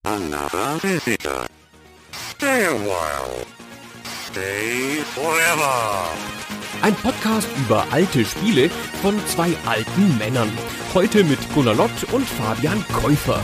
Another visitor. Stay a while. Stay forever. Ein Podcast über alte Spiele von zwei alten Männern. Heute mit Gunnar Lott und Fabian Käufer.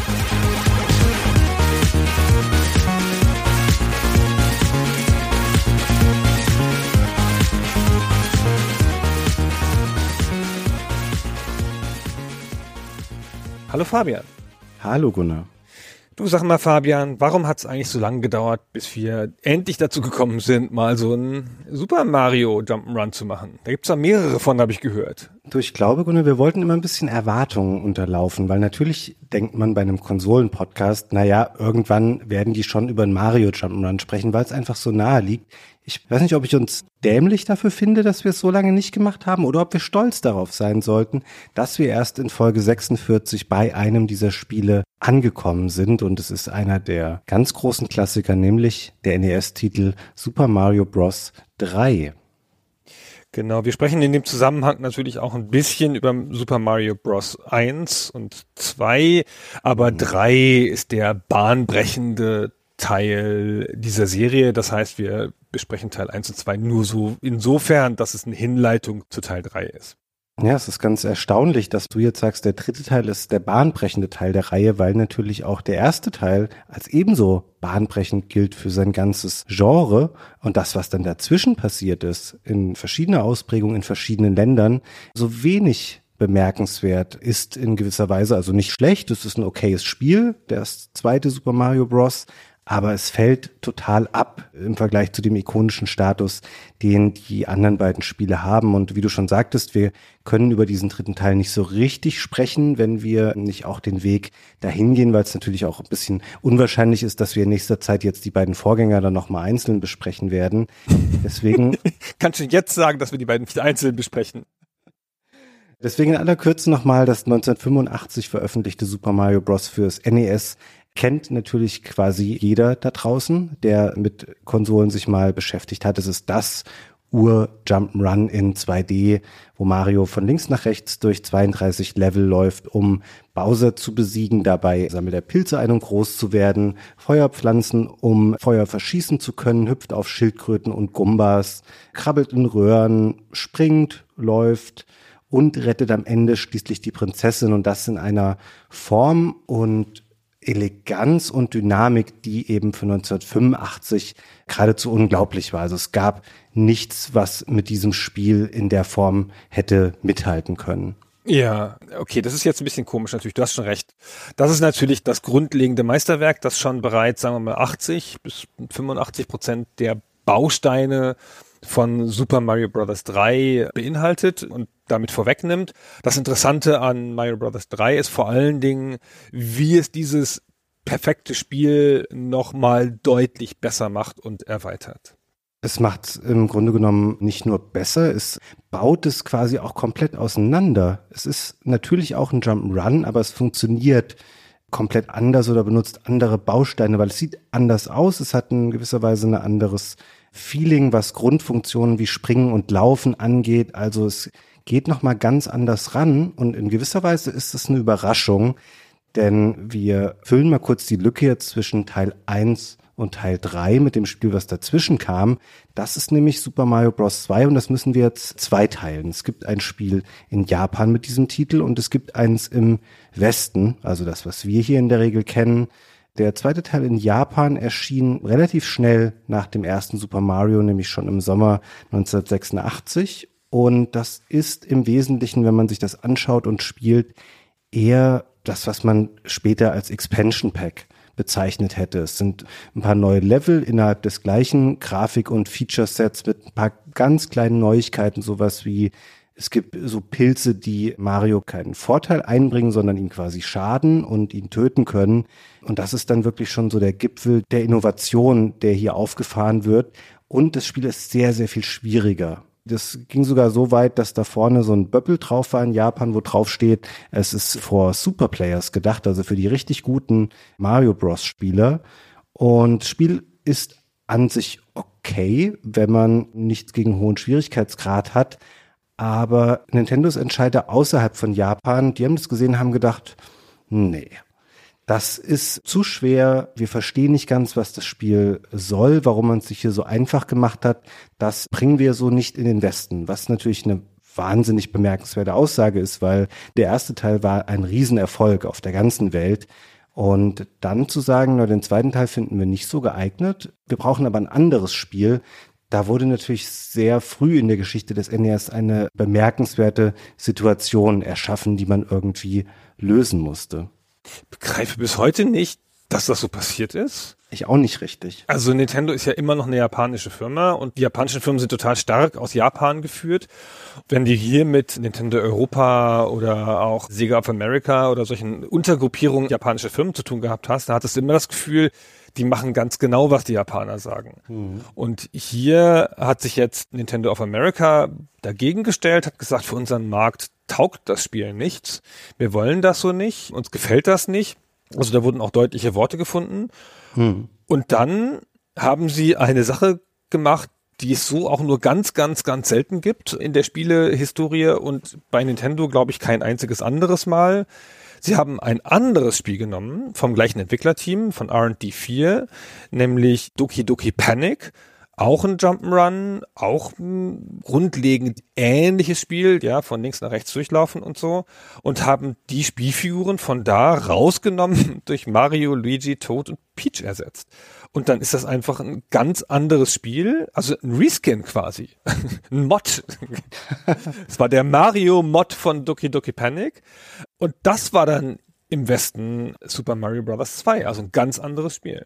Hallo Fabian. Hallo Gunnar. Du, sag mal Fabian, warum hat es eigentlich so lange gedauert, bis wir endlich dazu gekommen sind, mal so ein Super Mario Jump'n'Run zu machen? Da gibt's da mehrere von, habe ich gehört. Du, ich glaube, Gunnar, wir wollten immer ein bisschen Erwartungen unterlaufen, weil natürlich denkt man bei einem Konsolen-Podcast, naja, irgendwann werden die schon über ein Mario Jump'n'Run sprechen, weil es einfach so nahe liegt. Ich weiß nicht, ob ich uns dämlich dafür finde, dass wir es so lange nicht gemacht haben oder ob wir stolz darauf sein sollten, dass wir erst in Folge 46 bei einem dieser Spiele angekommen sind. Und es ist einer der ganz großen Klassiker, nämlich der NES-Titel Super Mario Bros. 3. Genau, wir sprechen in dem Zusammenhang natürlich auch ein bisschen über Super Mario Bros. 1 und 2, aber 3 ist der bahnbrechende Teil dieser Serie. Das heißt, wir besprechen Teil 1 und 2 nur so insofern, dass es eine Hinleitung zu Teil 3 ist. Ja, es ist ganz erstaunlich, dass du jetzt sagst, der dritte Teil ist der bahnbrechende Teil der Reihe, weil natürlich auch der erste Teil als ebenso bahnbrechend gilt für sein ganzes Genre und das, was dann dazwischen passiert ist, in verschiedener Ausprägung in verschiedenen Ländern, so wenig bemerkenswert ist in gewisser Weise, also nicht schlecht, es ist ein okayes Spiel, das zweite Super Mario Bros., aber es fällt total ab im Vergleich zu dem ikonischen Status, den die anderen beiden Spiele haben. Und wie du schon sagtest, wir können über diesen dritten Teil nicht so richtig sprechen, wenn wir nicht auch den Weg dahin gehen, weil es natürlich auch ein bisschen unwahrscheinlich ist, dass wir in nächster Zeit jetzt die beiden Vorgänger dann nochmal einzeln besprechen werden. Deswegen Kannst du jetzt sagen, dass wir die beiden nicht einzeln besprechen? Deswegen in aller Kürze nochmal das 1985 veröffentlichte Super Mario Bros. Fürs NES kennt natürlich quasi jeder da draußen, der mit Konsolen sich mal beschäftigt hat. Es ist das Ur-Jump'n'Run in 2D, wo Mario von links nach rechts durch 32 Level läuft, um Bowser zu besiegen. Dabei sammelt er Pilze ein, um groß zu werden, Feuerpflanzen, um Feuer verschießen zu können, hüpft auf Schildkröten und Gumbas, krabbelt in Röhren, springt, läuft und rettet am Ende schließlich die Prinzessin, und das in einer Form und Eleganz und Dynamik, die eben für 1985 geradezu unglaublich war. Also es gab nichts, was mit diesem Spiel in der Form hätte mithalten können. Ja, okay, das ist jetzt ein bisschen komisch natürlich, du hast schon recht. Das ist natürlich das grundlegende Meisterwerk, das schon bereits, sagen wir mal, 80 bis 85% der Bausteine von Super Mario Bros. 3 beinhaltet und damit vorwegnimmt. Das Interessante an Mario Bros. 3 ist vor allen Dingen, wie es dieses perfekte Spiel nochmal deutlich besser macht und erweitert. Es macht es im Grunde genommen nicht nur besser, es baut es quasi auch komplett auseinander. Es ist natürlich auch ein Jump'n'Run, aber es funktioniert komplett anders oder benutzt andere Bausteine, weil es sieht anders aus. Es hat in gewisser Weise ein anderes Feeling, was Grundfunktionen wie Springen und Laufen angeht. Also es geht nochmal ganz anders ran und in gewisser Weise ist es eine Überraschung, denn wir füllen mal kurz die Lücke jetzt zwischen Teil 1 und Teil 3 mit dem Spiel, was dazwischen kam. Das ist nämlich Super Mario Bros. 2 und das müssen wir jetzt zweiteilen. Es gibt ein Spiel in Japan mit diesem Titel und es gibt eins im Westen, also das, was wir hier in der Regel kennen. Der zweite Teil in Japan erschien relativ schnell nach dem ersten Super Mario, nämlich schon im Sommer 1986. Und das ist im Wesentlichen, wenn man sich das anschaut und spielt, eher das, was man später als Expansion Pack bezeichnet hätte. Es sind ein paar neue Level innerhalb des gleichen Grafik- und Feature-Sets mit ein paar ganz kleinen Neuigkeiten, sowas wie es gibt so Pilze, die Mario keinen Vorteil einbringen, sondern ihm quasi schaden und ihn töten können. Und das ist dann wirklich schon so der Gipfel der Innovation, der hier aufgefahren wird. Und das Spiel ist sehr, sehr viel schwieriger. Das ging sogar so weit, dass da vorne so ein Böppel drauf war in Japan, wo drauf steht, es ist for Superplayers gedacht, also für die richtig guten Mario Bros. Spieler. Und das Spiel ist an sich okay, wenn man nichts gegen hohen Schwierigkeitsgrad hat. Aber Nintendos Entscheider außerhalb von Japan, die haben das gesehen, haben gedacht, nee. das ist zu schwer, wir verstehen nicht ganz, was das Spiel soll, warum man es sich hier so einfach gemacht hat, das bringen wir so nicht in den Westen, was natürlich eine wahnsinnig bemerkenswerte Aussage ist, weil der erste Teil war ein Riesenerfolg auf der ganzen Welt. Und dann zu sagen, na, den zweiten Teil finden wir nicht so geeignet, wir brauchen aber ein anderes Spiel, da wurde natürlich sehr früh in der Geschichte des NES eine bemerkenswerte Situation erschaffen, die man irgendwie lösen musste. Ich begreife bis heute nicht, dass das so passiert ist. Ich auch nicht richtig. Also Nintendo ist ja immer noch eine japanische Firma und die japanischen Firmen sind total stark aus Japan geführt. Wenn die hier mit Nintendo Europa oder auch Sega of America oder solchen Untergruppierungen japanischer Firmen zu tun gehabt hast, da hattest du immer das Gefühl, die machen ganz genau, was die Japaner sagen. Und hier hat sich jetzt Nintendo of America dagegen gestellt, hat gesagt, für unseren Markt taugt das Spiel nichts. Wir wollen das so nicht. Uns gefällt das nicht. Also da wurden auch deutliche Worte gefunden. Und dann haben sie eine Sache gemacht, die es so auch nur ganz, ganz, ganz selten gibt in der Spielehistorie und bei Nintendo, glaube ich, kein einziges anderes Mal. Sie haben ein anderes Spiel genommen vom gleichen Entwicklerteam von R&D 4, nämlich Doki Doki Panic. Auch ein Jump'n'Run, auch ein grundlegend ähnliches Spiel, ja, von links nach rechts durchlaufen und so, und haben die Spielfiguren von da rausgenommen durch Mario, Luigi, Toad und Peach ersetzt. Und dann ist das einfach ein ganz anderes Spiel, also ein Reskin quasi, ein Mod. Es war der Mario-Mod von Doki Doki Panic und das war dann im Westen Super Mario Bros. 2, also ein ganz anderes Spiel.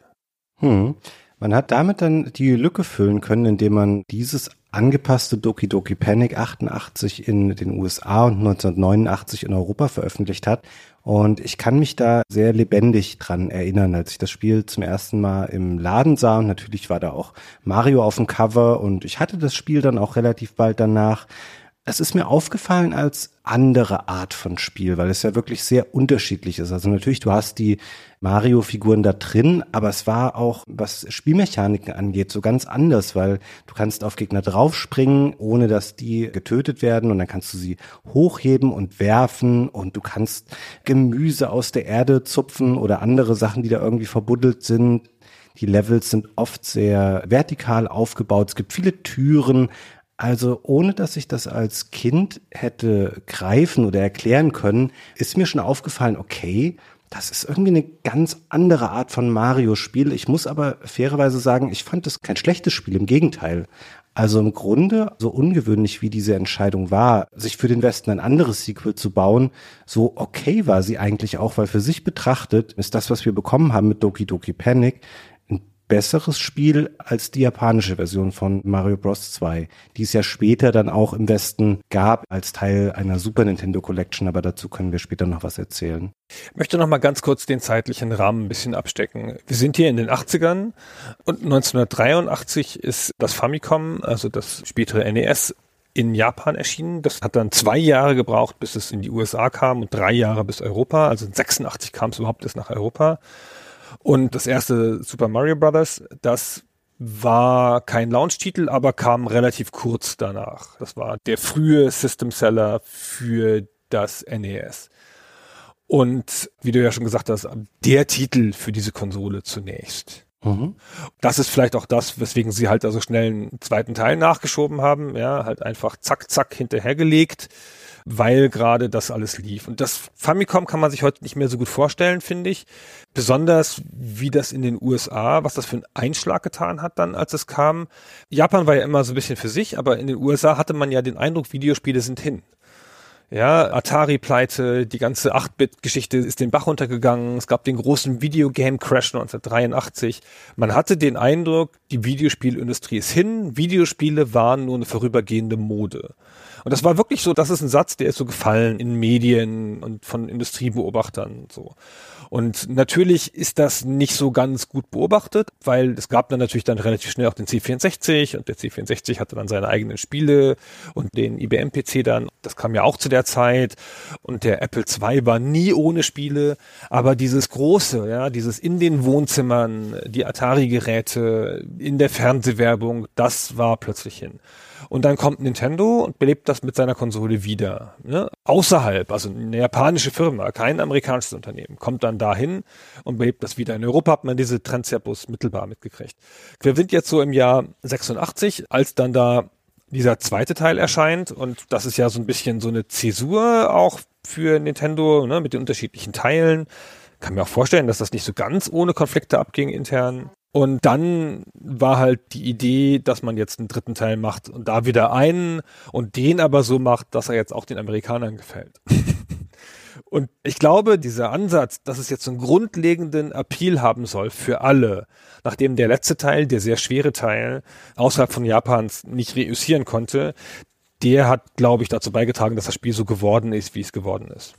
Man hat damit dann die Lücke füllen können, indem man dieses angepasste Doki Doki Panic 88 in den USA und 1989 in Europa veröffentlicht hat. Und ich kann mich da sehr lebendig dran erinnern, als ich das Spiel zum ersten Mal im Laden sah. Und natürlich war da auch Mario auf dem Cover und ich hatte das Spiel dann auch relativ bald danach. Es ist mir aufgefallen als andere Art von Spiel, weil es ja wirklich sehr unterschiedlich ist. Also natürlich, du hast die Mario-Figuren da drin, aber es war auch, was Spielmechaniken angeht, so ganz anders, weil du kannst auf Gegner draufspringen, ohne dass die getötet werden und dann kannst du sie hochheben und werfen und du kannst Gemüse aus der Erde zupfen oder andere Sachen, die da irgendwie verbuddelt sind. Die Levels sind oft sehr vertikal aufgebaut. Es gibt viele Türen. Also ohne, dass ich das als Kind hätte greifen oder erklären können, ist mir schon aufgefallen, okay, das ist irgendwie eine ganz andere Art von Mario-Spiel. Ich muss aber fairerweise sagen, ich fand das kein schlechtes Spiel, im Gegenteil. Also im Grunde, so ungewöhnlich wie diese Entscheidung war, sich für den Westen ein anderes Sequel zu bauen, so okay war sie eigentlich auch, weil für sich betrachtet ist das, was wir bekommen haben mit Doki Doki Panic, besseres Spiel als die japanische Version von Mario Bros. 2, die es ja später dann auch im Westen gab als Teil einer Super Nintendo Collection, aber dazu können wir später noch was erzählen. Ich möchte noch mal ganz kurz den zeitlichen Rahmen ein bisschen abstecken. Wir sind hier in den 80ern und 1983 ist das Famicom, also das spätere NES, in Japan erschienen. Das hat dann 2 Jahre gebraucht, bis es in die USA kam und 3 Jahre bis Europa. Also in 86 kam es überhaupt erst nach Europa. Und das erste Super Mario Bros., das war kein Launch-Titel, aber kam relativ kurz danach. Das war der frühe System-Seller für das NES. Und wie du ja schon gesagt hast, der Titel für diese Konsole zunächst. Das ist vielleicht auch das, weswegen sie halt da so schnell einen zweiten Teil nachgeschoben haben. Ja, halt einfach zack, zack hinterhergelegt, weil gerade das alles lief. Und das Famicom kann man sich heute nicht mehr so gut vorstellen, finde ich. Besonders, wie das in den USA, was das für einen Einschlag getan hat dann, als es kam. Japan war ja immer so ein bisschen für sich, aber in den USA hatte man ja den Eindruck, Videospiele sind hin. Ja, Atari-Pleite, die ganze 8-Bit-Geschichte ist den Bach runtergegangen. Es gab den großen Videogame-Crash 1983. Man hatte den Eindruck, die Videospielindustrie ist hin. Videospiele waren nur eine vorübergehende Mode. Und das war wirklich so, das ist ein Satz, der ist so gefallen in Medien und von Industriebeobachtern und so. Und natürlich ist das nicht so ganz gut beobachtet, weil es gab dann natürlich dann relativ schnell auch den C64 und der C64 hatte dann seine eigenen Spiele und den IBM-PC dann, das kam ja auch zu der Zeit und der Apple II war nie ohne Spiele, aber dieses große, ja, dieses in den Wohnzimmern, die Atari-Geräte, in der Fernsehwerbung, das war plötzlich hin. Und dann kommt Nintendo und belebt das mit seiner Konsole wieder. Ne? Außerhalb, also eine japanische Firma, kein amerikanisches Unternehmen, kommt dann dahin und belebt das wieder. In Europa hat man diese Trends ja bloß mittelbar mitgekriegt. Wir sind jetzt so im Jahr 86, als dann da dieser zweite Teil erscheint, und das ist ja so ein bisschen so eine Zäsur auch für Nintendo, ne, mit den unterschiedlichen Teilen. Kann mir auch vorstellen, dass das nicht so ganz ohne Konflikte abging intern. Und dann war halt die Idee, dass man jetzt einen dritten Teil macht und da wieder einen und den aber so macht, dass er jetzt auch den Amerikanern gefällt. Und ich glaube, dieser Ansatz, dass es jetzt einen grundlegenden Appeal haben soll für alle, nachdem der letzte Teil, der sehr schwere Teil, außerhalb von Japans nicht reüssieren konnte, der hat, glaube ich, dazu beigetragen, dass das Spiel so geworden ist, wie es geworden ist.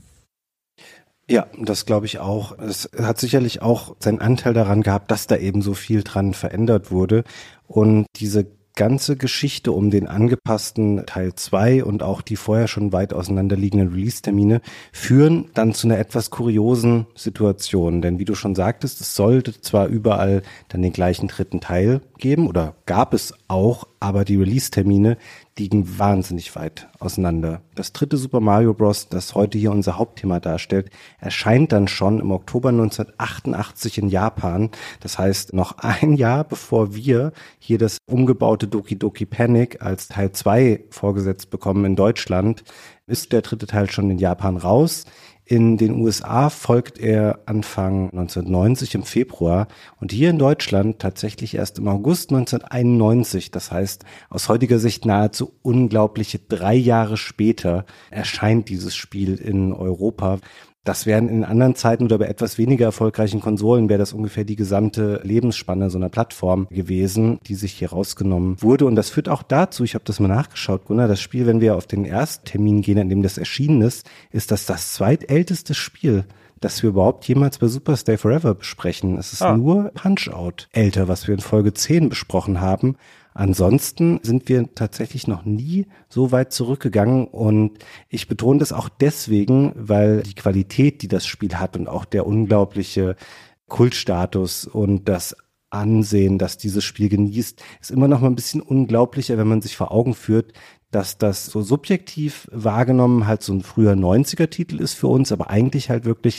Ja, das glaube ich auch. Es hat sicherlich auch seinen Anteil daran gehabt, dass da eben so viel dran verändert wurde. Und diese ganze Geschichte um den angepassten Teil 2 und auch die vorher schon weit auseinanderliegenden Release-Termine führen dann zu einer etwas kuriosen Situation. Denn wie du schon sagtest, es sollte zwar überall dann den gleichen dritten Teil geben oder gab es auch, aber die Release-Termine liegen wahnsinnig weit auseinander. Das dritte Super Mario Bros., das heute hier unser Hauptthema darstellt, erscheint dann schon im Oktober 1988 in Japan. Das heißt, noch ein Jahr bevor wir hier das umgebaute Doki Doki Panic als Teil 2 vorgesetzt bekommen in Deutschland, ist der dritte Teil schon in Japan raus. In den USA folgt er Anfang 1990 im Februar und hier in Deutschland tatsächlich erst im August 1991. Das heißt, aus heutiger Sicht nahezu unglaubliche 3 Jahre später erscheint dieses Spiel in Europa. Das wären in anderen Zeiten oder bei etwas weniger erfolgreichen Konsolen wäre das ungefähr die gesamte Lebensspanne so einer Plattform gewesen, die sich hier rausgenommen wurde. Und das führt auch dazu, ich habe das mal nachgeschaut, Gunnar, das Spiel, wenn wir auf den Ersttermin gehen, an dem das erschienen ist das zweitälteste Spiel, das wir überhaupt jemals bei Super Stay Forever besprechen. Es ist nur Punch-Out älter, was wir in Folge 10 besprochen haben. Ansonsten sind wir tatsächlich noch nie so weit zurückgegangen und ich betone das auch deswegen, weil die Qualität, die das Spiel hat und auch der unglaubliche Kultstatus und das Ansehen, das dieses Spiel genießt, ist immer noch mal ein bisschen unglaublicher, wenn man sich vor Augen führt, dass das so subjektiv wahrgenommen halt so ein früher 90er-Titel ist für uns, aber eigentlich halt wirklich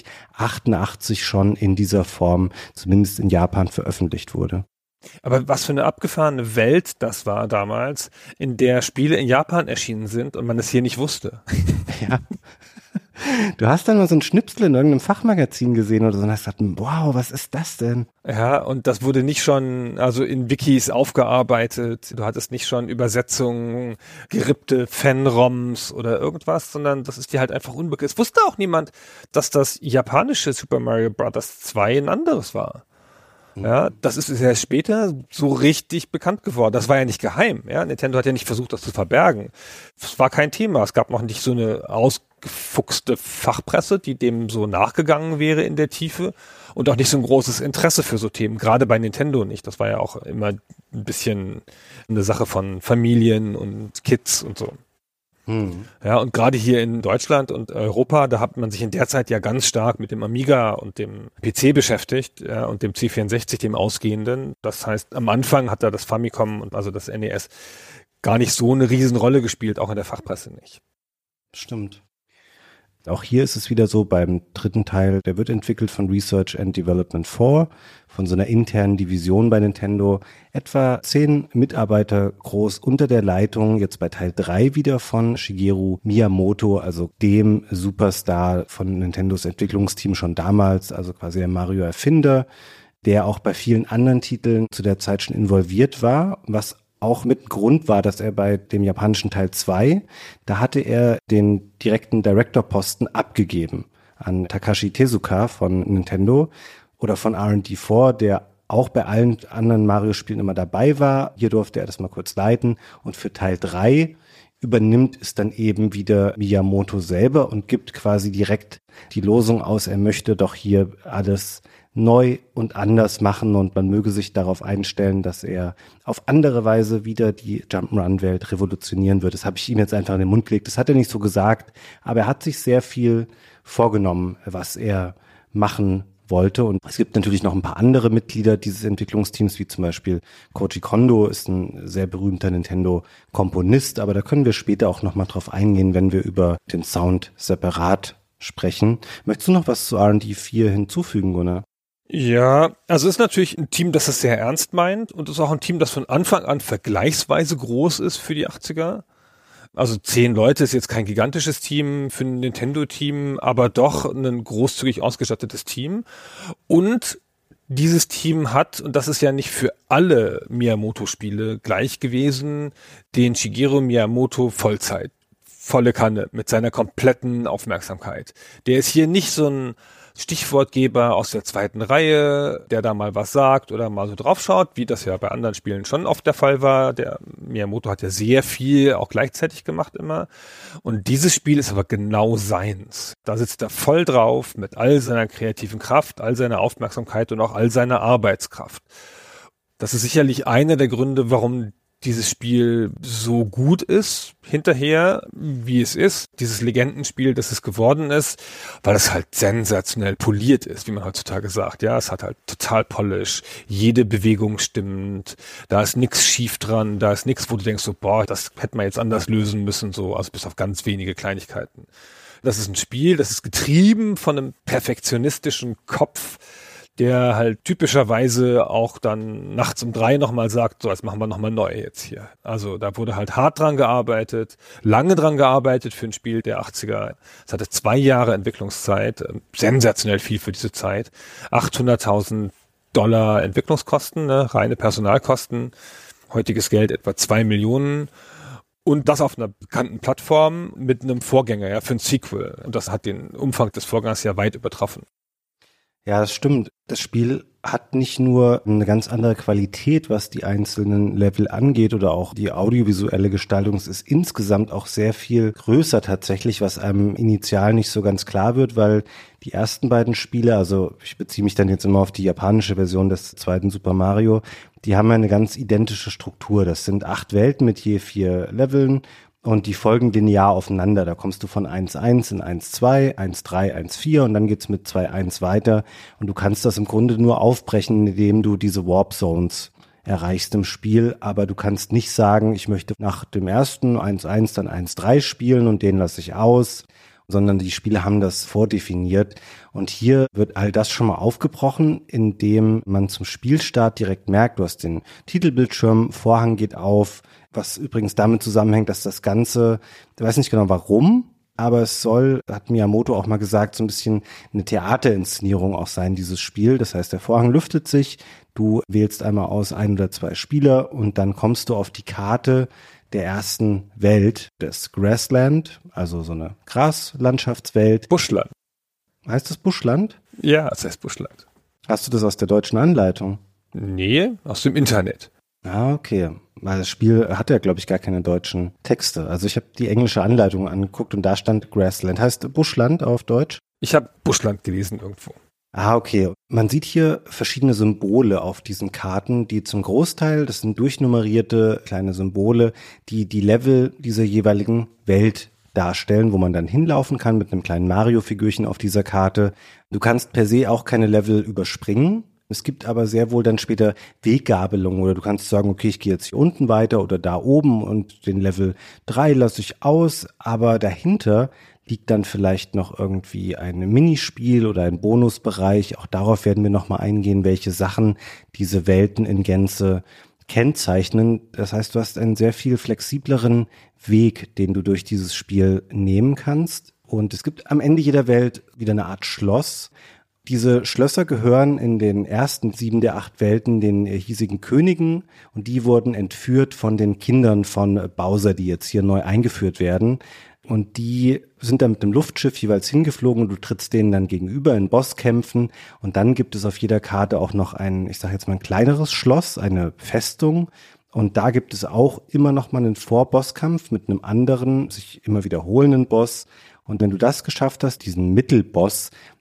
88 schon in dieser Form, zumindest in Japan, veröffentlicht wurde. Aber was für eine abgefahrene Welt das war damals, in der Spiele in Japan erschienen sind und man es hier nicht wusste. Ja. Du hast dann mal so ein Schnipsel in irgendeinem Fachmagazin gesehen oder so und hast gesagt, wow, was ist das denn? Ja, und das wurde nicht schon, also in Wikis aufgearbeitet. Du hattest nicht schon Übersetzungen, gerippte Fan-ROMs oder irgendwas, sondern das ist dir halt einfach unbekannt. Es wusste auch niemand, dass das japanische Super Mario Bros. 2 ein anderes war. Ja, das ist ja später so richtig bekannt geworden. Das war ja nicht geheim. Ja, Nintendo hat ja nicht versucht, das zu verbergen. Es war kein Thema. Es gab noch nicht so eine ausgefuchste Fachpresse, die dem so nachgegangen wäre in der Tiefe und auch nicht so ein großes Interesse für so Themen. Gerade bei Nintendo nicht. Das war ja auch immer ein bisschen eine Sache von Familien und Kids und so. Ja, und gerade hier in Deutschland und Europa, da hat man sich in der Zeit ja ganz stark mit dem Amiga und dem PC beschäftigt, ja, und dem C64, dem ausgehenden. Das heißt, am Anfang hat da das Famicom und also das NES gar nicht so eine Riesenrolle gespielt, auch in der Fachpresse nicht. Stimmt. Auch hier ist es wieder so beim dritten Teil, der wird entwickelt von Research and Development 4, von so einer internen Division bei Nintendo, etwa 10 Mitarbeiter groß unter der Leitung, jetzt bei Teil 3 wieder von Shigeru Miyamoto, also dem Superstar von Nintendos Entwicklungsteam schon damals, also quasi der Mario-Erfinder, der auch bei vielen anderen Titeln zu der Zeit schon involviert war, was auch mit Grund war, dass er bei dem japanischen Teil 2, da hatte er den direkten Director-Posten abgegeben an Takashi Tezuka von Nintendo oder von R&D4, der auch bei allen anderen Mario-Spielen immer dabei war. Hier durfte er das mal kurz leiten und für Teil 3 übernimmt es dann eben wieder Miyamoto selber und gibt quasi direkt die Losung aus, er möchte doch hier alles neu und anders machen und man möge sich darauf einstellen, dass er auf andere Weise wieder die Jump'n'Run-Welt revolutionieren wird. Das habe ich ihm jetzt einfach in den Mund gelegt. Das hat er nicht so gesagt, aber er hat sich sehr viel vorgenommen, was er machen wollte. Und es gibt natürlich noch ein paar andere Mitglieder dieses Entwicklungsteams, wie zum Beispiel Koji Kondo ist ein sehr berühmter Nintendo-Komponist, aber da können wir später auch nochmal drauf eingehen, wenn wir über den Sound separat sprechen. Möchtest du noch was zu R&D 4 hinzufügen, Gunnar? Ja, also ist natürlich ein Team, das es sehr ernst meint und ist auch ein Team, das von Anfang an vergleichsweise groß ist für die 80er. Also 10 Leute ist jetzt kein gigantisches Team für ein Nintendo-Team, aber doch ein großzügig ausgestattetes Team. Und dieses Team hat, und das ist ja nicht für alle Miyamoto-Spiele gleich gewesen, den Shigeru Miyamoto Vollzeit, volle Kanne mit seiner kompletten Aufmerksamkeit. Der ist hier nicht so ein Stichwortgeber aus der zweiten Reihe, der da mal was sagt oder mal so draufschaut, wie das ja bei anderen Spielen schon oft der Fall war. Der Miyamoto hat ja sehr viel auch gleichzeitig gemacht immer. Und dieses Spiel ist aber genau seins. Da sitzt er voll drauf mit all seiner kreativen Kraft, all seiner Aufmerksamkeit und auch all seiner Arbeitskraft. Das ist sicherlich einer der Gründe, warum dieses Spiel so gut ist hinterher, wie es ist, dieses Legendenspiel, das es geworden ist, weil es halt sensationell poliert ist, wie man heutzutage sagt. Ja, es hat halt total Polish, jede Bewegung stimmt, da ist nichts schief dran, da ist nichts, wo du denkst so, boah, das hätte man jetzt anders lösen müssen, so, also bis auf ganz wenige Kleinigkeiten. Das ist ein Spiel, das ist getrieben von einem perfektionistischen Kopf, der halt typischerweise auch dann nachts um 3 nochmal sagt, so, jetzt machen wir nochmal neu jetzt hier. Also da wurde halt hart dran gearbeitet, lange dran gearbeitet für ein Spiel der 80er. Es hatte 2 Jahre Entwicklungszeit, sensationell viel für diese Zeit. $800.000 Entwicklungskosten, ne, reine Personalkosten, heutiges Geld etwa 2 Millionen. Und das auf einer bekannten Plattform mit einem Vorgänger, ja, für ein Sequel. Und das hat den Umfang des Vorgängers ja weit übertroffen. Ja, das stimmt. Das Spiel hat nicht nur eine ganz andere Qualität, was die einzelnen Level angeht oder auch die audiovisuelle Gestaltung. Es ist insgesamt auch sehr viel größer tatsächlich, was einem initial nicht so ganz klar wird, weil die ersten beiden Spiele, also ich beziehe mich dann jetzt immer auf die japanische Version des zweiten Super Mario, die haben ja eine ganz identische Struktur. Das sind 8 Welten mit je 4 Leveln. Und die folgen linear aufeinander. Da kommst du von 1.1 in 1.2, 1.3, 1.4 und dann geht's mit 2.1 weiter. Und du kannst das im Grunde nur aufbrechen, indem du diese Warp Zones erreichst im Spiel. Aber du kannst nicht sagen, ich möchte nach dem ersten 1.1 dann 1.3 spielen und den lasse ich aus, sondern die Spiele haben das vordefiniert. Und hier wird all das schon mal aufgebrochen, indem man zum Spielstart direkt merkt, du hast den Titelbildschirm, Vorhang geht auf, was übrigens damit zusammenhängt, dass das Ganze, ich weiß nicht genau warum, aber es soll, hat Miyamoto auch mal gesagt, so ein bisschen eine Theaterinszenierung auch sein, dieses Spiel. Das heißt, der Vorhang lüftet sich, du wählst einmal aus 1 oder 2 Spieler und dann kommst du auf die Karte der ersten Welt, des Grassland, also so eine Graslandschaftswelt. Buschland. Heißt das Buschland? Ja, es heißt Buschland. Hast du das aus der deutschen Anleitung? Nee, aus dem Internet. Ah, okay. Weil das Spiel hat ja, glaube ich, gar keine deutschen Texte. Also ich habe die englische Anleitung angeguckt und da stand Grassland. Heißt Buschland auf Deutsch? Ich habe Buschland gelesen irgendwo. Ah, okay. Man sieht hier verschiedene Symbole auf diesen Karten, die zum Großteil, das sind durchnummerierte kleine Symbole, die die Level dieser jeweiligen Welt darstellen, wo man dann hinlaufen kann mit einem kleinen Mario-Figürchen auf dieser Karte. Du kannst per se auch keine Level überspringen. Es gibt aber sehr wohl dann später Weggabelungen oder du kannst sagen, okay, ich gehe jetzt hier unten weiter oder da oben und den Level 3 lasse ich aus, aber dahinter liegt dann vielleicht noch irgendwie ein Minispiel oder ein Bonusbereich. Auch darauf werden wir nochmal eingehen, welche Sachen diese Welten in Gänze kennzeichnen. Das heißt, du hast einen sehr viel flexibleren Weg, den du durch dieses Spiel nehmen kannst. Und es gibt am Ende jeder Welt wieder eine Art Schloss. Diese Schlösser gehören in den ersten 7 der 8 Welten den hiesigen Königen und die wurden entführt von den Kindern von Bowser, die jetzt hier neu eingeführt werden. Und die sind dann mit dem Luftschiff jeweils hingeflogen und du trittst denen dann gegenüber in Bosskämpfen. Und dann gibt es auf jeder Karte auch noch ein, ich sage jetzt mal ein kleineres Schloss, eine Festung. Und da gibt es auch immer noch mal einen Vorbosskampf mit einem anderen, sich immer wiederholenden Boss. Und wenn du das geschafft hast, diesen Mittelboss,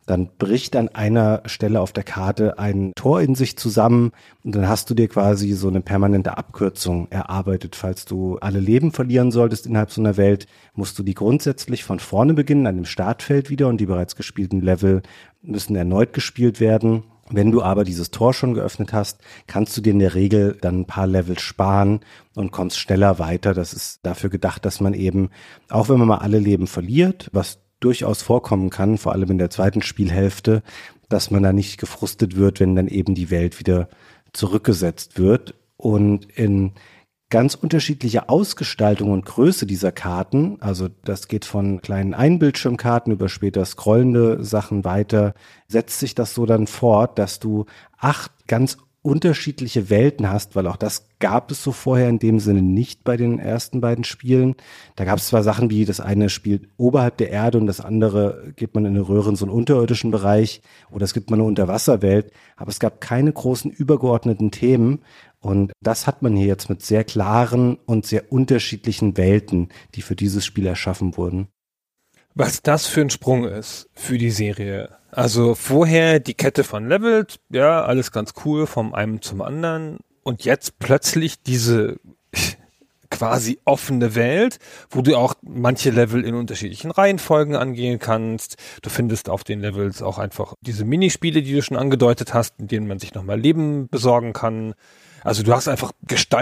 dann bricht an einer Stelle auf der Karte ein Tor in sich zusammen und dann hast du dir quasi so eine permanente Abkürzung erarbeitet. Falls du alle Leben verlieren solltest innerhalb so einer Welt, musst du die grundsätzlich von vorne beginnen, an dem Startfeld wieder, und die bereits gespielten Level müssen erneut gespielt werden. Wenn du aber dieses Tor schon geöffnet hast, kannst du dir in der Regel dann ein paar Level sparen und kommst schneller weiter. Das ist dafür gedacht, dass man eben, auch wenn man mal alle Leben verliert, was durchaus vorkommen kann, vor allem in der zweiten Spielhälfte, dass man da nicht gefrustet wird, wenn dann eben die Welt wieder zurückgesetzt wird. Und in ganz unterschiedliche Ausgestaltung und Größe dieser Karten, also das geht von kleinen Einbildschirmkarten über später scrollende Sachen weiter, setzt sich das so dann fort, dass du 8 ganz unterschiedliche Welten hast, weil auch das gab es so vorher in dem Sinne nicht bei den ersten beiden Spielen. Da gab es zwar Sachen wie, das eine spielt oberhalb der Erde und das andere gibt man in eine Röhre in so einen unterirdischen Bereich oder es gibt mal eine Unterwasserwelt, aber es gab keine großen übergeordneten Themen. Und das hat man hier jetzt mit sehr klaren und sehr unterschiedlichen Welten, die für dieses Spiel erschaffen wurden. Was das für ein Sprung ist für die Serie. Also vorher die Kette von Levels, ja, alles ganz cool vom einen zum anderen. Und jetzt plötzlich diese quasi offene Welt, wo du auch manche Level in unterschiedlichen Reihenfolgen angehen kannst. Du findest auf den Levels auch einfach diese Minispiele, die du schon angedeutet hast, in denen man sich nochmal Leben besorgen kann. Also du hast einfach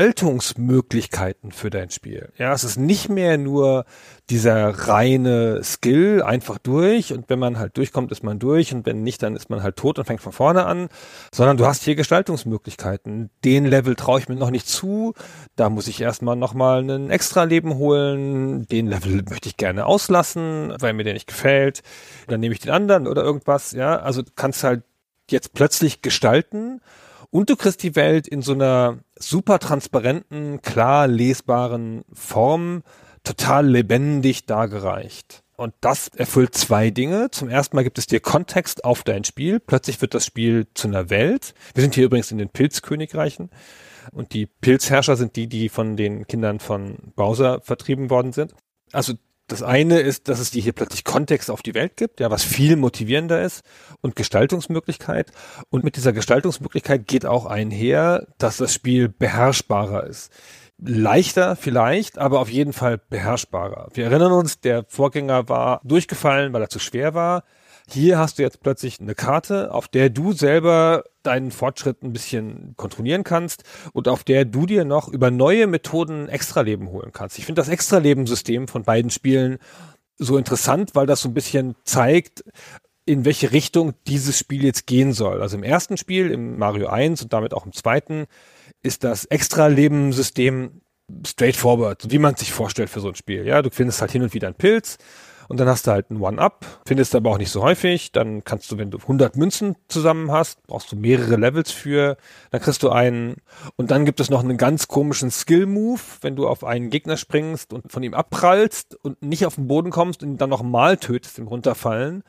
Gestaltungsmöglichkeiten für dein Spiel. Ja, es ist nicht mehr nur dieser reine Skill einfach durch und wenn man halt durchkommt, ist man durch und wenn nicht, dann ist man halt tot und fängt von vorne an, sondern du hast hier Gestaltungsmöglichkeiten. Den Level traue ich mir noch nicht zu, da muss ich erstmal nochmal ein Extra-Leben holen, den Level möchte ich gerne auslassen, weil mir der nicht gefällt, dann nehme ich den anderen oder irgendwas, ja, also du kannst halt jetzt plötzlich gestalten. Und du kriegst die Welt in so einer super transparenten, klar lesbaren Form total lebendig dargereicht. Und das erfüllt 2 Dinge. Zum ersten Mal gibt es dir Kontext auf dein Spiel. Plötzlich wird das Spiel zu einer Welt. Wir sind hier übrigens in den Pilzkönigreichen. Und die Pilzherrscher sind die von den Kindern von Bowser vertrieben worden sind. Also das eine ist, dass es dir hier plötzlich Kontext auf die Welt gibt, ja, was viel motivierender ist und Gestaltungsmöglichkeit. Und mit dieser Gestaltungsmöglichkeit geht auch einher, dass das Spiel beherrschbarer ist. Leichter vielleicht, aber auf jeden Fall beherrschbarer. Wir erinnern uns, der Vorgänger war durchgefallen, weil er zu schwer war. Hier hast du jetzt plötzlich eine Karte, auf der du selber deinen Fortschritt ein bisschen kontrollieren kannst und auf der du dir noch über neue Methoden Extraleben holen kannst. Ich finde das Extraleben-System von beiden Spielen so interessant, weil das so ein bisschen zeigt, in welche Richtung dieses Spiel jetzt gehen soll. Also im ersten Spiel, im Mario 1 und damit auch im zweiten, ist das Extraleben-System straightforward, wie man sich vorstellt für so ein Spiel. Ja, du findest halt hin und wieder einen Pilz, und dann hast du halt ein One-Up, findest aber auch nicht so häufig. Dann kannst du, wenn du 100 Münzen zusammen hast, brauchst du mehrere Levels für, dann kriegst du einen. Und dann gibt es noch einen ganz komischen Skill-Move, wenn du auf einen Gegner springst und von ihm abprallst und nicht auf den Boden kommst und ihn dann noch mal tötest im Runterfallen.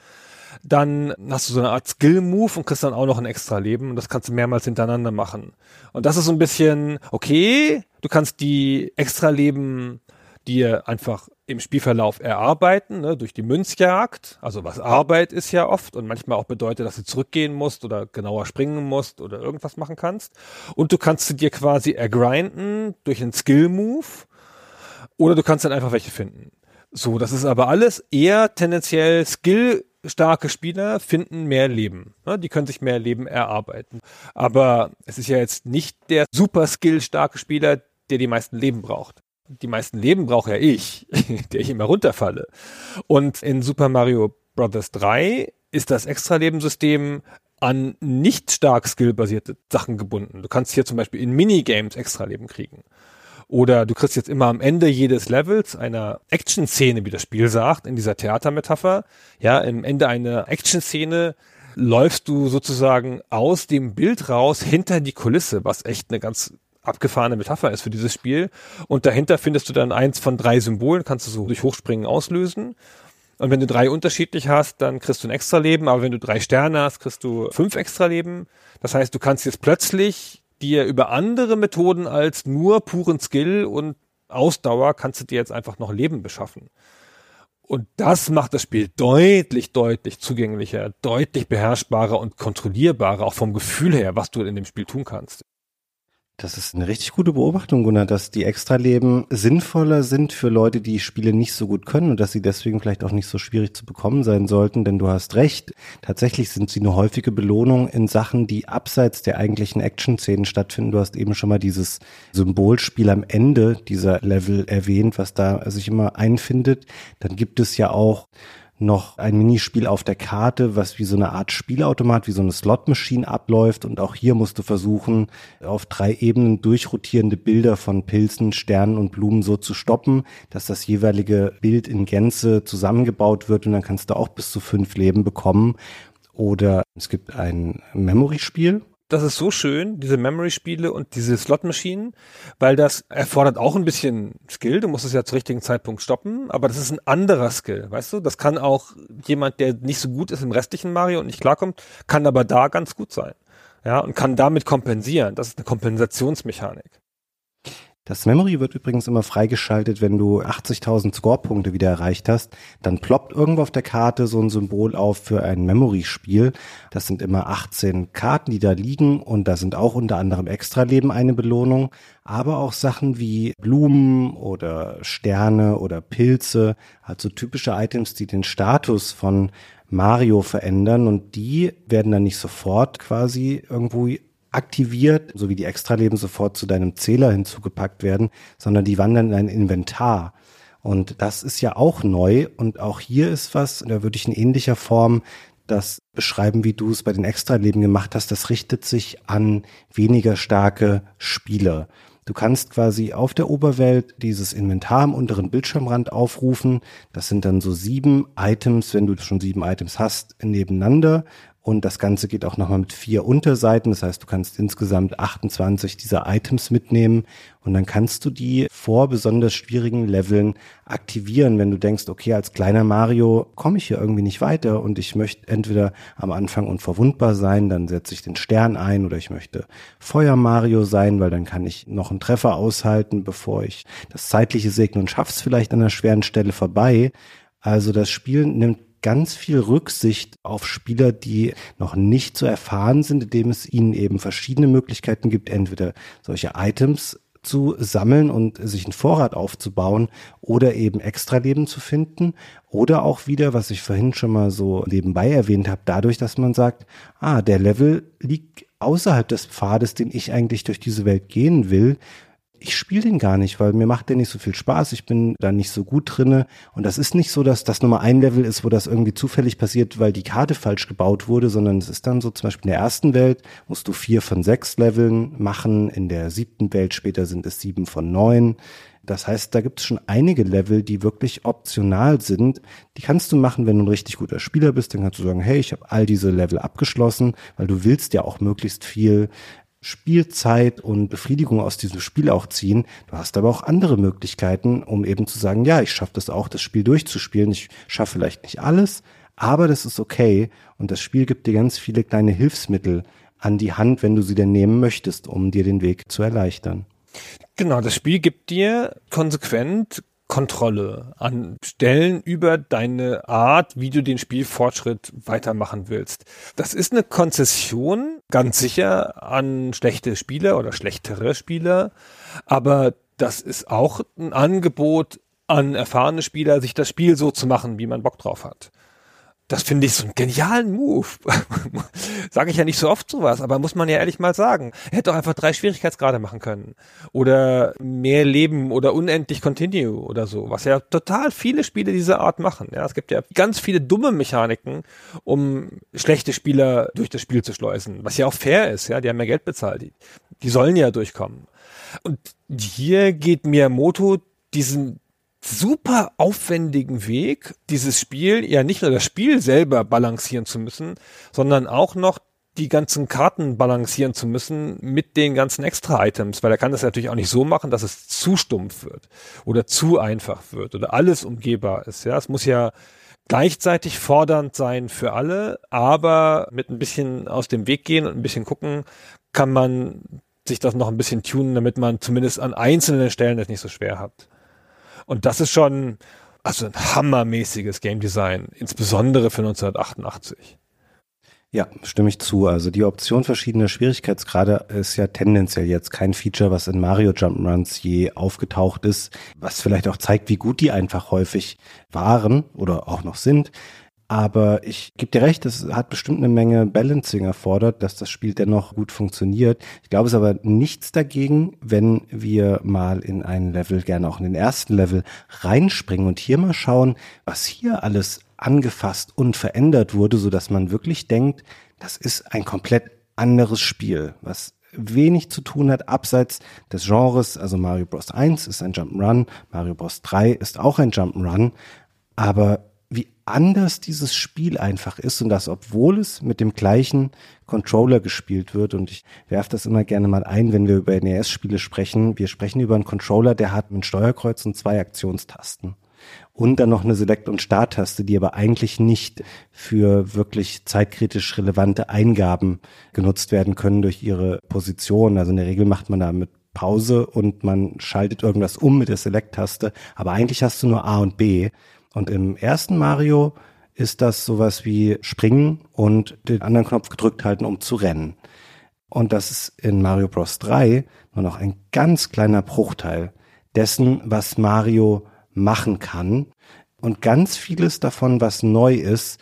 Dann hast du so eine Art Skill-Move und kriegst dann auch noch ein extra Leben. Und das kannst du mehrmals hintereinander machen. Und das ist so ein bisschen, okay, du kannst die extra Leben dir einfach im Spielverlauf erarbeiten, ne, durch die Münzjagd, also was Arbeit ist ja oft und manchmal auch bedeutet, dass du zurückgehen musst oder genauer springen musst oder irgendwas machen kannst. Und du kannst sie dir quasi ergrinden durch einen Skill-Move oder du kannst dann einfach welche finden. So, das ist aber alles eher tendenziell skillstarke Spieler finden mehr Leben. Ne, die können sich mehr Leben erarbeiten. Aber es ist ja jetzt nicht der super skillstarke Spieler, der die meisten Leben braucht. Die meisten Leben brauche ja ich, der ich immer runterfalle. Und in Super Mario Bros. 3 ist das Extra-Leben-System an nicht stark skillbasierte Sachen gebunden. Du kannst hier zum Beispiel in Minigames Extra-Leben kriegen. Oder du kriegst jetzt immer am Ende jedes Levels einer Action-Szene, wie das Spiel sagt, in dieser Theatermetapher. Ja, am Ende einer Action-Szene läufst du sozusagen aus dem Bild raus hinter die Kulisse, was echt eine ganz abgefahrene Metapher ist für dieses Spiel. Und dahinter findest du dann 1 von 3 Symbolen, kannst du so durch Hochspringen auslösen. Und wenn du 3 unterschiedlich hast, dann kriegst du ein Extra-Leben. Aber wenn du 3 Sterne hast, kriegst du 5 Extra-Leben. Das heißt, du kannst jetzt plötzlich dir über andere Methoden als nur puren Skill und Ausdauer kannst du dir jetzt einfach noch Leben beschaffen. Und das macht das Spiel deutlich, deutlich zugänglicher, deutlich beherrschbarer und kontrollierbarer, auch vom Gefühl her, was du in dem Spiel tun kannst. Das ist eine richtig gute Beobachtung, Gunnar, dass die Extraleben sinnvoller sind für Leute, die Spiele nicht so gut können und dass sie deswegen vielleicht auch nicht so schwierig zu bekommen sein sollten, denn du hast recht. Tatsächlich sind sie eine häufige Belohnung in Sachen, die abseits der eigentlichen Action-Szenen stattfinden. Du hast eben schon mal dieses Symbolspiel am Ende dieser Level erwähnt, was da sich immer einfindet. Dann gibt es ja auch noch ein Minispiel auf der Karte, was wie so eine Art Spielautomat, wie so eine Slot-Machine abläuft. Und auch hier musst du versuchen, auf 3 Ebenen durchrotierende Bilder von Pilzen, Sternen und Blumen so zu stoppen, dass das jeweilige Bild in Gänze zusammengebaut wird. Und dann kannst du auch bis zu 5 Leben bekommen. Oder es gibt ein Memory-Spiel. Das ist so schön, diese Memory-Spiele und diese Slot-Maschinen, weil das erfordert auch ein bisschen Skill. Du musst es ja zum richtigen Zeitpunkt stoppen, aber das ist ein anderer Skill, weißt du? Das kann auch jemand, der nicht so gut ist im restlichen Mario und nicht klarkommt, kann aber da ganz gut sein. Ja, und kann damit kompensieren. Das ist eine Kompensationsmechanik. Das Memory wird übrigens immer freigeschaltet, wenn du 80.000 Scorepunkte wieder erreicht hast. Dann ploppt irgendwo auf der Karte so ein Symbol auf für ein Memory-Spiel. Das sind immer 18 Karten, die da liegen und da sind auch unter anderem Extraleben eine Belohnung, aber auch Sachen wie Blumen oder Sterne oder Pilze, also typische Items, die den Status von Mario verändern und die werden dann nicht sofort quasi irgendwo aktiviert, so wie die Extraleben sofort zu deinem Zähler hinzugepackt werden, sondern die wandern in dein Inventar. Und das ist ja auch neu und auch hier ist was, da würde ich in ähnlicher Form das beschreiben, wie du es bei den Extraleben gemacht hast. Das richtet sich an weniger starke Spieler. Du kannst quasi auf der Oberwelt dieses Inventar am unteren Bildschirmrand aufrufen. Das sind dann so 7 Items, wenn du schon 7 Items hast, nebeneinander. Und das Ganze geht auch nochmal mit 4 Unterseiten. Das heißt, du kannst insgesamt 28 dieser Items mitnehmen. Und dann kannst du die vor besonders schwierigen Leveln aktivieren, wenn du denkst, okay, als kleiner Mario komme ich hier irgendwie nicht weiter und ich möchte entweder am Anfang unverwundbar sein, dann setze ich den Stern ein, oder ich möchte Feuer-Mario sein, weil dann kann ich noch einen Treffer aushalten, bevor ich das Zeitliche segne und schaff's vielleicht an einer schweren Stelle vorbei. Also das Spiel nimmt ganz viel Rücksicht auf Spieler, die noch nicht so erfahren sind, indem es ihnen eben verschiedene Möglichkeiten gibt, entweder solche Items zu sammeln und sich einen Vorrat aufzubauen oder eben Extraleben zu finden oder auch wieder, was ich vorhin schon mal so nebenbei erwähnt habe, dadurch, dass man sagt, der Level liegt außerhalb des Pfades, den ich eigentlich durch diese Welt gehen will. Ich spiele den gar nicht, weil mir macht der nicht so viel Spaß, ich bin da nicht so gut drinne und das ist nicht so, dass das Nummer 1 Level ist, wo das irgendwie zufällig passiert, weil die Karte falsch gebaut wurde, sondern es ist dann so, zum Beispiel in der ersten Welt musst du 4 von 6 Leveln machen, in der 7. Welt später sind es 7 von 9. Das heißt, da gibt es schon einige Level, die wirklich optional sind. Die kannst du machen, wenn du ein richtig guter Spieler bist, dann kannst du sagen, hey, ich habe all diese Level abgeschlossen, weil du willst ja auch möglichst viel Spielzeit und Befriedigung aus diesem Spiel auch ziehen. Du hast aber auch andere Möglichkeiten, um eben zu sagen, ja, ich schaffe das auch, das Spiel durchzuspielen. Ich schaffe vielleicht nicht alles, aber das ist okay. Und das Spiel gibt dir ganz viele kleine Hilfsmittel an die Hand, wenn du sie denn nehmen möchtest, um dir den Weg zu erleichtern. Genau, das Spiel gibt dir konsequent Kontrolle an Stellen über deine Art, wie du den Spielfortschritt weitermachen willst. Das ist eine Konzession, ganz sicher, an schlechte Spieler oder schlechtere Spieler, aber das ist auch ein Angebot an erfahrene Spieler, sich das Spiel so zu machen, wie man Bock drauf hat. Das finde ich so einen genialen Move. Sage ich ja nicht so oft sowas, aber muss man ja ehrlich mal sagen. Er hätte doch einfach 3 Schwierigkeitsgrade machen können. Oder mehr Leben oder unendlich Continue oder so. Was ja total viele Spiele dieser Art machen. Ja, es gibt ja ganz viele dumme Mechaniken, um schlechte Spieler durch das Spiel zu schleusen. Was ja auch fair ist. Ja, die haben ja Geld bezahlt. Die sollen ja durchkommen. Und hier geht Miyamoto diesen super aufwendigen Weg, dieses Spiel, ja nicht nur das Spiel selber balancieren zu müssen, sondern auch noch die ganzen Karten balancieren zu müssen mit den ganzen Extra-Items, weil er kann das natürlich auch nicht so machen, dass es zu stumpf wird oder zu einfach wird oder alles umgehbar ist. Ja, es muss ja gleichzeitig fordernd sein für alle, aber mit ein bisschen aus dem Weg gehen und ein bisschen gucken, kann man sich das noch ein bisschen tunen, damit man zumindest an einzelnen Stellen das nicht so schwer hat. Und das ist schon Also ein hammermäßiges Game Design, insbesondere für 1988. Ja, stimme ich zu. Also die Option verschiedener Schwierigkeitsgrade ist ja tendenziell jetzt kein Feature, was in Mario Jump'n'Runs je aufgetaucht ist, was vielleicht auch zeigt, wie gut die einfach häufig waren oder auch noch sind. Aber ich gebe dir recht, es hat bestimmt eine Menge Balancing erfordert, dass das Spiel dennoch gut funktioniert. Ich glaube, es ist aber nichts dagegen, wenn wir mal in ein Level, gerne auch in den ersten Level, reinspringen und hier mal schauen, was hier alles angefasst und verändert wurde, sodass man wirklich denkt, das ist ein komplett anderes Spiel, was wenig zu tun hat, abseits des Genres. Also Mario Bros. 1 ist ein Jump'n'Run, Mario Bros. 3 ist auch ein Jump'n'Run, aber wie anders dieses Spiel einfach ist und das, obwohl es mit dem gleichen Controller gespielt wird, und ich werfe das immer gerne mal ein, wenn wir über NES-Spiele sprechen. Wir sprechen über einen Controller, der hat ein Steuerkreuz und 2 Aktionstasten. Und dann noch eine Select- und Start-Taste, die aber eigentlich nicht für wirklich zeitkritisch relevante Eingaben genutzt werden können durch ihre Position. Also in der Regel macht man da mit Pause und man schaltet irgendwas um mit der Select-Taste, aber eigentlich hast du nur A und B. Und im ersten Mario ist das sowas wie springen und den anderen Knopf gedrückt halten, um zu rennen. Und das ist in Mario Bros. 3 nur noch ein ganz kleiner Bruchteil dessen, was Mario machen kann. Und ganz vieles davon, was neu ist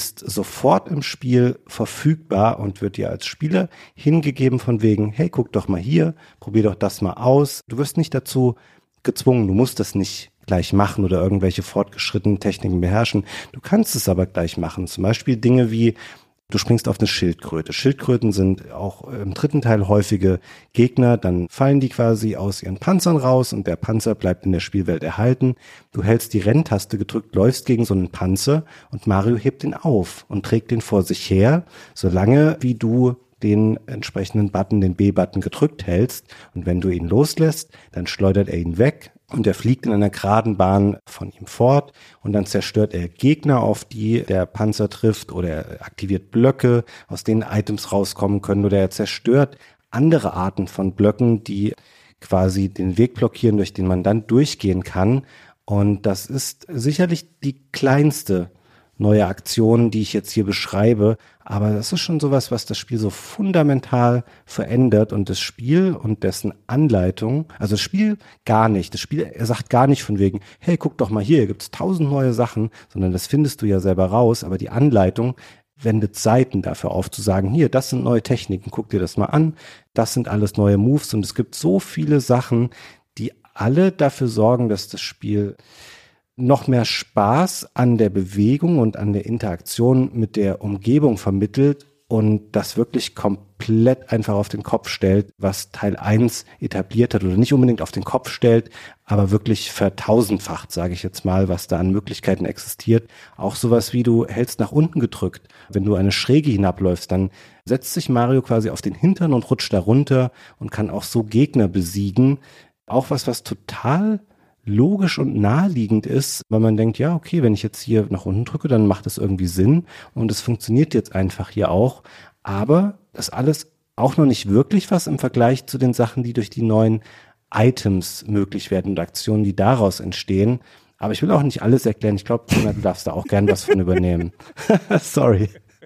sofort im Spiel verfügbar und wird dir als Spieler hingegeben von wegen, hey, guck doch mal hier, probier doch das mal aus. Du wirst nicht dazu gezwungen, du musst das nicht gleich machen oder irgendwelche fortgeschrittenen Techniken beherrschen. Du kannst es aber gleich machen. Zum Beispiel Dinge wie, du springst auf eine Schildkröte. Schildkröten sind auch im dritten Teil häufige Gegner. Dann fallen die quasi aus ihren Panzern raus und der Panzer bleibt in der Spielwelt erhalten. Du hältst die Renntaste gedrückt, läufst gegen so einen Panzer und Mario hebt ihn auf und trägt den vor sich her, solange wie du den entsprechenden Button, den B-Button gedrückt hältst. Und wenn du ihn loslässt, dann schleudert er ihn weg und er fliegt in einer geraden Bahn von ihm fort und dann zerstört er Gegner, auf die der Panzer trifft, oder er aktiviert Blöcke, aus denen Items rauskommen können, oder er zerstört andere Arten von Blöcken, die quasi den Weg blockieren, durch den man dann durchgehen kann. Und das ist sicherlich die kleinste neue Aktion, die ich jetzt hier beschreibe, aber das ist schon sowas, was das Spiel so fundamental verändert und das Spiel und dessen Anleitung, also das Spiel gar nicht, das Spiel, er sagt gar nicht von wegen, hey, guck doch mal hier gibt's 1000 neue Sachen, sondern das findest du ja selber raus, aber die Anleitung wendet Seiten dafür auf, zu sagen, hier, das sind neue Techniken, guck dir das mal an, das sind alles neue Moves und es gibt so viele Sachen, die alle dafür sorgen, dass das Spiel noch mehr Spaß an der Bewegung und an der Interaktion mit der Umgebung vermittelt und das wirklich komplett einfach auf den Kopf stellt, was Teil 1 etabliert hat, oder nicht unbedingt auf den Kopf stellt, aber wirklich vertausendfacht, sage ich jetzt mal, was da an Möglichkeiten existiert. Auch sowas wie, du hältst nach unten gedrückt. Wenn du eine Schräge hinabläufst, dann setzt sich Mario quasi auf den Hintern und rutscht da runter und kann auch so Gegner besiegen. Auch was total logisch und naheliegend ist, weil man denkt, ja, okay, wenn ich jetzt hier nach unten drücke, dann macht das irgendwie Sinn und es funktioniert jetzt einfach hier auch, aber das alles auch noch nicht wirklich was im Vergleich zu den Sachen, die durch die neuen Items möglich werden und Aktionen, die daraus entstehen. Aber ich will auch nicht alles erklären. Ich glaube, du darfst da auch gern was von übernehmen. Sorry.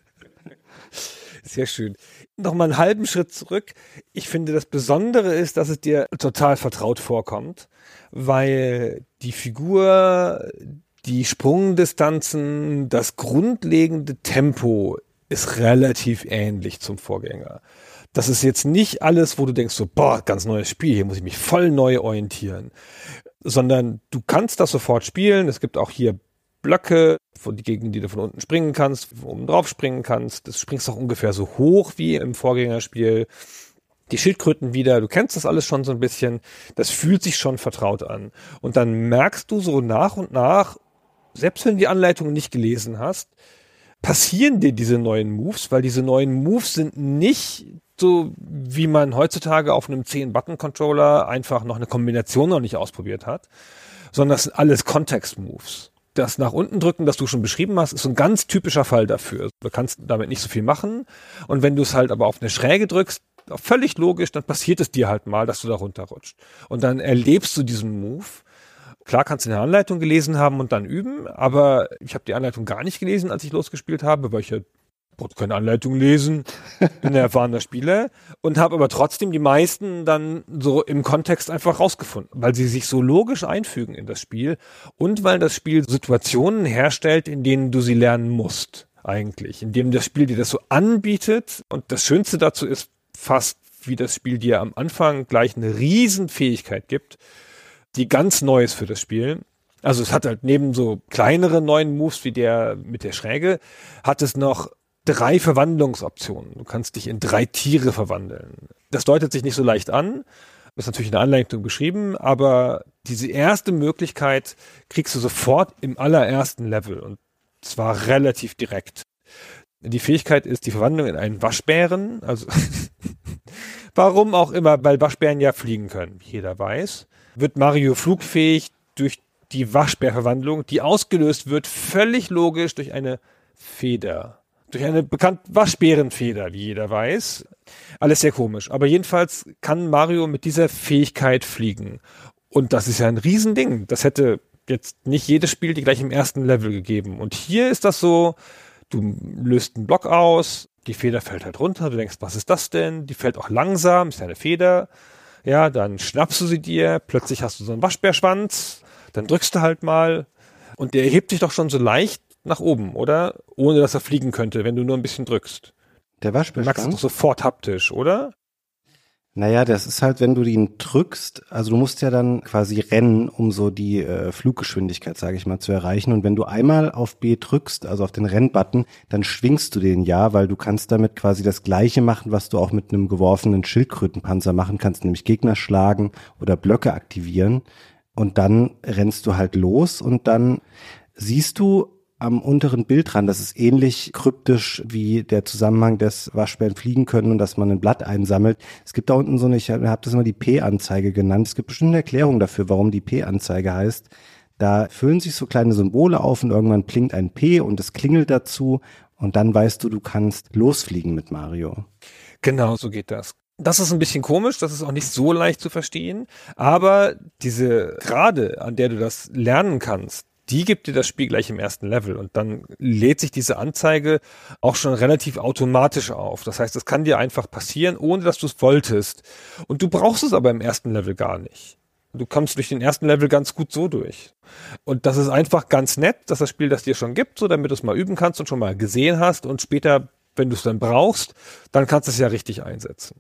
Sehr schön. Nochmal einen halben Schritt zurück. Ich finde, das Besondere ist, dass es dir total vertraut vorkommt, weil die Figur, die Sprungdistanzen, das grundlegende Tempo ist relativ ähnlich zum Vorgänger. Das ist jetzt nicht alles, wo du denkst so, boah, ganz neues Spiel, hier muss ich mich voll neu orientieren. Sondern du kannst das sofort spielen. Es gibt auch hier Blöcke, gegen die du von unten springen kannst, oben drauf springen kannst. Das springst auch ungefähr so hoch wie im Vorgängerspiel. Die Schildkröten wieder, du kennst das alles schon so ein bisschen. Das fühlt sich schon vertraut an. Und dann merkst du so nach und nach, selbst wenn du die Anleitung nicht gelesen hast, passieren dir diese neuen Moves, weil diese neuen Moves sind nicht so, wie man heutzutage auf einem 10-Button-Controller einfach noch eine Kombination noch nicht ausprobiert hat, sondern das sind alles Context-Moves. Das nach unten drücken, das du schon beschrieben hast, ist so ein ganz typischer Fall dafür. Du kannst damit nicht so viel machen. Und wenn du es halt aber auf eine Schräge drückst, völlig logisch, dann passiert es dir halt mal, dass du da runterrutscht. Und dann erlebst du diesen Move. Klar kannst du eine Anleitung gelesen haben und dann üben, aber ich habe die Anleitung gar nicht gelesen, als ich losgespielt habe, weil ich ja wollte keine Anleitung lesen, bin ein erfahrener Spieler und habe aber trotzdem die meisten dann so im Kontext einfach rausgefunden, weil sie sich so logisch einfügen in das Spiel und weil das Spiel Situationen herstellt, in denen du sie lernen musst eigentlich, in dem das Spiel dir das so anbietet und das Schönste dazu ist fast, wie das Spiel dir am Anfang gleich eine Riesenfähigkeit gibt, die ganz neu ist für das Spiel. Also es hat halt neben so kleinere neuen Moves wie der mit der Schräge, hat es noch 3 Verwandlungsoptionen. Du kannst dich in 3 Tiere verwandeln. Das deutet sich nicht so leicht an. Das ist natürlich in der Anleitung beschrieben, aber diese erste Möglichkeit kriegst du sofort im allerersten Level und zwar relativ direkt. Die Fähigkeit ist die Verwandlung in einen Waschbären. Also warum auch immer, weil Waschbären ja fliegen können, wie jeder weiß. Wird Mario flugfähig durch die Waschbärverwandlung, die ausgelöst wird, völlig logisch durch eine Feder. Durch eine bekannte Waschbärenfeder, wie jeder weiß. Alles sehr komisch. Aber jedenfalls kann Mario mit dieser Fähigkeit fliegen. Und das ist ja ein Riesending. Das hätte jetzt nicht jedes Spiel die gleich im ersten Level gegeben. Und hier ist das so, du löst einen Block aus, die Feder fällt halt runter, du denkst, was ist das denn? Die fällt auch langsam, ist ja eine Feder. Ja, dann schnappst du sie dir, plötzlich hast du so einen Waschbärschwanz, dann drückst du halt mal und der hebt sich doch schon so leicht nach oben, oder? Ohne, dass er fliegen könnte, wenn du nur ein bisschen drückst. Der Waschbärschwanz? Du merkst es doch sofort haptisch, oder? Naja, das ist halt, wenn du ihn drückst, also du musst ja dann quasi rennen, um so die Fluggeschwindigkeit, sage ich mal, zu erreichen. Und wenn du einmal auf B drückst, also auf den Rennbutton, dann schwingst du den ja, weil du kannst damit quasi das Gleiche machen, was du auch mit einem geworfenen Schildkrötenpanzer machen kannst, nämlich Gegner schlagen oder Blöcke aktivieren. Und dann rennst du halt los und dann siehst du am unteren Bildrand, das ist ähnlich kryptisch wie der Zusammenhang, dass Waschbären fliegen können und dass man ein Blatt einsammelt. Es gibt da unten so eine, ich habe das immer die P-Anzeige genannt. Es gibt bestimmt eine Erklärung dafür, warum die P-Anzeige heißt. Da füllen sich so kleine Symbole auf und irgendwann blinkt ein P und es klingelt dazu und dann weißt du, du kannst losfliegen mit Mario. Genau, so geht das. Das ist ein bisschen komisch, das ist auch nicht so leicht zu verstehen, aber diese Grade, an der du das lernen kannst, die gibt dir das Spiel gleich im ersten Level und dann lädt sich diese Anzeige auch schon relativ automatisch auf. Das heißt, es kann dir einfach passieren, ohne dass du es wolltest. Und du brauchst es aber im ersten Level gar nicht. Du kommst durch den ersten Level ganz gut so durch. Und das ist einfach ganz nett, dass das Spiel das dir schon gibt, so damit du es mal üben kannst und schon mal gesehen hast und später, wenn du es dann brauchst, dann kannst du es ja richtig einsetzen.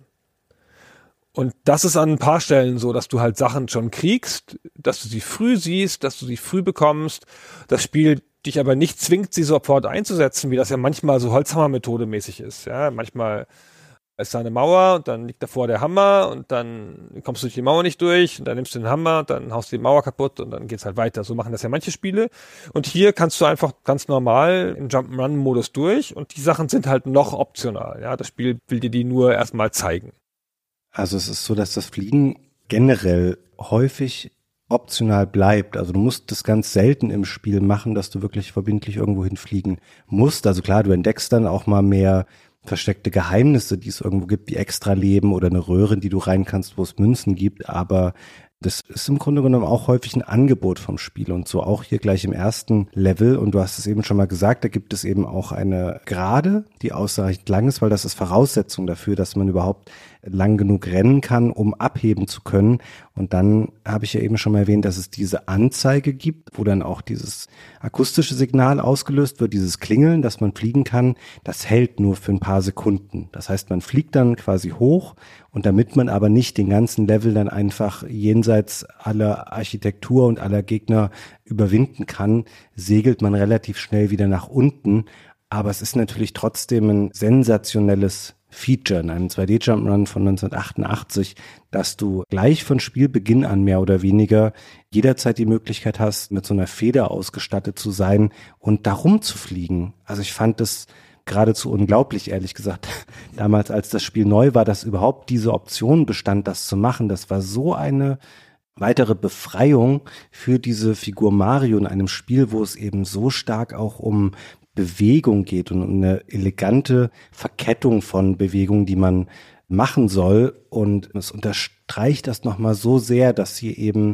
Und das ist an ein paar Stellen so, dass du halt Sachen schon kriegst, dass du sie früh siehst, dass du sie früh bekommst. Das Spiel dich aber nicht zwingt, sie sofort einzusetzen, wie das ja manchmal so Holzhammer-Methode mäßig ist. Ja, manchmal ist da eine Mauer und dann liegt davor der Hammer und dann kommst du durch die Mauer nicht durch und dann nimmst du den Hammer und dann haust du die Mauer kaputt und dann geht's halt weiter. So machen das ja manche Spiele. Und hier kannst du einfach ganz normal im Jump'n'Run-Modus durch und die Sachen sind halt noch optional. Ja, das Spiel will dir die nur erstmal zeigen. Also es ist so, dass das Fliegen generell häufig optional bleibt. Also du musst das ganz selten im Spiel machen, dass du wirklich verbindlich irgendwo hinfliegen musst. Also klar, du entdeckst dann auch mal mehr versteckte Geheimnisse, die es irgendwo gibt, wie Extraleben oder eine Röhre, in die du rein kannst, wo es Münzen gibt. Aber das ist im Grunde genommen auch häufig ein Angebot vom Spiel und so auch hier gleich im ersten Level. Und du hast es eben schon mal gesagt, da gibt es eben auch eine Gerade, die ausreichend lang ist, weil das ist Voraussetzung dafür, dass man überhaupt lang genug rennen kann, um abheben zu können. Und dann habe ich ja eben schon mal erwähnt, dass es diese Anzeige gibt, wo dann auch dieses akustische Signal ausgelöst wird, dieses Klingeln, dass man fliegen kann. Das hält nur für ein paar Sekunden. Das heißt, man fliegt dann quasi hoch und damit man aber nicht den ganzen Level dann einfach jenseits aller Architektur und aller Gegner überwinden kann, segelt man relativ schnell wieder nach unten. Aber es ist natürlich trotzdem ein sensationelles Feature in einem 2D-Jump'n'Run von 1988, dass du gleich von Spielbeginn an mehr oder weniger jederzeit die Möglichkeit hast, mit so einer Feder ausgestattet zu sein und darum zu fliegen. Also ich fand das geradezu unglaublich, ehrlich gesagt. Damals, als das Spiel neu war, dass überhaupt diese Option bestand, das zu machen, das war so eine weitere Befreiung für diese Figur Mario in einem Spiel, wo es eben so stark auch um Bewegung geht und eine elegante Verkettung von Bewegungen, die man machen soll. Und es unterstreicht das nochmal so sehr, dass hier eben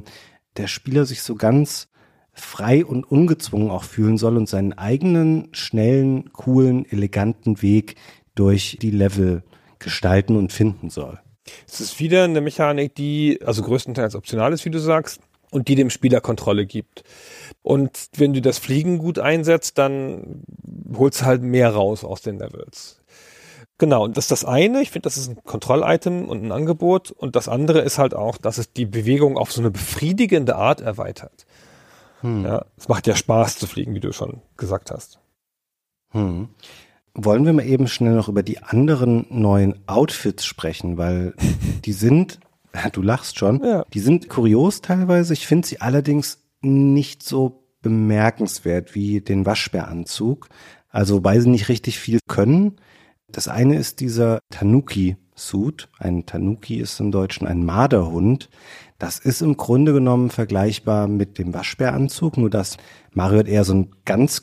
der Spieler sich so ganz frei und ungezwungen auch fühlen soll und seinen eigenen, schnellen, coolen, eleganten Weg durch die Level gestalten und finden soll. Es ist wieder eine Mechanik, die also größtenteils optional ist, wie du sagst, und die dem Spieler Kontrolle gibt. Und wenn du das Fliegen gut einsetzt, dann holst du halt mehr raus aus den Levels. Genau, und das ist das eine. Ich finde, das ist ein Kontroll-Item und ein Angebot. Und das andere ist halt auch, dass es die Bewegung auf so eine befriedigende Art erweitert. Ja, es macht ja Spaß zu fliegen, wie du schon gesagt hast. Wollen wir mal eben schnell noch über die anderen neuen Outfits sprechen, weil die sind, du lachst schon, Ja. Die sind kurios teilweise. Ich finde sie allerdings nicht so bemerkenswert wie den Waschbäranzug. Also wobei sie nicht richtig viel können. Das eine ist dieser Tanuki-Suit. Ein Tanuki ist im Deutschen ein Marderhund. Das ist im Grunde genommen vergleichbar mit dem Waschbäranzug, nur dass Mario hat eher so ein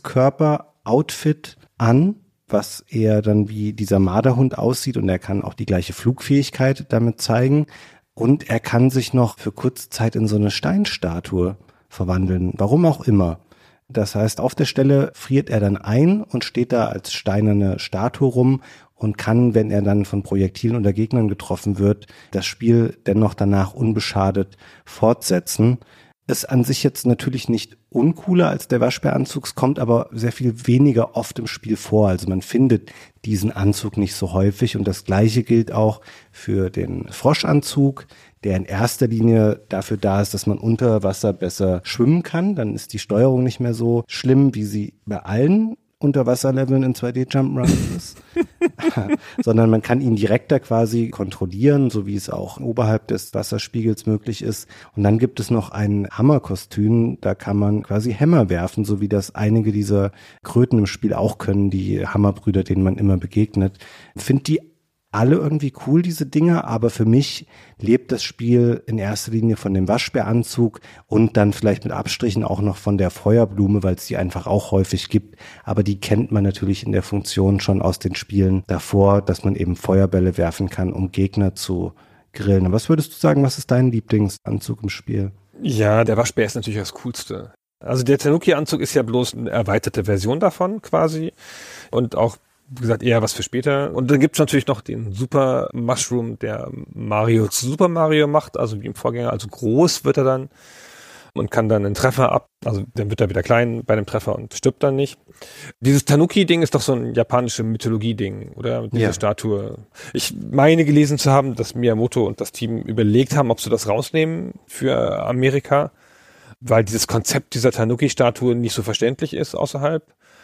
Ganzkörper-Outfit an, was eher dann wie dieser Marderhund aussieht, und er kann auch die gleiche Flugfähigkeit damit zeigen. Und er kann sich noch für kurze Zeit in so eine Steinstatue verwandeln, warum auch immer. Das heißt, auf der Stelle friert er dann ein und steht da als steinerne Statue rum und kann, wenn er dann von Projektilen oder Gegnern getroffen wird, das Spiel dennoch danach unbeschadet fortsetzen. Ist an sich jetzt natürlich nicht uncooler als der Waschbäranzug, es kommt aber sehr viel weniger oft im Spiel vor. Also man findet diesen Anzug nicht so häufig, und das Gleiche gilt auch für den Froschanzug, der in erster Linie dafür da ist, dass man unter Wasser besser schwimmen kann. Dann ist die Steuerung nicht mehr so schlimm, wie sie bei allen Unterwasserleveln in 2D-Jump'n'Runs ist, sondern man kann ihn direkter quasi kontrollieren, so wie es auch oberhalb des Wasserspiegels möglich ist. Und dann gibt es noch ein Hammerkostüm, da kann man quasi Hämmer werfen, so wie das einige dieser Kröten im Spiel auch können, die Hammerbrüder, denen man immer begegnet. Ich finde die alle irgendwie cool, diese Dinger, aber für mich lebt das Spiel in erster Linie von dem Waschbäranzug und dann vielleicht mit Abstrichen auch noch von der Feuerblume, weil es die einfach auch häufig gibt. Aber die kennt man natürlich in der Funktion schon aus den Spielen davor, dass man eben Feuerbälle werfen kann, um Gegner zu grillen. Aber was würdest du sagen, was ist dein Lieblingsanzug im Spiel? Ja, der Waschbär ist natürlich das Coolste. Also der Tanuki-Anzug ist ja bloß eine erweiterte Version davon quasi und auch, wie gesagt, eher was für später. Und dann gibt's natürlich noch den Super Mushroom, der Mario zu Super Mario macht, also wie im Vorgänger. Also groß wird er dann und kann dann einen Treffer ab. Also dann wird er wieder klein bei dem Treffer und stirbt dann nicht. Dieses Tanuki-Ding ist doch so ein japanische Mythologie-Ding, oder? Diese Statue. Ich meine gelesen zu haben, dass Miyamoto und das Team überlegt haben, ob sie das rausnehmen für Amerika, weil dieses Konzept dieser Tanuki-Statue nicht so verständlich ist außerhalb.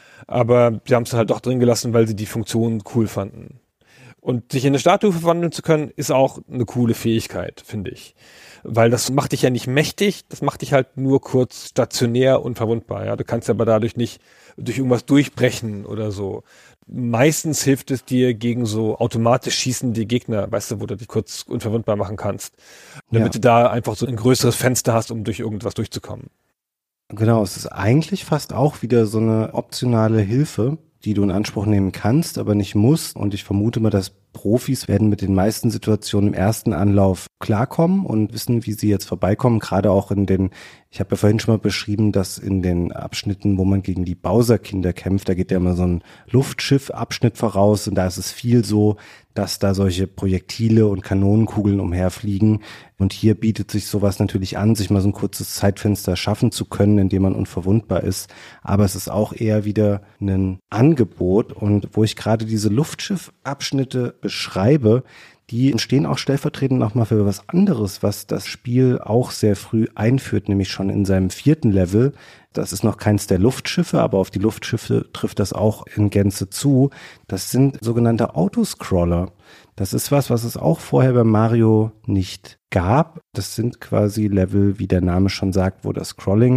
Aber sie haben es halt doch drin gelassen, weil sie die Funktion cool fanden. Und sich in eine Statue verwandeln zu können, ist auch eine coole Fähigkeit, finde ich. Weil das macht dich ja nicht mächtig, das macht dich halt nur kurz stationär und verwundbar. Ja? Du kannst aber dadurch nicht durch irgendwas durchbrechen oder so. Meistens hilft es dir gegen so automatisch schießende Gegner, weißt du, wo du dich kurz unverwundbar machen kannst. Damit du da einfach so ein größeres Fenster hast, um durch irgendwas durchzukommen. Genau, es ist eigentlich fast auch wieder so eine optionale Hilfe, die du in Anspruch nehmen kannst, aber nicht musst. Und ich vermute mal, dass Profis werden mit den meisten Situationen im ersten Anlauf klarkommen und wissen, wie sie jetzt vorbeikommen. Gerade auch ich habe ja vorhin schon mal beschrieben, dass in den Abschnitten, wo man gegen die Bowser-Kinder kämpft, da geht ja immer so ein Luftschiff-Abschnitt voraus, und da ist es viel so, dass da solche Projektile und Kanonenkugeln umherfliegen. Und hier bietet sich sowas natürlich an, sich mal so ein kurzes Zeitfenster schaffen zu können, indem man unverwundbar ist. Aber es ist auch eher wieder ein Angebot. Und wo ich gerade diese Luftschiff-Abschnitte beschreibe, die entstehen auch stellvertretend nochmal für was anderes, was das Spiel auch sehr früh einführt, nämlich schon in seinem 4. Level. Das ist noch keins der Luftschiffe, aber auf die Luftschiffe trifft das auch in Gänze zu. Das sind sogenannte Autoscroller. Das ist was es auch vorher bei Mario nicht gab. Das sind quasi Level, wie der Name schon sagt, wo das Scrolling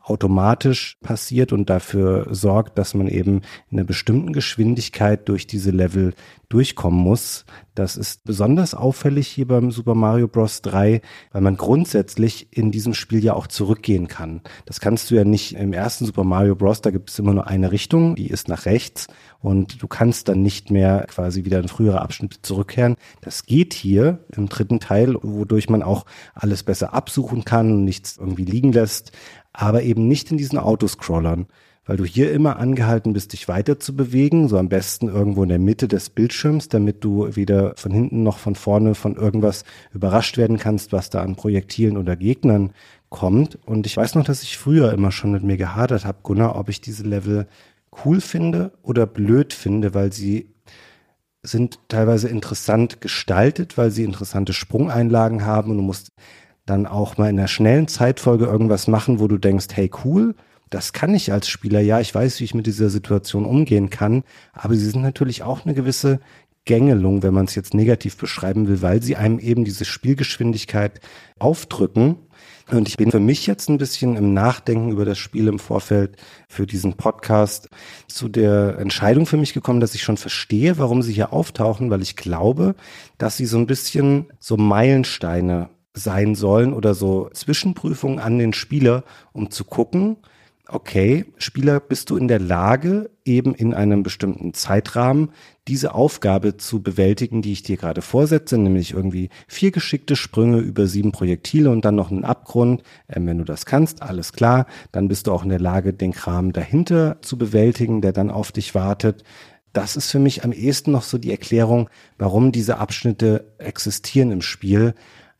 automatisch passiert und dafür sorgt, dass man eben in einer bestimmten Geschwindigkeit durch diese Level durchkommen muss. Das ist besonders auffällig hier beim Super Mario Bros. 3, weil man grundsätzlich in diesem Spiel ja auch zurückgehen kann. Das kannst du ja nicht im ersten Super Mario Bros., da gibt es immer nur eine Richtung, die ist nach rechts und du kannst dann nicht mehr quasi wieder in frühere Abschnitte zurückkehren. Das geht hier im dritten Teil, wodurch man auch alles besser absuchen kann und nichts irgendwie liegen lässt, aber eben nicht in diesen Autoscrollern, weil du hier immer angehalten bist, dich weiter zu bewegen, so am besten irgendwo in der Mitte des Bildschirms, damit du weder von hinten noch von vorne von irgendwas überrascht werden kannst, was da an Projektilen oder Gegnern kommt. Und ich weiß noch, dass ich früher immer schon mit mir gehadert habe, Gunnar, ob ich diese Level cool finde oder blöd finde, weil sie sind teilweise interessant gestaltet, weil sie interessante Sprungeinlagen haben und du musst dann auch mal in einer schnellen Zeitfolge irgendwas machen, wo du denkst, hey cool, das kann ich als Spieler, ja, ich weiß, wie ich mit dieser Situation umgehen kann, aber sie sind natürlich auch eine gewisse Gängelung, wenn man es jetzt negativ beschreiben will, weil sie einem eben diese Spielgeschwindigkeit aufdrücken. Und ich bin für mich jetzt ein bisschen im Nachdenken über das Spiel im Vorfeld für diesen Podcast zu der Entscheidung für mich gekommen, dass ich schon verstehe, warum sie hier auftauchen, weil ich glaube, dass sie so ein bisschen so Meilensteine sein sollen oder so Zwischenprüfungen an den Spieler, um zu gucken, okay, Spieler, bist du in der Lage, eben in einem bestimmten Zeitrahmen diese Aufgabe zu bewältigen, die ich dir gerade vorsetze, nämlich irgendwie 4 geschickte Sprünge über 7 Projektile und dann noch einen Abgrund. Wenn du das kannst, alles klar, dann bist du auch in der Lage, den Kram dahinter zu bewältigen, der dann auf dich wartet. Das ist für mich am ehesten noch so die Erklärung, warum diese Abschnitte existieren im Spiel.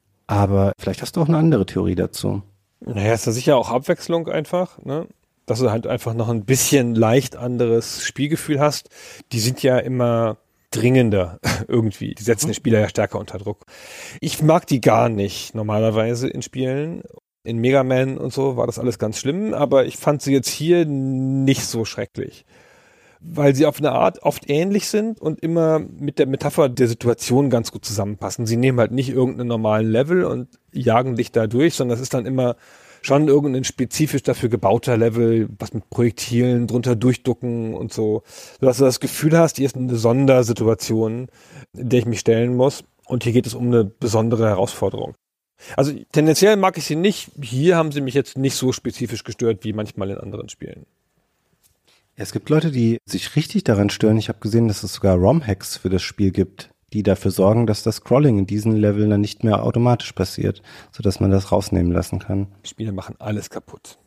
Aber vielleicht hast du auch eine andere Theorie dazu. Naja, ist ja sicher auch Abwechslung einfach, ne? Dass du halt einfach noch ein bisschen leicht anderes Spielgefühl hast. Die sind ja immer dringender irgendwie. Die setzen den Spieler ja stärker unter Druck. Ich mag die gar nicht normalerweise in Spielen. In Mega Man und so war das alles ganz schlimm, aber ich fand sie jetzt hier nicht so schrecklich. Weil sie auf eine Art oft ähnlich sind und immer mit der Metapher der Situation ganz gut zusammenpassen. Sie nehmen halt nicht irgendeinen normalen Level und jagen dich da durch, sondern das ist dann immer schon irgendein spezifisch dafür gebauter Level, was mit Projektilen drunter durchducken und so, sodass du das Gefühl hast, hier ist eine Sondersituation, in der ich mich stellen muss und hier geht es um eine besondere Herausforderung. Also tendenziell mag ich sie nicht, hier haben sie mich jetzt nicht so spezifisch gestört wie manchmal in anderen Spielen. Es gibt Leute, die sich richtig daran stören. Ich habe gesehen, dass es sogar ROM-Hacks für das Spiel gibt, die dafür sorgen, dass das Scrolling in diesen Leveln dann nicht mehr automatisch passiert, sodass man das rausnehmen lassen kann. Spiele machen alles kaputt.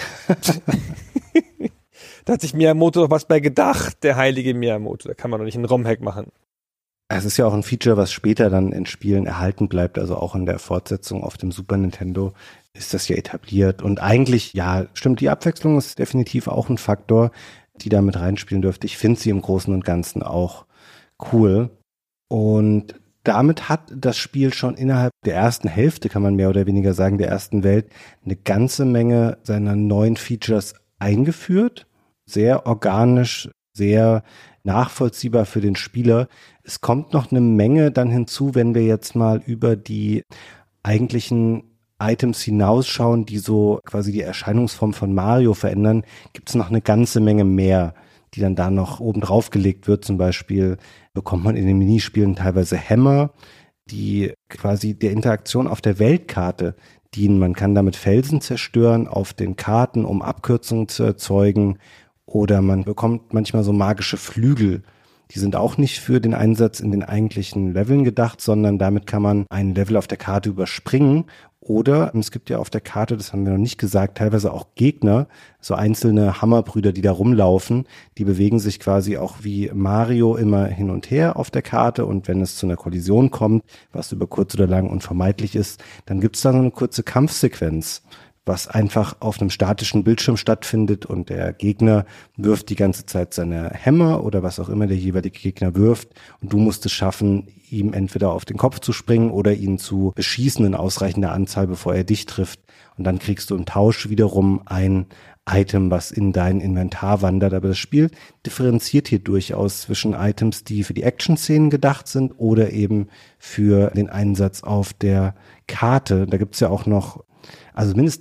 Da hat sich Miyamoto doch was bei gedacht, der heilige Miyamoto. Da kann man doch nicht einen ROM-Hack machen. Es ist ja auch ein Feature, was später dann in Spielen erhalten bleibt, also auch in der Fortsetzung auf dem Super Nintendo ist das ja etabliert. Und eigentlich, ja, stimmt, die Abwechslung ist definitiv auch ein Faktor, die da mit reinspielen dürfte. Ich finde sie im Großen und Ganzen auch cool. Und damit hat das Spiel schon innerhalb der ersten Hälfte, kann man mehr oder weniger sagen, der ersten Welt, eine ganze Menge seiner neuen Features eingeführt. Sehr organisch, sehr nachvollziehbar für den Spieler. Es kommt noch eine Menge dann hinzu, wenn wir jetzt mal über die eigentlichen Items hinausschauen, die so quasi die Erscheinungsform von Mario verändern, gibt es noch eine ganze Menge mehr, die dann da noch oben drauf gelegt wird. Zum Beispiel bekommt man in den Minispielen teilweise Hämmer, die quasi der Interaktion auf der Weltkarte dienen. Man kann damit Felsen zerstören auf den Karten, um Abkürzungen zu erzeugen. Oder man bekommt manchmal so magische Flügel. Die sind auch nicht für den Einsatz in den eigentlichen Leveln gedacht, sondern damit kann man ein Level auf der Karte überspringen. Oder es gibt ja auf der Karte, das haben wir noch nicht gesagt, teilweise auch Gegner, so einzelne Hammerbrüder, die da rumlaufen. Die bewegen sich quasi auch wie Mario immer hin und her auf der Karte. Und wenn es zu einer Kollision kommt, was über kurz oder lang unvermeidlich ist, dann gibt es da so eine kurze Kampfsequenz, was einfach auf einem statischen Bildschirm stattfindet und der Gegner wirft die ganze Zeit seine Hämmer oder was auch immer der jeweilige Gegner wirft und du musst es schaffen, ihm entweder auf den Kopf zu springen oder ihn zu beschießen in ausreichender Anzahl, bevor er dich trifft. Und dann kriegst du im Tausch wiederum ein Item, was in dein Inventar wandert. Aber das Spiel differenziert hier durchaus zwischen Items, die für die Action-Szenen gedacht sind oder eben für den Einsatz auf der Karte. Da gibt's ja auch noch, also mindestens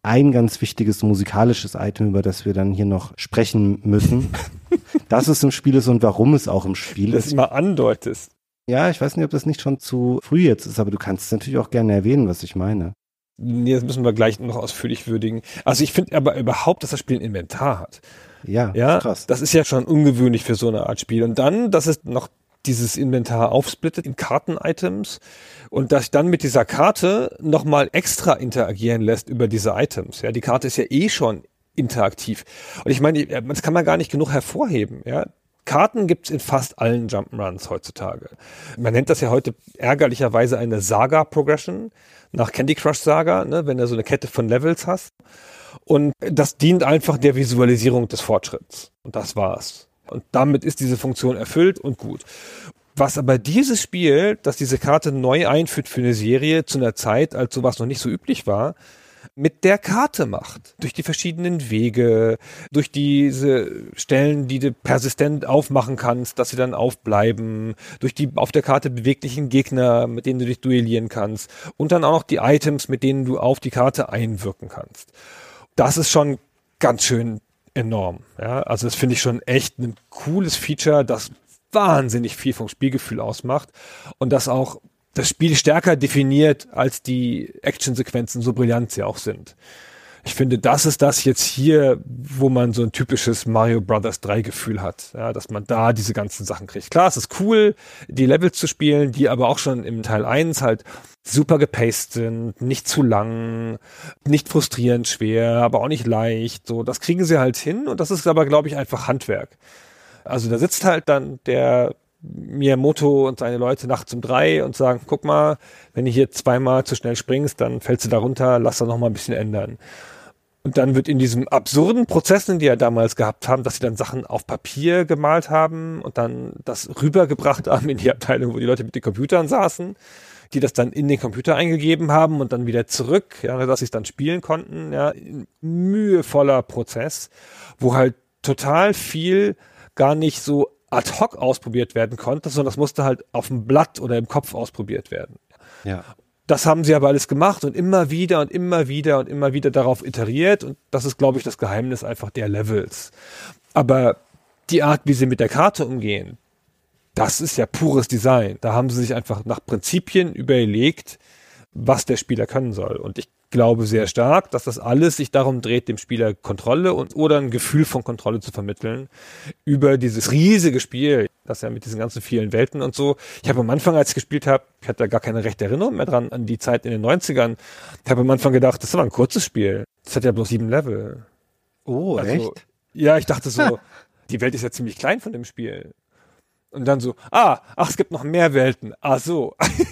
ein ganz wichtiges musikalisches Item, über das wir dann hier noch sprechen müssen. Dass es im Spiel ist und warum es auch im Spiel ist. Das mal andeutest. Ja, ich weiß nicht, ob das nicht schon zu früh jetzt ist, aber du kannst es natürlich auch gerne erwähnen, was ich meine. Nee, das müssen wir gleich noch ausführlich würdigen. Also ich finde aber überhaupt, dass das Spiel ein Inventar hat. Ja, Ja, krass. das ist ja schon ungewöhnlich für so eine Art Spiel. Und dann, dass es noch dieses Inventar aufsplittet in Karten-Items und das dann mit dieser Karte nochmal extra interagieren lässt über diese Items. Ja, die Karte ist ja eh schon interaktiv. Und ich meine, das kann man gar nicht genug hervorheben. Ja, Karten gibt's in fast allen Jump'n'Runs heutzutage. Man nennt das ja heute ärgerlicherweise eine Saga-Progression nach Candy Crush Saga, ne, wenn du so eine Kette von Levels hast. Und das dient einfach der Visualisierung des Fortschritts. Und das war's. Und damit ist diese Funktion erfüllt und gut. Was aber dieses Spiel, das diese Karte neu einführt für eine Serie zu einer Zeit, als sowas noch nicht so üblich war, mit der Karte macht. Durch die verschiedenen Wege, durch diese Stellen, die du persistent aufmachen kannst, dass sie dann aufbleiben, durch die auf der Karte beweglichen Gegner, mit denen du dich duellieren kannst und dann auch noch die Items, mit denen du auf die Karte einwirken kannst. Das ist schon ganz schön enorm. Ja? Also das finde ich schon echt ein cooles Feature, das wahnsinnig viel vom Spielgefühl ausmacht und das auch das Spiel stärker definiert, als die Actionsequenzen so brillant sie auch sind. Ich finde, das ist das jetzt hier, wo man so ein typisches Mario Brothers 3 Gefühl hat, ja, dass man da diese ganzen Sachen kriegt. Klar, es ist cool, die Levels zu spielen, die aber auch schon im Teil 1 halt super gepaced sind, nicht zu lang, nicht frustrierend schwer, aber auch nicht leicht. So, das kriegen sie halt hin und das ist aber, glaube ich, einfach Handwerk. Also da sitzt halt dann der Miyamoto und seine Leute nachts um 3 und sagen, guck mal, wenn du hier zweimal zu schnell springst, dann fällst du da runter, lass da noch mal ein bisschen ändern. Und dann wird in diesem absurden Prozessen, die er damals gehabt haben, dass sie dann Sachen auf Papier gemalt haben und dann das rübergebracht haben in die Abteilung, wo die Leute mit den Computern saßen, die das dann in den Computer eingegeben haben und dann wieder zurück, ja, dass sie es dann spielen konnten, ja, ein mühevoller Prozess, wo halt total viel gar nicht so ad hoc ausprobiert werden konnte, sondern das musste halt auf dem Blatt oder im Kopf ausprobiert werden. Ja. Das haben sie aber alles gemacht und immer wieder und immer wieder und immer wieder darauf iteriert und das ist, glaube ich, das Geheimnis einfach der Levels. Aber die Art, wie sie mit der Karte umgehen, das ist ja pures Design. Da haben sie sich einfach nach Prinzipien überlegt, was der Spieler können soll. Und ich glaube sehr stark, dass das alles sich darum dreht, dem Spieler Kontrolle oder ein Gefühl von Kontrolle zu vermitteln über dieses riesige Spiel, das ja mit diesen ganzen vielen Welten und so. Ich habe am Anfang, als ich gespielt habe, ich hatte da gar keine rechte Erinnerung mehr dran an die Zeit in den 90ern. Ich habe am Anfang gedacht, das ist aber ein kurzes Spiel. Das hat ja bloß 7 Level. Oh, Also, echt? ja, ich dachte so, die Welt ist ja ziemlich klein von dem Spiel. Und dann so, es gibt noch mehr Welten. Ah, so.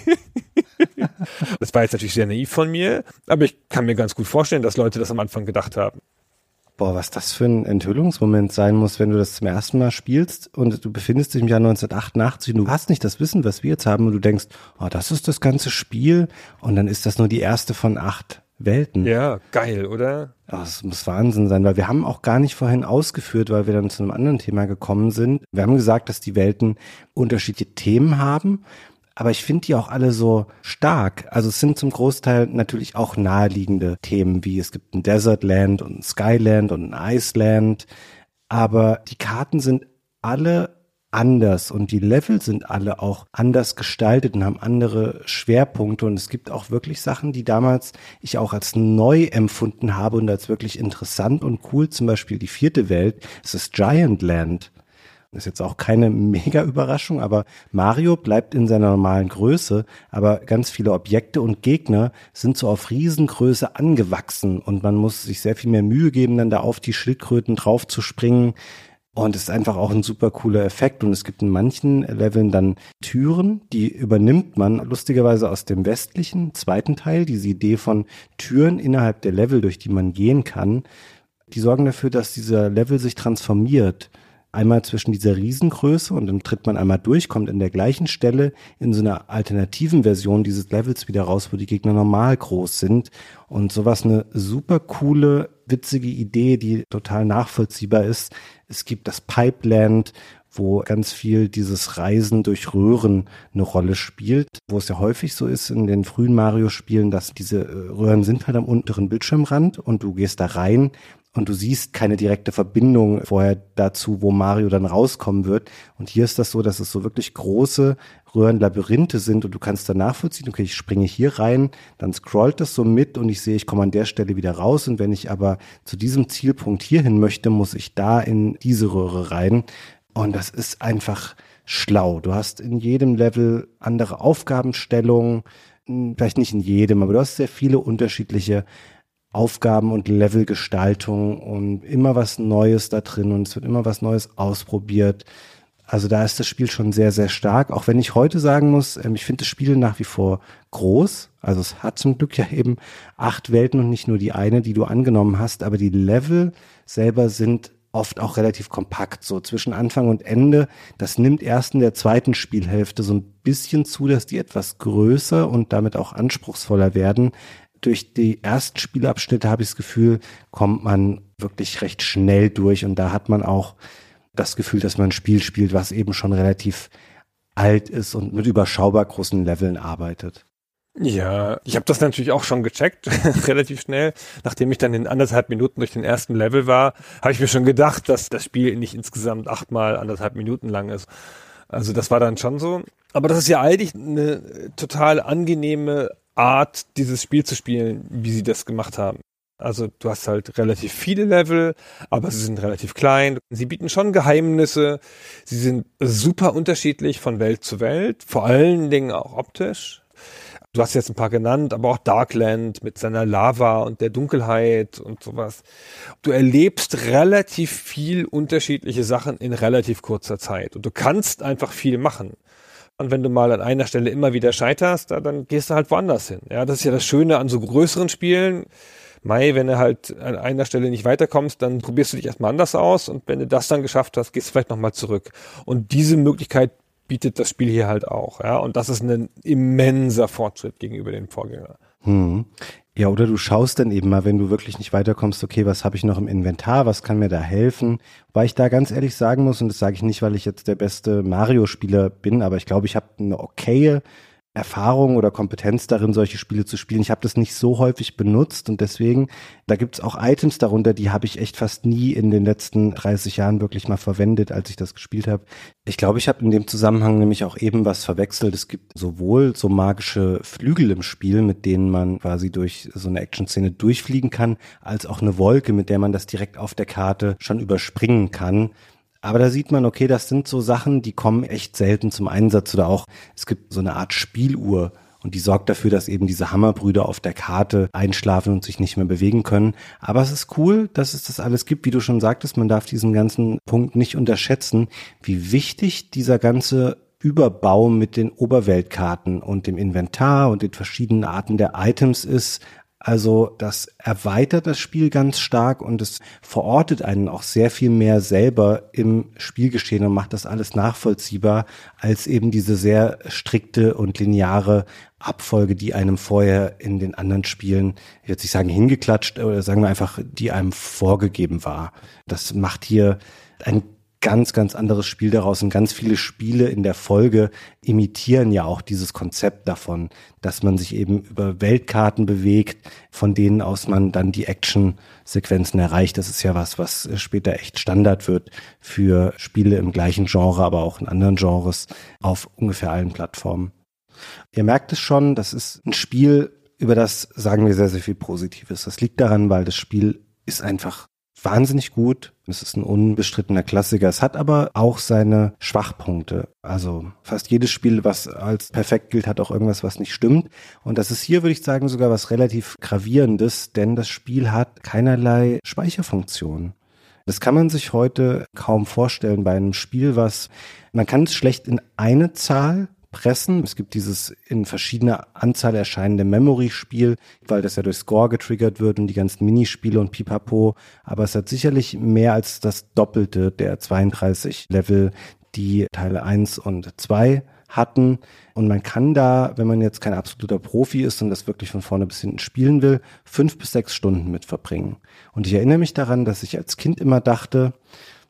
Das war jetzt natürlich sehr naiv von mir, aber ich kann mir ganz gut vorstellen, dass Leute das am Anfang gedacht haben. Boah, was das für ein Enthüllungsmoment sein muss, wenn du das zum ersten Mal spielst und du befindest dich im Jahr 1988 und du hast nicht das Wissen, was wir jetzt haben und du denkst, das ist das ganze Spiel und dann ist das nur die erste von 8 Welten. Ja, geil, oder? Das muss Wahnsinn sein, weil wir haben auch gar nicht vorhin ausgeführt, weil wir dann zu einem anderen Thema gekommen sind. Wir haben gesagt, dass die Welten unterschiedliche Themen haben, aber ich finde die auch alle so stark. Also es sind zum Großteil natürlich auch naheliegende Themen, wie es gibt ein Desertland und ein Skyland und ein Iceland, aber die Karten sind alle anders und die Level sind alle auch anders gestaltet und haben andere Schwerpunkte und es gibt auch wirklich Sachen, die damals ich auch als neu empfunden habe und als wirklich interessant und cool, zum Beispiel die 4. Welt, es ist Giant Land. Das ist jetzt auch keine mega Überraschung, aber Mario bleibt in seiner normalen Größe, aber ganz viele Objekte und Gegner sind so auf Riesengröße angewachsen und man muss sich sehr viel mehr Mühe geben, dann da auf die Schildkröten drauf zu springen. Und es ist einfach auch ein super cooler Effekt. Und es gibt in manchen Leveln dann Türen, die übernimmt man lustigerweise aus dem westlichen 2. Teil. Diese Idee von Türen innerhalb der Level, durch die man gehen kann, die sorgen dafür, dass dieser Level sich transformiert. Einmal zwischen dieser Riesengröße und dann tritt man einmal durch, kommt an der gleichen Stelle in so einer alternativen Version dieses Levels wieder raus, wo die Gegner normal groß sind. Und sowas eine super coole, witzige Idee, die total nachvollziehbar ist. Es gibt das Pipeland, wo ganz viel dieses Reisen durch Röhren eine Rolle spielt, wo es ja häufig so ist in den frühen Mario-Spielen, dass diese Röhren sind halt am unteren Bildschirmrand und du gehst da rein und du siehst keine direkte Verbindung vorher dazu, wo Mario dann rauskommen wird. Und hier ist das so, dass es so wirklich große Röhrenlabyrinthe sind und du kannst dann nachvollziehen, okay, ich springe hier rein, dann scrollt das so mit und ich sehe, ich komme an der Stelle wieder raus und wenn ich aber zu diesem Zielpunkt hierhin möchte, muss ich da in diese Röhre rein. Und das ist einfach schlau. Du hast in jedem Level andere Aufgabenstellungen, vielleicht nicht in jedem, aber du hast sehr viele unterschiedliche Aufgaben und Levelgestaltung und immer was Neues da drin und es wird immer was Neues ausprobiert. Also da ist das Spiel schon sehr, sehr stark. Auch wenn ich heute sagen muss, ich finde das Spiel nach wie vor groß. Also es hat zum Glück ja eben 8 Welten und nicht nur die eine, die du angenommen hast. Aber die Level selber sind oft auch relativ kompakt, so zwischen Anfang und Ende. Das nimmt erst in der zweiten Spielhälfte so ein bisschen zu, dass die etwas größer und damit auch anspruchsvoller werden. Durch die ersten Spielabschnitte habe ich das Gefühl, kommt man wirklich recht schnell durch und da hat man auch das Gefühl, dass man ein Spiel spielt, was eben schon relativ alt ist und mit überschaubar großen Leveln arbeitet. Ja, ich habe das natürlich auch schon gecheckt, relativ schnell. Nachdem ich dann in 1,5 Minuten durch den ersten Level war, habe ich mir schon gedacht, dass das Spiel nicht insgesamt 8 mal 1,5 Minuten lang ist. Also das war dann schon so. Aber das ist ja eigentlich eine total angenehme Art, dieses Spiel zu spielen, wie sie das gemacht haben. Also du hast halt relativ viele Level, aber sie sind relativ klein. Sie bieten schon Geheimnisse. Sie sind super unterschiedlich von Welt zu Welt, vor allen Dingen auch optisch. Du hast jetzt ein paar genannt, aber auch Darkland mit seiner Lava und der Dunkelheit und sowas. Du erlebst relativ viel unterschiedliche Sachen in relativ kurzer Zeit und du kannst einfach viel machen. Und wenn du mal an einer Stelle immer wieder scheiterst, dann gehst du halt woanders hin. Ja, das ist ja das Schöne an so größeren Spielen. Wenn du halt an einer Stelle nicht weiterkommst, dann probierst du dich erstmal anders aus und wenn du das dann geschafft hast, gehst du vielleicht nochmal zurück. Und diese Möglichkeit bietet das Spiel hier halt auch. Ja, und das ist ein immenser Fortschritt gegenüber dem Vorgänger. Ja, oder du schaust dann eben mal, wenn du wirklich nicht weiterkommst, okay, was habe ich noch im Inventar, was kann mir da helfen? Weil ich da ganz ehrlich sagen muss, und das sage ich nicht, weil ich jetzt der beste Mario-Spieler bin, aber ich glaube, ich habe eine okaye Erfahrung oder Kompetenz darin, solche Spiele zu spielen. Ich habe das nicht so häufig benutzt und deswegen, da gibt's auch Items darunter, die habe ich echt fast nie in den letzten 30 Jahren wirklich mal verwendet, als ich das gespielt habe. Ich glaube, ich habe in dem Zusammenhang nämlich auch eben was verwechselt. Es gibt sowohl so magische Flügel im Spiel, mit denen man quasi durch so eine Action-Szene durchfliegen kann, als auch eine Wolke, mit der man das direkt auf der Karte schon überspringen kann. Aber da sieht man, okay, das sind so Sachen, die kommen echt selten zum Einsatz oder auch, es gibt so eine Art Spieluhr und die sorgt dafür, dass eben diese Hammerbrüder auf der Karte einschlafen und sich nicht mehr bewegen können. Aber es ist cool, dass es das alles gibt, wie du schon sagtest, man darf diesen ganzen Punkt nicht unterschätzen, wie wichtig dieser ganze Überbau mit den Oberweltkarten und dem Inventar und den verschiedenen Arten der Items ist. Also das erweitert das Spiel ganz stark und es verortet einen auch sehr viel mehr selber im Spielgeschehen und macht das alles nachvollziehbar als eben diese sehr strikte und lineare Abfolge, die einem vorher in den anderen Spielen, ich würde nicht sagen hingeklatscht, oder sagen wir einfach, die einem vorgegeben war. Das macht hier ein ganz, ganz anderes Spiel daraus und ganz viele Spiele in der Folge imitieren ja auch dieses Konzept davon, dass man sich eben über Weltkarten bewegt, von denen aus man dann die Action-Sequenzen erreicht. Das ist ja was später echt Standard wird für Spiele im gleichen Genre, aber auch in anderen Genres auf ungefähr allen Plattformen. Ihr merkt es schon, das ist ein Spiel, über das sagen wir sehr, sehr viel Positives. Das liegt daran, weil das Spiel ist einfach wahnsinnig gut. Es ist ein unbestrittener Klassiker. Es hat aber auch seine Schwachpunkte. Also fast jedes Spiel, was als perfekt gilt, hat auch irgendwas, was nicht stimmt. Und das ist hier, würde ich sagen, sogar was relativ Gravierendes, denn das Spiel hat keinerlei Speicherfunktion. Das kann man sich heute kaum vorstellen bei einem Spiel, man kann es schlecht in eine Zahl pressen. Es gibt dieses in verschiedener Anzahl erscheinende Memory-Spiel, weil das ja durch Score getriggert wird und die ganzen Minispiele und Pipapo. Aber es hat sicherlich mehr als das Doppelte der 32 Level, die Teile 1 und 2 hatten. Und man kann da, wenn man jetzt kein absoluter Profi ist und das wirklich von vorne bis hinten spielen will, 5 bis 6 Stunden mit verbringen. Und ich erinnere mich daran, dass ich als Kind immer dachte,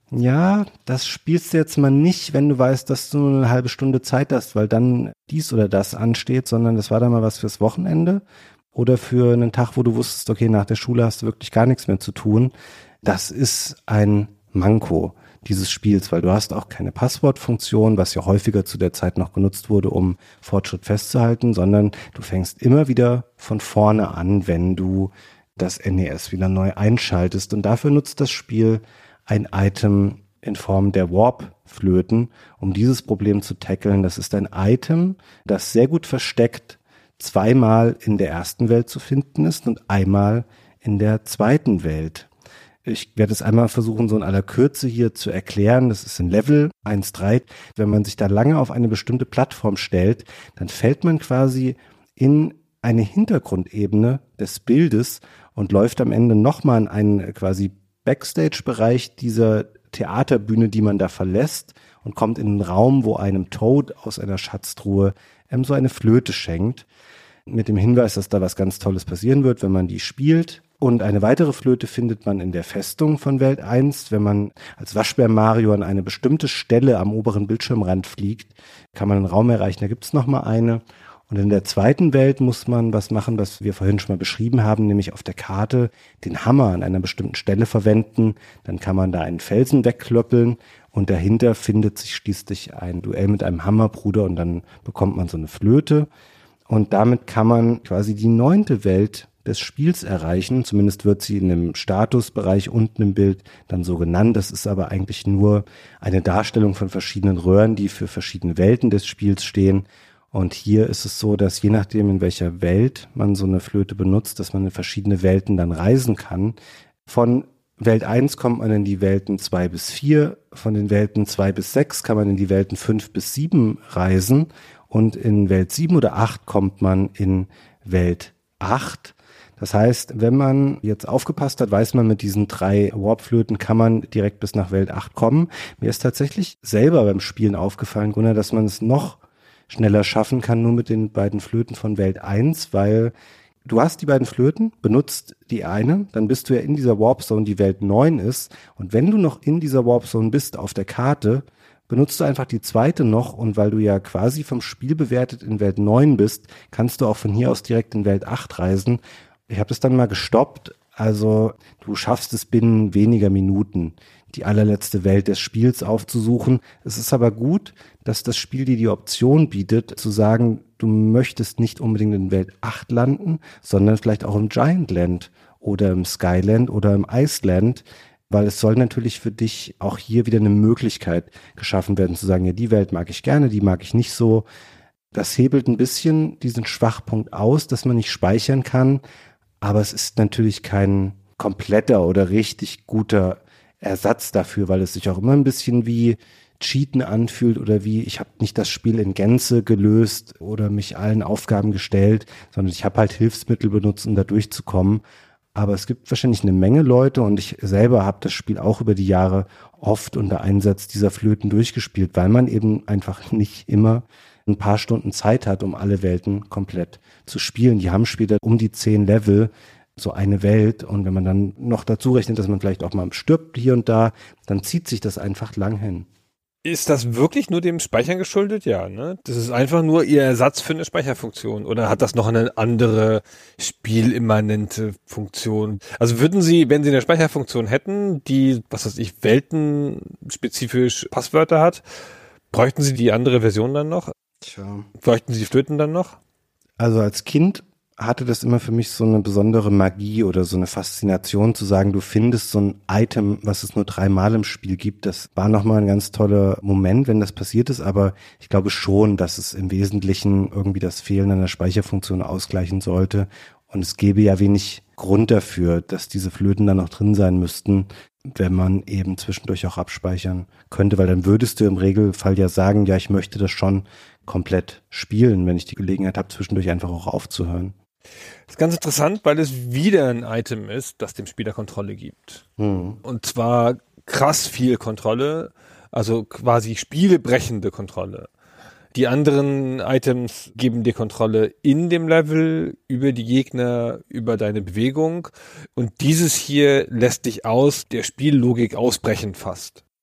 Ja, das spielst du jetzt mal nicht, wenn du weißt, dass du nur eine halbe Stunde Zeit hast, weil dann dies oder das ansteht, sondern das war dann mal was fürs Wochenende oder für einen Tag, wo du wusstest, okay, nach der Schule hast du wirklich gar nichts mehr zu tun. Das ist ein Manko dieses Spiels, weil du hast auch keine Passwortfunktion, was ja häufiger zu der Zeit noch genutzt wurde, um Fortschritt festzuhalten, sondern du fängst immer wieder von vorne an, wenn du das NES wieder neu einschaltest. Und dafür nutzt das Spiel ein Item in Form der Warp-Flöten, um dieses Problem zu tackeln. Das ist ein Item, das sehr gut versteckt zweimal in der ersten Welt zu finden ist und einmal in der zweiten Welt. Ich werde es einmal versuchen, so in aller Kürze hier zu erklären. Das ist in Level 1.3. Wenn man sich da lange auf eine bestimmte Plattform stellt, dann fällt man quasi in eine Hintergrundebene des Bildes und läuft am Ende nochmal in einen quasi Backstage-Bereich dieser Theaterbühne, die man da verlässt, und kommt in einen Raum, wo einem Toad aus einer Schatztruhe so eine Flöte schenkt, mit dem Hinweis, dass da was ganz Tolles passieren wird, wenn man die spielt. Und eine weitere Flöte findet man in der Festung von Welt 1. Wenn man als Waschbär Mario an eine bestimmte Stelle am oberen Bildschirmrand fliegt, kann man einen Raum erreichen, da gibt's noch mal eine. Und in der zweiten Welt muss man was machen, was wir vorhin schon mal beschrieben haben, nämlich auf der Karte den Hammer an einer bestimmten Stelle verwenden. Dann kann man da einen Felsen wegklöppeln und dahinter findet sich schließlich ein Duell mit einem Hammerbruder und dann bekommt man so eine Flöte. Und damit kann man quasi die 9. Welt des Spiels erreichen. Zumindest wird sie in dem Statusbereich unten im Bild dann so genannt. Das ist aber eigentlich nur eine Darstellung von verschiedenen Röhren, die für verschiedene Welten des Spiels stehen. Und hier ist es so, dass je nachdem, in welcher Welt man so eine Flöte benutzt, dass man in verschiedene Welten dann reisen kann. Von Welt 1 kommt man in die Welten 2 bis 4, von den Welten 2 bis 6 kann man in die Welten 5 bis 7 reisen und in Welt 7 oder 8 kommt man in Welt 8. Das heißt, wenn man jetzt aufgepasst hat, weiß man, mit diesen 3 Warp-Flöten kann man direkt bis nach Welt 8 kommen. Mir ist tatsächlich selber beim Spielen aufgefallen, Gunnar, dass man es noch schneller schaffen kann, nur mit den beiden Flöten von Welt 1, weil du hast die beiden Flöten, benutzt die eine, dann bist du ja in dieser Warp-Zone, die Welt 9 ist, und wenn du noch in dieser Warp-Zone bist auf der Karte, benutzt du einfach die zweite noch, und weil du ja quasi vom Spiel bewertet in Welt 9 bist, kannst du auch von hier aus direkt in Welt 8 reisen. Ich habe das dann mal gestoppt, also du schaffst es binnen weniger Minuten, die allerletzte Welt des Spiels aufzusuchen. Es ist aber gut, dass das Spiel dir die Option bietet, zu sagen, du möchtest nicht unbedingt in Welt 8 landen, sondern vielleicht auch im Giant Land oder im Skyland oder im Iceland, weil es soll natürlich für dich auch hier wieder eine Möglichkeit geschaffen werden, zu sagen, ja, die Welt mag ich gerne, die mag ich nicht so. Das hebelt ein bisschen diesen Schwachpunkt aus, dass man nicht speichern kann, aber es ist natürlich kein kompletter oder richtig guter Ersatz dafür, weil es sich auch immer ein bisschen wie Cheaten anfühlt oder wie, ich habe nicht das Spiel in Gänze gelöst oder mich allen Aufgaben gestellt, sondern ich habe halt Hilfsmittel benutzt, um da durchzukommen. Aber es gibt wahrscheinlich eine Menge Leute, und ich selber habe das Spiel auch über die Jahre oft unter Einsatz dieser Flöten durchgespielt, weil man eben einfach nicht immer ein paar Stunden Zeit hat, um alle Welten komplett zu spielen. Die haben später um die 10 Level, so eine Welt, und wenn man dann noch dazu rechnet, dass man vielleicht auch mal stirbt hier und da, dann zieht sich das einfach lang hin. Ist das wirklich nur dem Speichern geschuldet? Ja, ne? Das ist einfach nur ihr Ersatz für eine Speicherfunktion, oder hat das noch eine andere spielimmanente Funktion? Also würden Sie, wenn Sie eine Speicherfunktion hätten, die, was weiß ich, weltenspezifisch Passwörter hat, bräuchten Sie die andere Version dann noch? Tja. Bräuchten Sie die Flöten dann noch? Also als Kind hatte das immer für mich so eine besondere Magie oder so eine Faszination, zu sagen, du findest so ein Item, was es nur 3-mal im Spiel gibt. Das war nochmal ein ganz toller Moment, wenn das passiert ist, aber ich glaube schon, dass es im Wesentlichen irgendwie das Fehlen einer Speicherfunktion ausgleichen sollte. Und es gäbe ja wenig Grund dafür, dass diese Flöten dann noch drin sein müssten, wenn man eben zwischendurch auch abspeichern könnte, weil dann würdest du im Regelfall ja sagen, ja, ich möchte das schon komplett spielen, wenn ich die Gelegenheit habe, zwischendurch einfach auch aufzuhören. Das ist ganz interessant, weil es wieder ein Item ist, das dem Spieler Kontrolle gibt. Und zwar krass viel Kontrolle, also quasi spielebrechende Kontrolle. Die anderen Items geben dir Kontrolle in dem Level, über die Gegner, über deine Bewegung. Und dieses hier lässt dich aus der Spiellogik ausbrechen fast.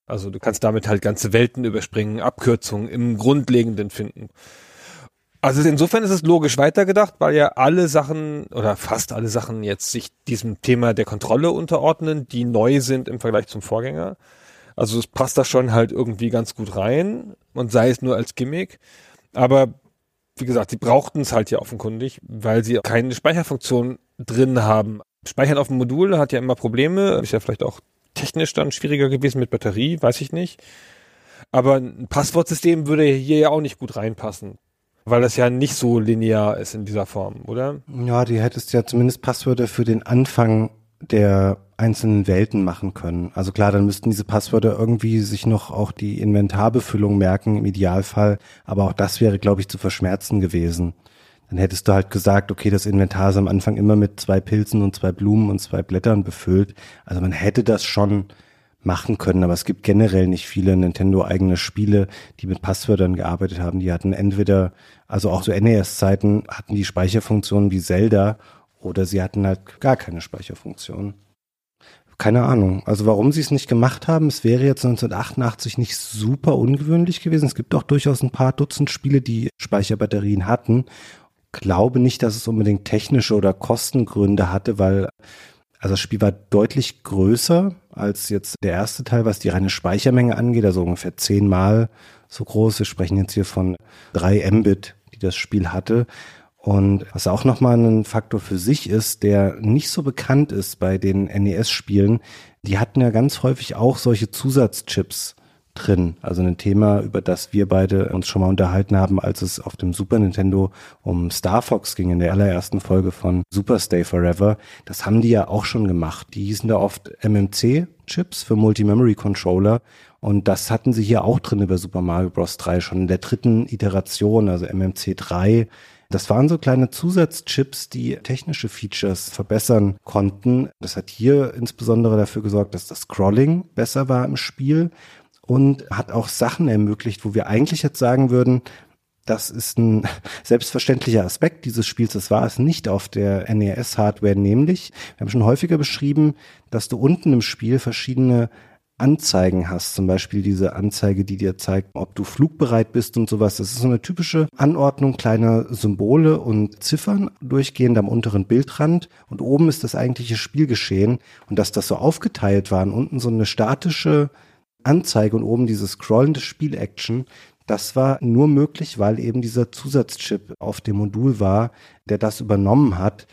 Also du kannst damit halt ganze Welten überspringen, Abkürzungen im Grundlegenden finden. Also insofern ist es logisch weitergedacht, weil ja alle Sachen oder fast alle Sachen jetzt sich diesem Thema der Kontrolle unterordnen, die neu sind im Vergleich zum Vorgänger. Also es passt da schon halt irgendwie ganz gut rein und sei es nur als Gimmick. Aber wie gesagt, sie brauchten es halt ja offenkundig, weil sie keine Speicherfunktion drin haben. Speichern auf dem Modul hat ja immer Probleme, ist ja vielleicht auch technisch dann schwieriger gewesen mit Batterie, weiß ich nicht. Aber ein Passwortsystem würde hier ja auch nicht gut reinpassen. Weil das ja nicht so linear ist in dieser Form, oder? Ja, die hättest ja zumindest Passwörter für den Anfang der einzelnen Welten machen können. Also klar, dann müssten diese Passwörter irgendwie sich noch auch die Inventarbefüllung merken im Idealfall. Aber auch das wäre, glaube ich, zu verschmerzen gewesen. Dann hättest du halt gesagt, okay, das Inventar ist am Anfang immer mit 2 Pilzen und 2 Blumen und 2 Blättern befüllt. Also man hätte das schon machen können, aber es gibt generell nicht viele Nintendo-eigene Spiele, die mit Passwörtern gearbeitet haben. Die hatten entweder, also auch so NES-Zeiten, hatten die Speicherfunktionen wie Zelda oder sie hatten halt gar keine Speicherfunktion. Keine Ahnung. Also warum sie es nicht gemacht haben, es wäre jetzt 1988 nicht super ungewöhnlich gewesen. Es gibt auch durchaus ein paar Dutzend Spiele, die Speicherbatterien hatten. Glaube nicht, dass es unbedingt technische oder Kostengründe hatte, weil also das Spiel war deutlich größer als jetzt der erste Teil, was die reine Speichermenge angeht, also ungefähr 10-mal so groß. Wir sprechen jetzt hier von 3 Mbit, die das Spiel hatte. Und was auch nochmal ein Faktor für sich ist, der nicht so bekannt ist bei den NES-Spielen, die hatten ja ganz häufig auch solche Zusatzchips drin. Also ein Thema, über das wir beide uns schon mal unterhalten haben, als es auf dem Super Nintendo um Star Fox ging in der allerersten Folge von Super Stay Forever. Das haben die ja auch schon gemacht. Die hießen da oft MMC-Chips für Multi-Memory-Controller. Und das hatten sie hier auch drin über Super Mario Bros. 3 schon in der 3. Iteration, also MMC 3. Das waren so kleine Zusatzchips, die technische Features verbessern konnten. Das hat hier insbesondere dafür gesorgt, dass das Scrolling besser war im Spiel. Und hat auch Sachen ermöglicht, wo wir eigentlich jetzt sagen würden, das ist ein selbstverständlicher Aspekt dieses Spiels. Das war es nicht auf der NES-Hardware, nämlich, wir haben schon häufiger beschrieben, dass du unten im Spiel verschiedene Anzeigen hast. Zum Beispiel diese Anzeige, die dir zeigt, ob du flugbereit bist und sowas. Das ist so eine typische Anordnung kleiner Symbole und Ziffern durchgehend am unteren Bildrand. Und oben ist das eigentliche Spielgeschehen. Und dass das so aufgeteilt war und unten so eine statische Anzeige und oben diese scrollende Spiel-Action, das war nur möglich, weil eben dieser Zusatzchip auf dem Modul war, der das übernommen hat.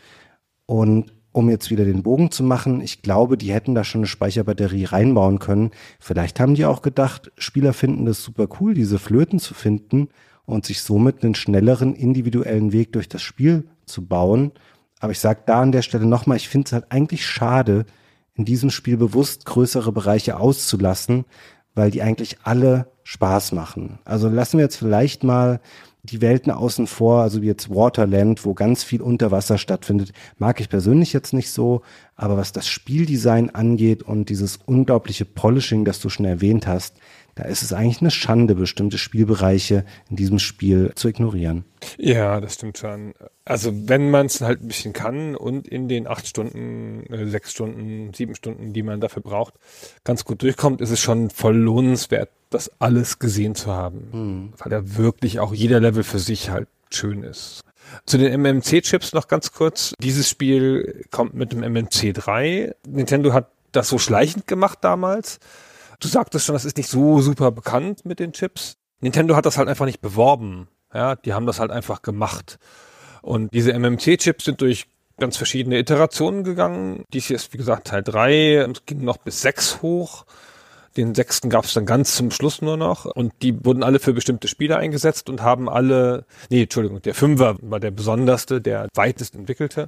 Und um jetzt wieder den Bogen zu machen, ich glaube, die hätten da schon eine Speicherbatterie reinbauen können. Vielleicht haben die auch gedacht, Spieler finden das super cool, diese Flöten zu finden und sich somit einen schnelleren individuellen Weg durch das Spiel zu bauen. Aber ich sage da an der Stelle nochmal, ich finde es halt eigentlich schade, in diesem Spiel bewusst größere Bereiche auszulassen, weil die eigentlich alle Spaß machen. Also lassen wir jetzt vielleicht mal die Welten außen vor, also wie jetzt Waterland, wo ganz viel unter Wasser stattfindet, mag ich persönlich jetzt nicht so, aber was das Spieldesign angeht und dieses unglaubliche Polishing, das du schon erwähnt hast, da ist es eigentlich eine Schande, bestimmte Spielbereiche in diesem Spiel zu ignorieren. Ja, das stimmt schon. Also wenn man es halt ein bisschen kann und in den 8 Stunden, 6 Stunden, 7 Stunden, die man dafür braucht, ganz gut durchkommt, ist es schon voll lohnenswert, das alles gesehen zu haben. Weil da wirklich auch jeder Level für sich halt schön ist. Zu den MMC-Chips noch ganz kurz. Dieses Spiel kommt mit dem MMC 3. Nintendo hat das so schleichend gemacht damals. Du sagtest schon, das ist nicht so super bekannt mit den Chips. Nintendo hat das halt einfach nicht beworben. Ja, die haben das halt einfach gemacht. Und diese MMC-Chips sind durch ganz verschiedene Iterationen gegangen. Dies hier ist, wie gesagt, Teil 3. Es ging noch bis 6 hoch. Den 6. gab es dann ganz zum Schluss nur noch. Und die wurden alle für bestimmte Spiele eingesetzt und haben alle, der 5er war der besonderste, der weitest entwickelte.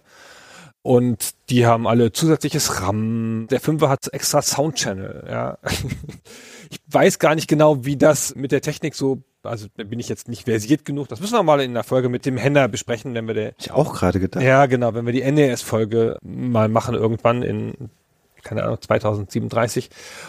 Und die haben alle zusätzliches RAM. Der 5er hat extra Soundchannel, ja. Ich weiß gar nicht genau, wie das mit der Technik so, also da bin ich jetzt nicht versiert genug. Das müssen wir mal in der Folge mit dem Henner besprechen, wenn wir Ich auch gerade gedacht. Ja, genau, wenn wir die NES-Folge mal machen irgendwann in, keine Ahnung, 2037,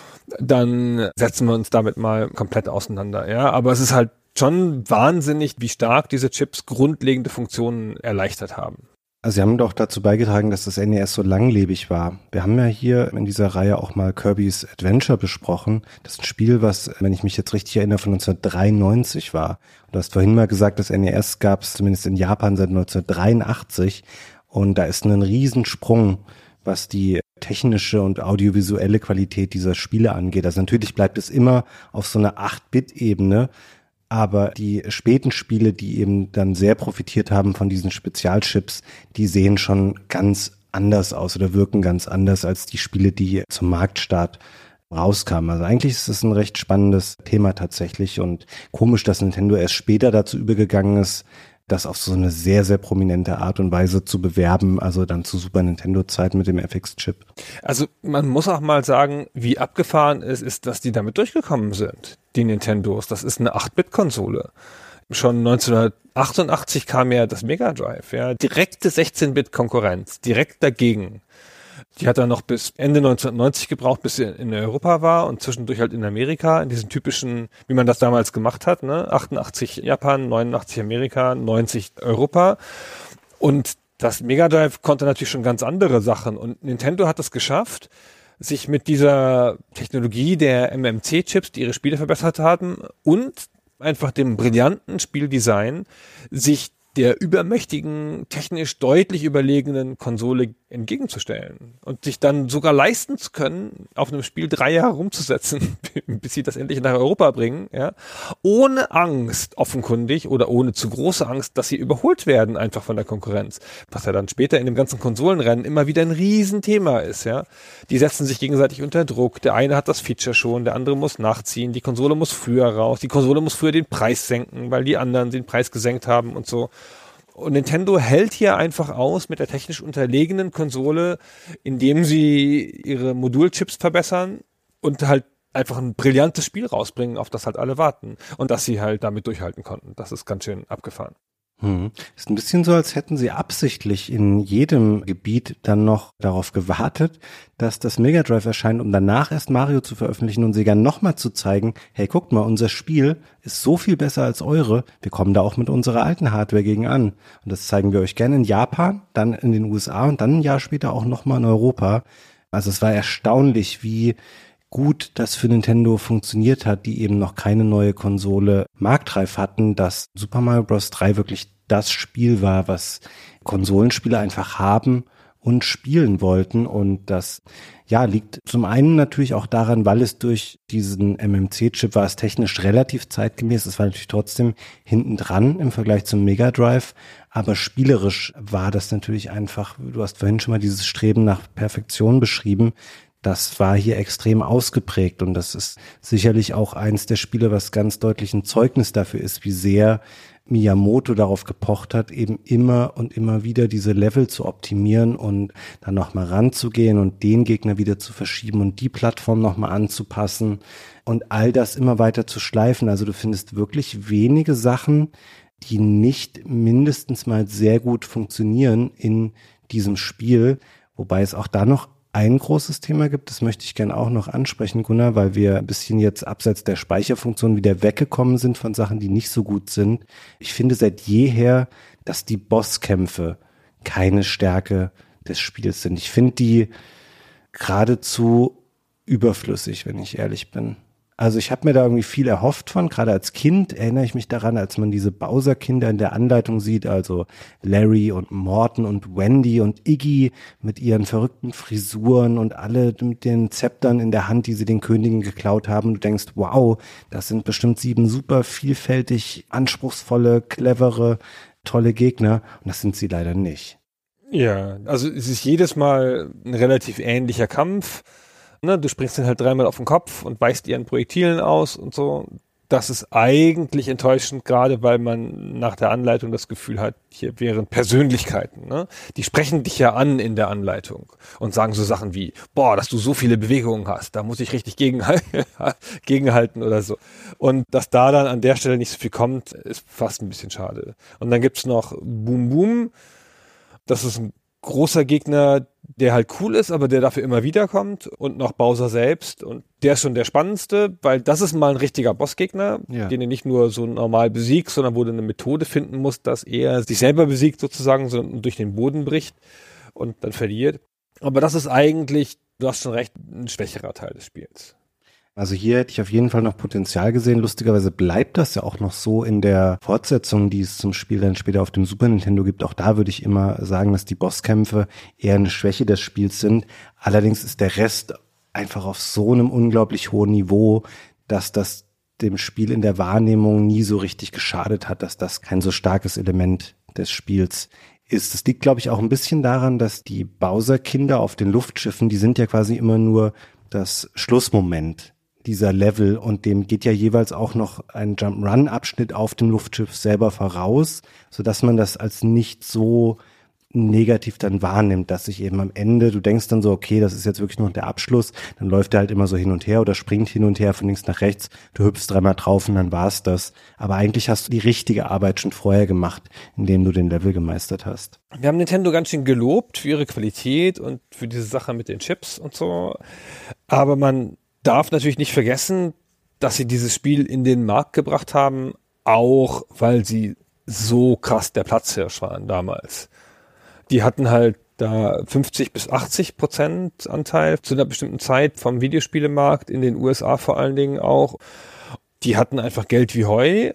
dann setzen wir uns damit mal komplett auseinander, ja. Aber es ist halt schon wahnsinnig, wie stark diese Chips grundlegende Funktionen erleichtert haben. Also sie haben doch dazu beigetragen, dass das NES so langlebig war. Wir haben ja hier in dieser Reihe auch mal Kirby's Adventure besprochen. Das ist ein Spiel, was, wenn ich mich jetzt richtig erinnere, von 1993 war. Und du hast vorhin mal gesagt, das NES gab es zumindest in Japan seit 1983. Und da ist ein Riesensprung, was die technische und audiovisuelle Qualität dieser Spiele angeht. Also natürlich bleibt es immer auf so einer 8-Bit-Ebene, aber die späten Spiele, die eben dann sehr profitiert haben von diesen Spezialchips, die sehen schon ganz anders aus oder wirken ganz anders als die Spiele, die zum Marktstart rauskamen. Also eigentlich ist es ein recht spannendes Thema tatsächlich und komisch, dass Nintendo erst später dazu übergegangen ist, das auf so eine sehr, sehr prominente Art und Weise zu bewerben, also dann zu Super Nintendo-Zeiten mit dem FX-Chip. Also man muss auch mal sagen, wie abgefahren es ist, dass die damit durchgekommen sind, die Nintendos. Das ist eine 8-Bit-Konsole. Schon 1988 kam ja das Mega Drive, ja, direkte 16-Bit-Konkurrenz, direkt dagegen. Die hat dann noch bis Ende 1990 gebraucht, bis sie in Europa war und zwischendurch halt in Amerika, in diesen typischen, wie man das damals gemacht hat, ne? 88 Japan, 89 Amerika, 90 Europa. Und das Mega Drive konnte natürlich schon ganz andere Sachen. Und Nintendo hat es geschafft, sich mit dieser Technologie der MMC-Chips, die ihre Spiele verbessert haben, und einfach dem brillanten Spieldesign, sich der übermächtigen, technisch deutlich überlegenen Konsole entgegenzustellen und sich dann sogar leisten zu können, auf einem Spiel 3 Jahre rumzusetzen, bis sie das endlich nach Europa bringen, ja, ohne Angst, offenkundig, oder ohne zu große Angst, dass sie überholt werden einfach von der Konkurrenz, was ja dann später in dem ganzen Konsolenrennen immer wieder ein Riesenthema ist, ja. Die setzen sich gegenseitig unter Druck, der eine hat das Feature schon, der andere muss nachziehen, die Konsole muss früher raus, die Konsole muss früher den Preis senken, weil die anderen den Preis gesenkt haben und so. Und Nintendo hält hier einfach aus mit der technisch unterlegenen Konsole, indem sie ihre Modulchips verbessern und halt einfach ein brillantes Spiel rausbringen, auf das halt alle warten. Und dass sie halt damit durchhalten konnten. Das ist ganz schön abgefahren. Ist ein bisschen so, als hätten sie absichtlich in jedem Gebiet dann noch darauf gewartet, dass das Mega Drive erscheint, um danach erst Mario zu veröffentlichen und Sega nochmal zu zeigen, hey, guckt mal, unser Spiel ist so viel besser als eure, wir kommen da auch mit unserer alten Hardware gegen an. Und das zeigen wir euch gerne in Japan, dann in den USA und dann ein Jahr später auch nochmal in Europa. Also es war erstaunlich, wie gut das für Nintendo funktioniert hat, die eben noch keine neue Konsole marktreif hatten, dass Super Mario Bros. 3 wirklich das Spiel war, was Konsolenspieler einfach haben und spielen wollten. Und das, ja, liegt zum einen natürlich auch daran, weil es durch diesen MMC-Chip war, es technisch relativ zeitgemäß. Es war natürlich trotzdem hinten dran im Vergleich zum Mega Drive. Aber spielerisch war das natürlich einfach, du hast vorhin schon mal dieses Streben nach Perfektion beschrieben. Das war hier extrem ausgeprägt und das ist sicherlich auch eins der Spiele, was ganz deutlich ein Zeugnis dafür ist, wie sehr Miyamoto darauf gepocht hat, eben immer und immer wieder diese Level zu optimieren und dann nochmal ranzugehen und den Gegner wieder zu verschieben und die Plattform nochmal anzupassen und all das immer weiter zu schleifen. Also du findest wirklich wenige Sachen, die nicht mindestens mal sehr gut funktionieren in diesem Spiel, wobei es auch da noch ein großes Thema gibt, das möchte ich gerne auch noch ansprechen, Gunnar, weil wir ein bisschen jetzt abseits der Speicherfunktion wieder weggekommen sind von Sachen, die nicht so gut sind. Ich finde seit jeher, dass die Bosskämpfe keine Stärke des Spiels sind. Ich finde die geradezu überflüssig, wenn ich ehrlich bin. Also ich habe mir da irgendwie viel erhofft von, gerade als Kind erinnere ich mich daran, als man diese Bowser-Kinder in der Anleitung sieht, also Larry und Morton und Wendy und Iggy mit ihren verrückten Frisuren und alle mit den Zeptern in der Hand, die sie den Königen geklaut haben. Du denkst, wow, das sind bestimmt 7 super vielfältig, anspruchsvolle, clevere, tolle Gegner und das sind sie leider nicht. Ja, also es ist jedes Mal ein relativ ähnlicher Kampf. Du springst dann halt 3-mal auf den Kopf und weichst ihren Projektilen aus und so. Das ist eigentlich enttäuschend, gerade weil man nach der Anleitung das Gefühl hat, hier wären Persönlichkeiten. Ne? Die sprechen dich ja an in der Anleitung und sagen so Sachen wie, boah, dass du so viele Bewegungen hast, da muss ich richtig gegenhalten oder so. Und dass da dann an der Stelle nicht so viel kommt, ist fast ein bisschen schade. Und dann gibt's noch Boom Boom. Das ist ein großer Gegner, der halt cool ist, aber der dafür immer wieder kommt und noch Bowser selbst und der ist schon der spannendste, weil das ist mal ein richtiger Bossgegner, den du nicht nur so normal besiegst, sondern wo du eine Methode finden musst, dass er sich selber besiegt sozusagen, sondern durch den Boden bricht und dann verliert. Aber das ist eigentlich, du hast schon recht, ein schwächerer Teil des Spiels. Also hier hätte ich auf jeden Fall noch Potenzial gesehen. Lustigerweise bleibt das ja auch noch so in der Fortsetzung, die es zum Spiel dann später auf dem Super Nintendo gibt. Auch da würde ich immer sagen, dass die Bosskämpfe eher eine Schwäche des Spiels sind. Allerdings ist der Rest einfach auf so einem unglaublich hohen Niveau, dass das dem Spiel in der Wahrnehmung nie so richtig geschadet hat, dass das kein so starkes Element des Spiels ist. Das liegt, glaube ich, auch ein bisschen daran, dass die Bowser-Kinder auf den Luftschiffen, die sind ja quasi immer nur das Schlussmoment dieser Level und dem geht ja jeweils auch noch ein Jump-Run-Abschnitt auf dem Luftschiff selber voraus, sodass man das als nicht so negativ dann wahrnimmt, dass sich eben am Ende, du denkst dann so, okay, das ist jetzt wirklich noch der Abschluss, dann läuft er halt immer so hin und her oder springt hin und her von links nach rechts, du hüpfst dreimal drauf und dann war's das. Aber eigentlich hast du die richtige Arbeit schon vorher gemacht, indem du den Level gemeistert hast. Wir haben Nintendo ganz schön gelobt für ihre Qualität und für diese Sache mit den Chips und so, aber man darf natürlich nicht vergessen, dass sie dieses Spiel in den Markt gebracht haben, auch weil sie so krass der Platzhirsch waren damals. Die hatten halt da 50-80% Anteil zu einer bestimmten Zeit vom Videospielemarkt, in den USA vor allen Dingen auch. Die hatten einfach Geld wie Heu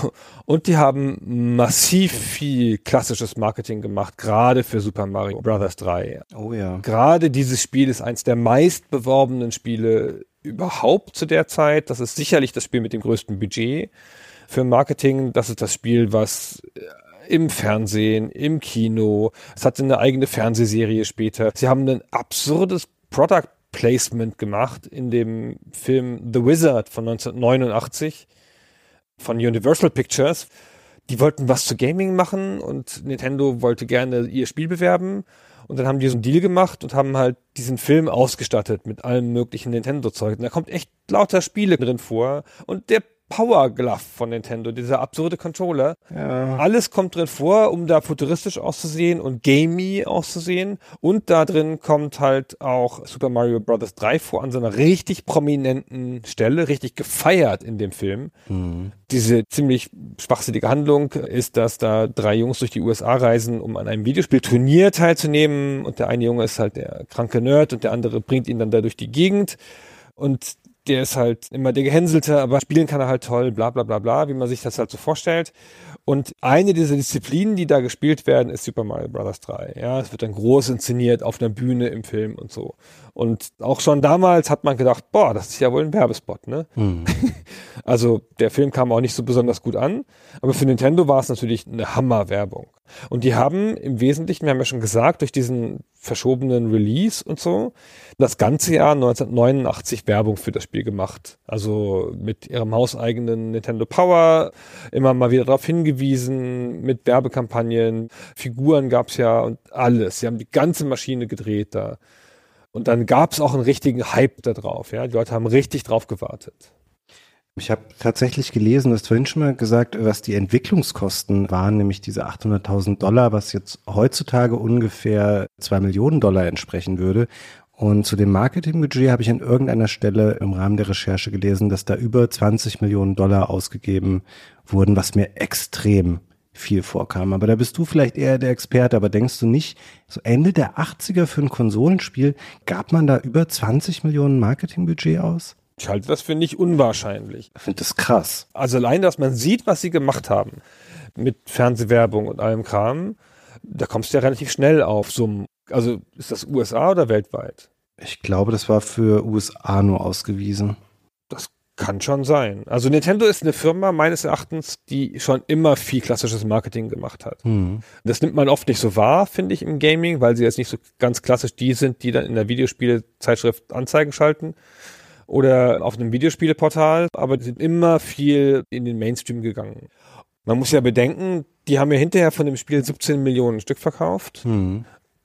und die haben massiv viel klassisches Marketing gemacht, gerade für Super Mario Bros. 3. Oh ja. Gerade dieses Spiel ist eins der meist beworbenen Spiele überhaupt zu der Zeit. Das ist sicherlich das Spiel mit dem größten Budget für Marketing. Das ist das Spiel, was im Fernsehen, im Kino, es hatte eine eigene Fernsehserie später. Sie haben ein absurdes Product Placement gemacht in dem Film The Wizard von 1989 von Universal Pictures. Die wollten was zu Gaming machen und Nintendo wollte gerne ihr Spiel bewerben. Und dann haben die so einen Deal gemacht und haben halt diesen Film ausgestattet mit allem möglichen Nintendo-Zeug. Und da kommt echt lauter Spiele drin vor. Und der Power Glove von Nintendo, dieser absurde Controller. Ja. Alles kommt drin vor, um da futuristisch auszusehen und gamey auszusehen. Und da drin kommt halt auch Super Mario Bros. 3 vor an so einer richtig prominenten Stelle, richtig gefeiert in dem Film. Mhm. Diese ziemlich schwachsinnige Handlung ist, dass da 3 Jungs durch die USA reisen, um an einem Videospielturnier teilzunehmen. Und der eine Junge ist halt der kranke Nerd und der andere bringt ihn dann da durch die Gegend. Und der ist halt immer der Gehänselte, aber spielen kann er halt toll, bla bla bla bla, wie man sich das halt so vorstellt. Und eine dieser Disziplinen, die da gespielt werden, ist Super Mario Bros. 3. Ja, es wird dann groß inszeniert auf einer Bühne im Film und so. Und auch schon damals hat man gedacht, boah, das ist ja wohl ein Werbespot, ne? Mhm. Also der Film kam auch nicht so besonders gut an, aber für Nintendo war es natürlich eine Hammerwerbung. Und die haben im Wesentlichen, wir haben ja schon gesagt, durch diesen verschobenen Release und so, das ganze Jahr 1989 Werbung für das Spiel gemacht. Also mit ihrem hauseigenen Nintendo Power, immer mal wieder darauf hingewiesen, mit Werbekampagnen, Figuren gab's ja und alles. Sie haben die ganze Maschine gedreht da. Und dann gab's auch einen richtigen Hype da drauf. Ja? Die Leute haben richtig drauf gewartet. Ich habe tatsächlich gelesen, du hast vorhin schon mal gesagt, was die Entwicklungskosten waren, nämlich diese $800.000, was jetzt heutzutage ungefähr $2 Millionen entsprechen würde. Und zu dem Marketingbudget habe ich an irgendeiner Stelle im Rahmen der Recherche gelesen, dass da über $20 Millionen ausgegeben wurden, was mir extrem viel vorkam. Aber da bist du vielleicht eher der Experte, aber denkst du nicht, so Ende der 80er für ein Konsolenspiel, gab man da über 20 Millionen Marketingbudget aus? Ich halte das für nicht unwahrscheinlich. Ich finde das krass. Also allein, dass man sieht, was sie gemacht haben mit Fernsehwerbung und allem Kram, da kommst du ja relativ schnell auf Summen. Also ist das USA oder weltweit? Ich glaube, das war für USA nur ausgewiesen. Das kann schon sein. Also Nintendo ist eine Firma, meines Erachtens, die schon immer viel klassisches Marketing gemacht hat. Mhm. Das nimmt man oft nicht so wahr, finde ich, im Gaming, weil sie jetzt nicht so ganz klassisch die sind, die dann in der Videospielezeitschrift Anzeigen schalten oder auf einem Videospieleportal, aber die sind immer viel in den Mainstream gegangen. Man muss ja bedenken, die haben ja hinterher von dem Spiel 17 Millionen Stück verkauft. Mhm.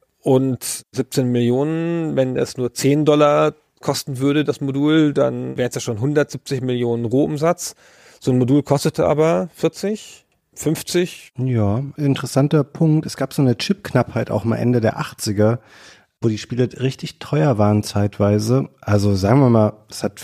Und 17 Millionen, wenn es nur $10 kosten würde, das Modul, dann wäre es ja schon 170 Millionen Rohumsatz. So ein Modul kostete aber 40, 50. Ja, interessanter Punkt. Es gab so eine Chipknappheit auch mal Ende der 80er, wo die Spiele richtig teuer waren zeitweise. Also sagen wir mal, es hat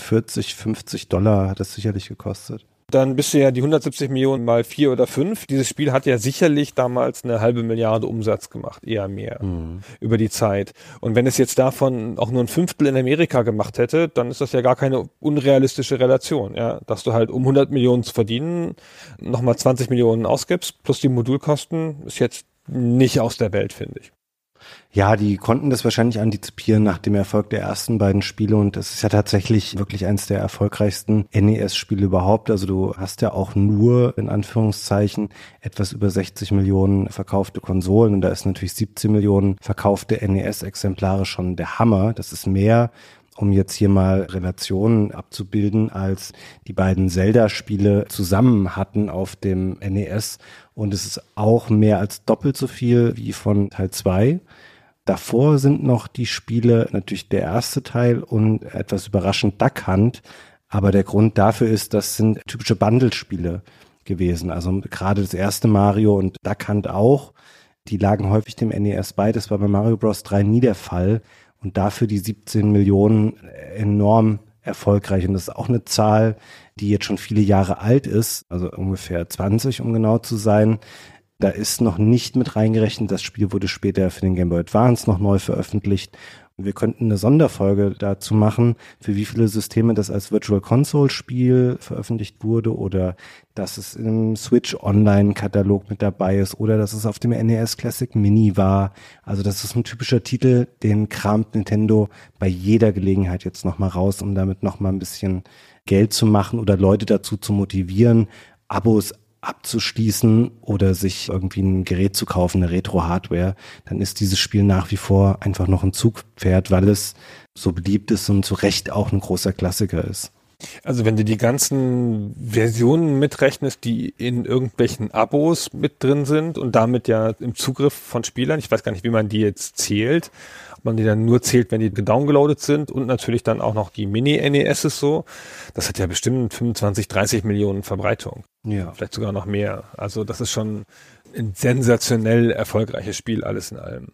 $40-50 hat das sicherlich gekostet. Dann bist du ja die 170 Millionen mal 4 oder 5. Dieses Spiel hat ja sicherlich damals eine halbe Milliarde Umsatz gemacht, eher mehr, über die Zeit. Und wenn es jetzt davon auch nur ein Fünftel in Amerika gemacht hätte, dann ist das ja gar keine unrealistische Relation, ja, dass du halt um 100 Millionen zu verdienen, nochmal 20 Millionen ausgibst, plus die Modulkosten, ist jetzt nicht aus der Welt, finde ich. Ja, die konnten das wahrscheinlich antizipieren nach dem Erfolg der ersten beiden Spiele und es ist ja tatsächlich wirklich eines der erfolgreichsten NES-Spiele überhaupt. Also du hast ja auch nur, in Anführungszeichen, etwas über 60 Millionen verkaufte Konsolen und da ist natürlich 17 Millionen verkaufte NES-Exemplare schon der Hammer. Das ist mehr, um jetzt hier mal Relationen abzubilden, als die beiden Zelda-Spiele zusammen hatten auf dem NES. Und es ist auch mehr als doppelt so viel wie von Teil 2. Davor sind noch die Spiele, natürlich der erste Teil und etwas überraschend Duck Hunt. Aber der Grund dafür ist, das sind typische Bundle-Spiele gewesen. Also gerade das erste Mario und Duck Hunt auch, die lagen häufig dem NES bei. Das war bei Mario Bros. 3 nie der Fall. Und dafür die 17 Millionen enorm erfolgreich. Und das ist auch eine Zahl, die jetzt schon viele Jahre alt ist, also ungefähr 20, um genau zu sein. Da ist noch nicht mit reingerechnet. Das Spiel wurde später für den Game Boy Advance noch neu veröffentlicht. Und wir könnten eine Sonderfolge dazu machen, für wie viele Systeme das als Virtual Console Spiel veröffentlicht wurde oder dass es im Switch Online Katalog mit dabei ist oder dass es auf dem NES Classic Mini war. Also das ist ein typischer Titel, den kramt Nintendo bei jeder Gelegenheit jetzt nochmal raus, um damit nochmal ein bisschen Geld zu machen oder Leute dazu zu motivieren, Abos abzuschließen oder sich irgendwie ein Gerät zu kaufen, eine Retro-Hardware, dann ist dieses Spiel nach wie vor einfach noch ein Zugpferd, weil es so beliebt ist und zu Recht auch ein großer Klassiker ist. Also wenn du die ganzen Versionen mitrechnest, die in irgendwelchen Abos mit drin sind und damit ja im Zugriff von Spielern, ich weiß gar nicht, wie man die jetzt zählt, ob man die dann nur zählt, wenn die gedowngeloadet sind und natürlich dann auch noch die Mini-NES so, das hat ja bestimmt 25, 30 Millionen Verbreitung. Ja. Vielleicht sogar noch mehr. Also das ist schon ein sensationell erfolgreiches Spiel, alles in allem.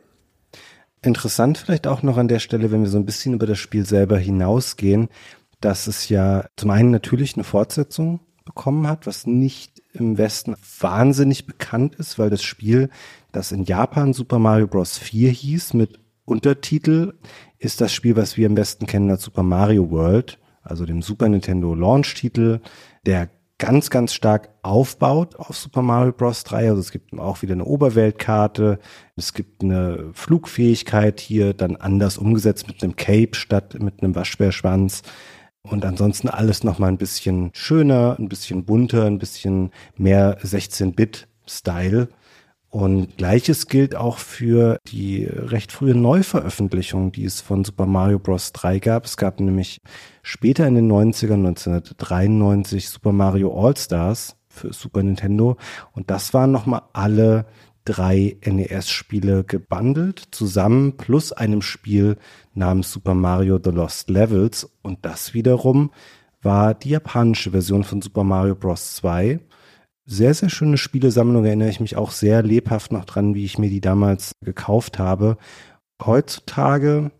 Interessant vielleicht auch noch an der Stelle, wenn wir so ein bisschen über das Spiel selber hinausgehen, dass es ja zum einen natürlich eine Fortsetzung bekommen hat, was nicht im Westen wahnsinnig bekannt ist, weil das Spiel, das in Japan Super Mario Bros. 4 hieß, mit Untertitel, ist das Spiel, was wir im Westen kennen als Super Mario World, also dem Super Nintendo Launch-Titel, der ganz, ganz stark aufbaut auf Super Mario Bros. 3. Also es gibt auch wieder eine Oberweltkarte, es gibt eine Flugfähigkeit hier, dann anders umgesetzt mit einem Cape statt mit einem Waschbärschwanz. Und ansonsten alles nochmal ein bisschen schöner, ein bisschen bunter, ein bisschen mehr 16-Bit-Style. Und Gleiches gilt auch für die recht frühe Neuveröffentlichung, die es von Super Mario Bros. 3 gab. Es gab nämlich später in den 90ern, 1993, Super Mario All-Stars für Super Nintendo. Und das waren nochmal alle 3 NES-Spiele gebundelt, zusammen plus einem Spiel namens Super Mario The Lost Levels. Und das wiederum war die japanische Version von Super Mario Bros. 2. Sehr, sehr schöne Spielesammlung, erinnere ich mich auch sehr lebhaft noch dran, wie ich mir die damals gekauft habe. Heutzutage,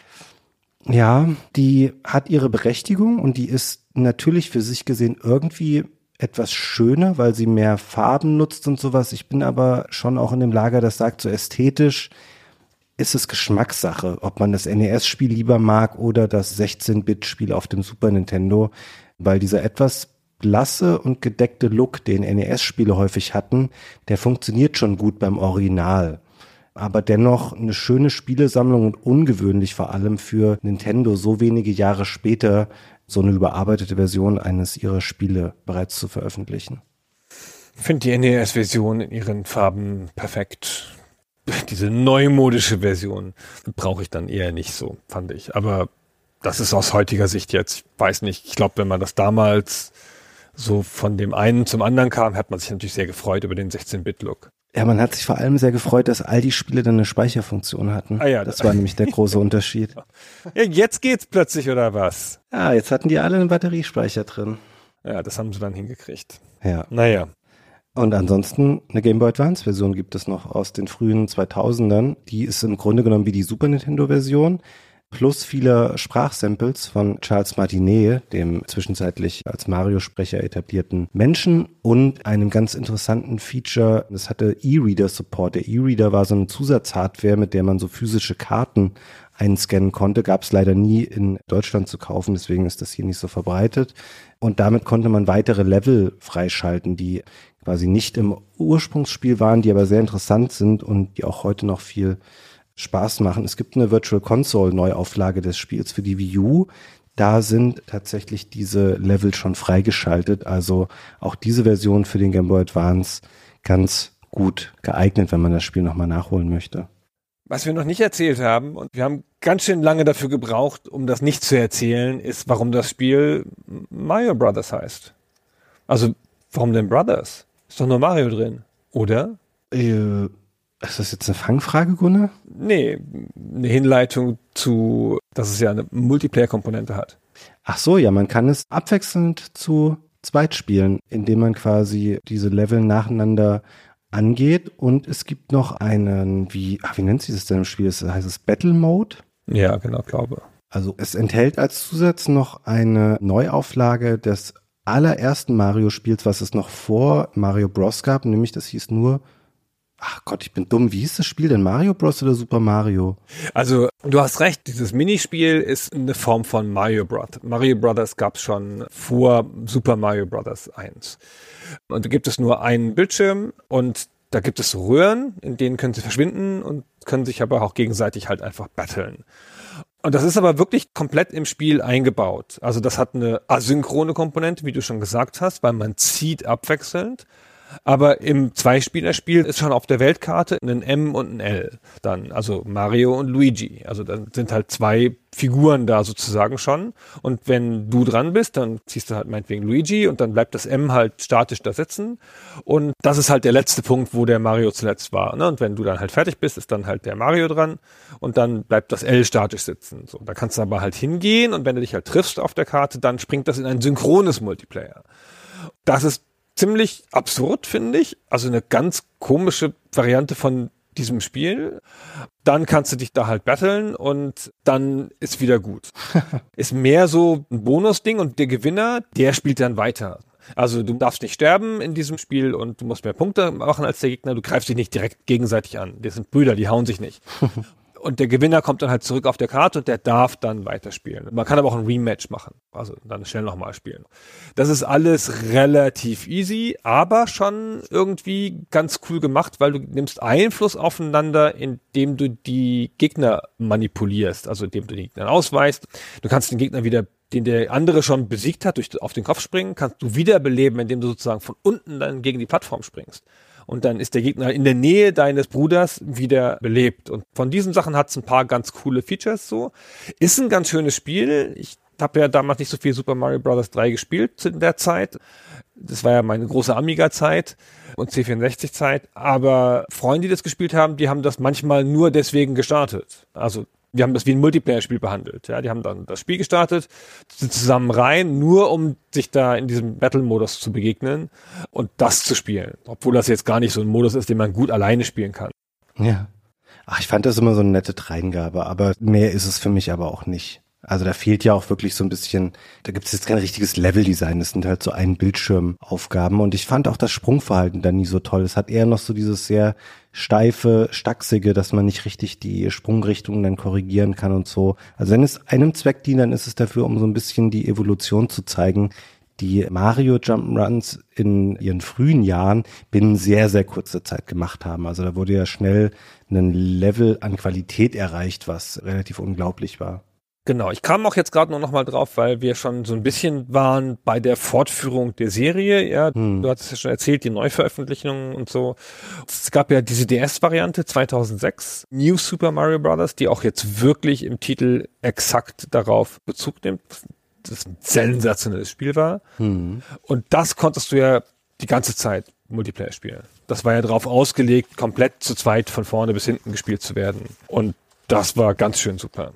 ja, die hat ihre Berechtigung und die ist natürlich für sich gesehen irgendwie etwas schöner, weil sie mehr Farben nutzt und sowas. Ich bin aber schon auch in dem Lager, das sagt, so ästhetisch ist es Geschmackssache, ob man das NES-Spiel lieber mag oder das 16-Bit-Spiel auf dem Super Nintendo, weil dieser etwas blasse und gedeckte Look, den NES-Spiele häufig hatten, der funktioniert schon gut beim Original. Aber dennoch eine schöne Spielesammlung und ungewöhnlich vor allem für Nintendo, so wenige Jahre später so eine überarbeitete Version eines ihrer Spiele bereits zu veröffentlichen. Ich finde die NES-Version in ihren Farben perfekt. Diese neumodische Version brauche ich dann eher nicht so, fand ich. Aber das ist aus heutiger Sicht jetzt, ich weiß nicht, ich glaube, wenn man das damals so von dem einen zum anderen kam, hat man sich natürlich sehr gefreut über den 16-Bit-Look. Ja, man hat sich vor allem sehr gefreut, dass all die Spiele dann eine Speicherfunktion hatten. Ah ja, das war nämlich der große Unterschied. Ja, jetzt geht's plötzlich, oder was? Ja, jetzt hatten die alle einen Batteriespeicher drin. Ja, das haben sie dann hingekriegt. Ja. Naja. Und ansonsten eine Game Boy Advance Version gibt es noch aus den frühen 2000ern. Die ist im Grunde genommen wie die Super Nintendo Version, plus viele Sprachsamples von Charles Martinet, dem zwischenzeitlich als Mario-Sprecher etablierten Menschen, und einem ganz interessanten Feature. Das hatte E-Reader-Support. Der E-Reader war so eine Zusatzhardware, mit der man so physische Karten einscannen konnte. Gab es leider nie in Deutschland zu kaufen, deswegen ist das hier nicht so verbreitet. Und damit konnte man weitere Level freischalten, die quasi nicht im Ursprungsspiel waren, die aber sehr interessant sind und die auch heute noch viel Spaß machen. Es gibt eine Virtual Console Neuauflage des Spiels für die Wii U. Da sind tatsächlich diese Level schon freigeschaltet. Also auch diese Version für den Game Boy Advance ganz gut geeignet, wenn man das Spiel nochmal nachholen möchte. Was wir noch nicht erzählt haben, und wir haben ganz schön lange dafür gebraucht, um das nicht zu erzählen, ist, warum das Spiel Mario Brothers heißt. Also, warum denn Brothers? Ist doch nur Mario drin, oder? Ist das jetzt eine Fangfrage, Gunnar? Nee, eine Hinleitung zu, dass es ja eine Multiplayer-Komponente hat. Ach so, ja, man kann es abwechselnd zu zweit spielen, indem man quasi diese Level nacheinander angeht, und es gibt noch einen, wie nennt sich das denn im Spiel? Heißt es Battle Mode? Ja, genau, glaube. Also es enthält als Zusatz noch eine Neuauflage des allerersten Mario-Spiels, was es noch vor Mario Bros. Gab, nämlich das hieß nur, ach Gott, ich bin dumm, wie hieß das Spiel denn? Mario Bros. Oder Super Mario? Also, du hast recht, dieses Minispiel ist eine Form von Mario Bros. Mario Brothers gab es schon vor Super Mario Bros. 1. Und da gibt es nur einen Bildschirm und da gibt es Röhren, in denen können sie verschwinden und können sich aber auch gegenseitig halt einfach battlen. Und das ist aber wirklich komplett im Spiel eingebaut. Also das hat eine asynchrone Komponente, wie du schon gesagt hast, weil man zieht abwechselnd. Aber im Zweispielerspiel ist schon auf der Weltkarte ein M und ein L dann, also Mario und Luigi. Also dann sind halt zwei Figuren da sozusagen schon. Und wenn du dran bist, dann ziehst du halt meinetwegen Luigi und dann bleibt das M halt statisch da sitzen. Und das ist halt der letzte Punkt, wo der Mario zuletzt war. Ne? Und wenn du dann halt fertig bist, ist dann halt der Mario dran und dann bleibt das L statisch sitzen. So, da kannst du aber halt hingehen und wenn du dich halt triffst auf der Karte, dann springt das in ein synchrones Multiplayer. Das ist ziemlich absurd, finde ich. Also eine ganz komische Variante von diesem Spiel. Dann kannst du dich da halt battlen und dann ist wieder gut. Ist mehr so ein Bonusding und der Gewinner, der spielt dann weiter. Also du darfst nicht sterben in diesem Spiel und du musst mehr Punkte machen als der Gegner. Du greifst dich nicht direkt gegenseitig an. Das sind Brüder, die hauen sich nicht. Und der Gewinner kommt dann halt zurück auf der Karte und der darf dann weiterspielen. Man kann aber auch ein Rematch machen, also dann schnell nochmal spielen. Das ist alles relativ easy, aber schon irgendwie ganz cool gemacht, weil du nimmst Einfluss aufeinander, indem du die Gegner manipulierst, also indem du die Gegner ausweist. Du kannst den Gegner wieder, den der andere schon besiegt hat, auf den Kopf springen, kannst du wiederbeleben, indem du sozusagen von unten dann gegen die Plattform springst. Und dann ist der Gegner in der Nähe deines Bruders wieder belebt. Und von diesen Sachen hat es ein paar ganz coole Features so. Ist ein ganz schönes Spiel. Ich habe ja damals nicht so viel Super Mario Bros. 3 gespielt in der Zeit. Das war ja meine große Amiga-Zeit und C64-Zeit. Aber Freunde, die das gespielt haben, die haben das manchmal nur deswegen gestartet. Also wir haben das wie ein Multiplayer-Spiel behandelt. Ja, die haben dann das Spiel gestartet, sind zusammen rein, nur um sich da in diesem Battle-Modus zu begegnen und das zu spielen. Obwohl das jetzt gar nicht so ein Modus ist, den man gut alleine spielen kann. Ja. Ach, ich fand das immer so eine nette Dreingabe, aber mehr ist es für mich aber auch nicht. Also da fehlt ja auch wirklich so ein bisschen, da gibt es jetzt kein richtiges Leveldesign, das sind halt so Bildschirmaufgaben und ich fand auch das Sprungverhalten dann nie so toll. Es hat eher noch so dieses sehr steife, stachsige, dass man nicht richtig die Sprungrichtungen dann korrigieren kann und so. Also wenn es einem Zweck dient, dann ist es dafür, um so ein bisschen die Evolution zu zeigen, die Mario Jump'n'Runs in ihren frühen Jahren binnen sehr, sehr kurzer Zeit gemacht haben. Also da wurde ja schnell ein Level an Qualität erreicht, was relativ unglaublich war. Genau, ich kam auch jetzt gerade noch mal drauf, weil wir schon so ein bisschen waren bei der Fortführung der Serie. Ja, du hattest ja schon erzählt, die Neuveröffentlichungen und so. Es gab ja diese DS-Variante 2006, New Super Mario Bros., die auch jetzt wirklich im Titel exakt darauf Bezug nimmt. Das ein sensationelles Spiel war. Und das konntest du ja die ganze Zeit Multiplayer spielen. Das war ja darauf ausgelegt, komplett zu zweit von vorne bis hinten gespielt zu werden. Und das war ganz schön super.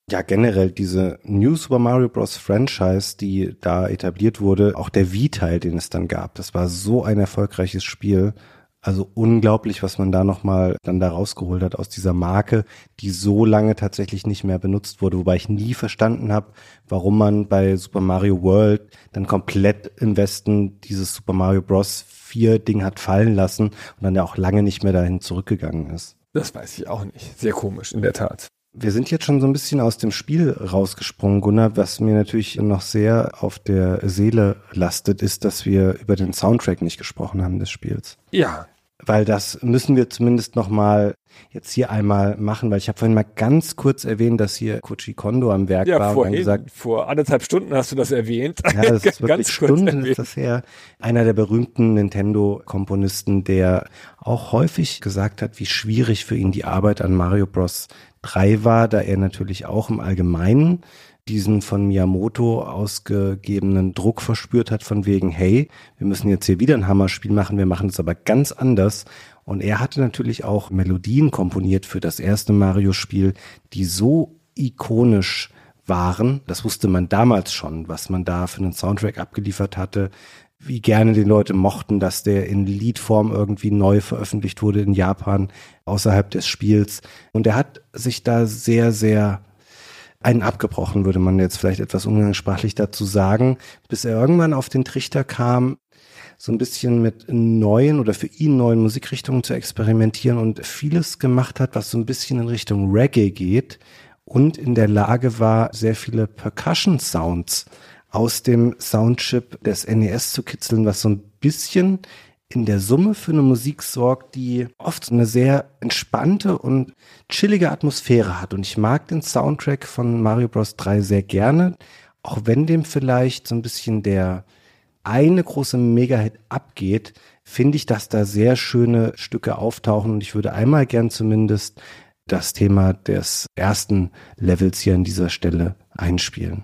Ja, generell diese New Super Mario Bros. Franchise, die da etabliert wurde, auch der Wii-Teil, den es dann gab, das war so ein erfolgreiches Spiel. Also unglaublich, was man da nochmal dann da rausgeholt hat aus dieser Marke, die so lange tatsächlich nicht mehr benutzt wurde. Wobei ich nie verstanden habe, warum man bei Super Mario World dann komplett im Westen dieses Super Mario Bros. 4 Ding hat fallen lassen und dann ja auch lange nicht mehr dahin zurückgegangen ist. Das weiß ich auch nicht. Sehr komisch, in der Tat. Wir sind jetzt schon so ein bisschen aus dem Spiel rausgesprungen, Gunnar. Was mir natürlich noch sehr auf der Seele lastet, ist, dass wir über den Soundtrack nicht gesprochen haben des Spiels. Ja. Weil das müssen wir zumindest noch mal jetzt hier einmal machen, weil ich habe vorhin mal ganz kurz erwähnt, dass hier Koji Kondo am Werk war. Vorhin, und dann gesagt, vor 1,5 Stunden hast du das erwähnt. Ja, das ist wirklich Stunden ist das her. Einer der berühmten Nintendo-Komponisten, der auch häufig gesagt hat, wie schwierig für ihn die Arbeit an Mario Bros. 3 war, da er natürlich auch im Allgemeinen diesen von Miyamoto ausgegebenen Druck verspürt hat von wegen, hey, wir müssen jetzt hier wieder ein Hammerspiel machen, wir machen es aber ganz anders. Und er hatte natürlich auch Melodien komponiert für das erste Mario-Spiel, die so ikonisch waren. Das wusste man damals schon, was man da für einen Soundtrack abgeliefert hatte, wie gerne die Leute mochten, dass der in Liedform irgendwie neu veröffentlicht wurde in Japan, außerhalb des Spiels. Und er hat sich da sehr, sehr einen abgebrochen, würde man jetzt vielleicht etwas umgangssprachlich dazu sagen, bis er irgendwann auf den Trichter kam, so ein bisschen mit neuen oder für ihn neuen Musikrichtungen zu experimentieren und vieles gemacht hat, was so ein bisschen in Richtung Reggae geht und in der Lage war, sehr viele Percussion-Sounds aus dem Soundchip des NES zu kitzeln, was so ein bisschen in der Summe für eine Musik sorgt, die oft eine sehr entspannte und chillige Atmosphäre hat. Und ich mag den Soundtrack von Mario Bros. 3 sehr gerne, auch wenn dem vielleicht so ein bisschen der eine große Mega-Hit abgeht, finde ich, dass da sehr schöne Stücke auftauchen. Und ich würde einmal gern zumindest das Thema des ersten Levels hier an dieser Stelle einspielen.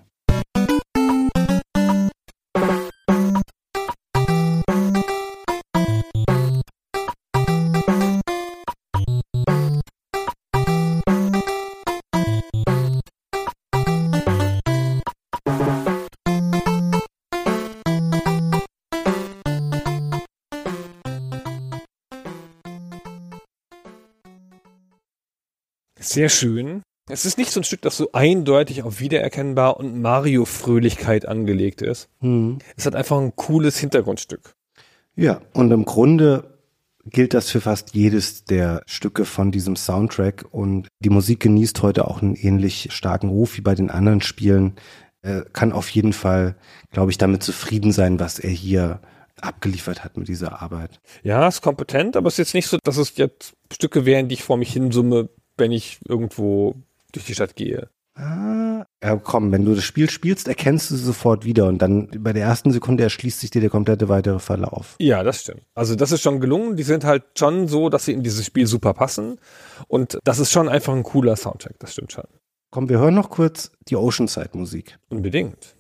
Sehr schön. Es ist nicht so ein Stück, das so eindeutig auf Wiedererkennbar und Mario-Fröhlichkeit angelegt ist. Es hat einfach ein cooles Hintergrundstück. Ja, und im Grunde gilt das für fast jedes der Stücke von diesem Soundtrack und die Musik genießt heute auch einen ähnlich starken Ruf wie bei den anderen Spielen. Er kann auf jeden Fall, glaube ich, damit zufrieden sein, was er hier abgeliefert hat mit dieser Arbeit. Ja, ist kompetent, aber es ist jetzt nicht so, dass es jetzt Stücke wären, die ich vor mich hinsumme, wenn ich irgendwo durch die Stadt gehe. Ja, komm, wenn du das Spiel spielst, erkennst du sie sofort wieder und dann bei der ersten Sekunde erschließt sich dir der komplette weitere Verlauf. Ja, das stimmt. Also das ist schon gelungen. Die sind halt schon so, dass sie in dieses Spiel super passen und das ist schon einfach ein cooler Soundtrack, das stimmt schon. Komm, wir hören noch kurz die Oceanside-Musik. Unbedingt.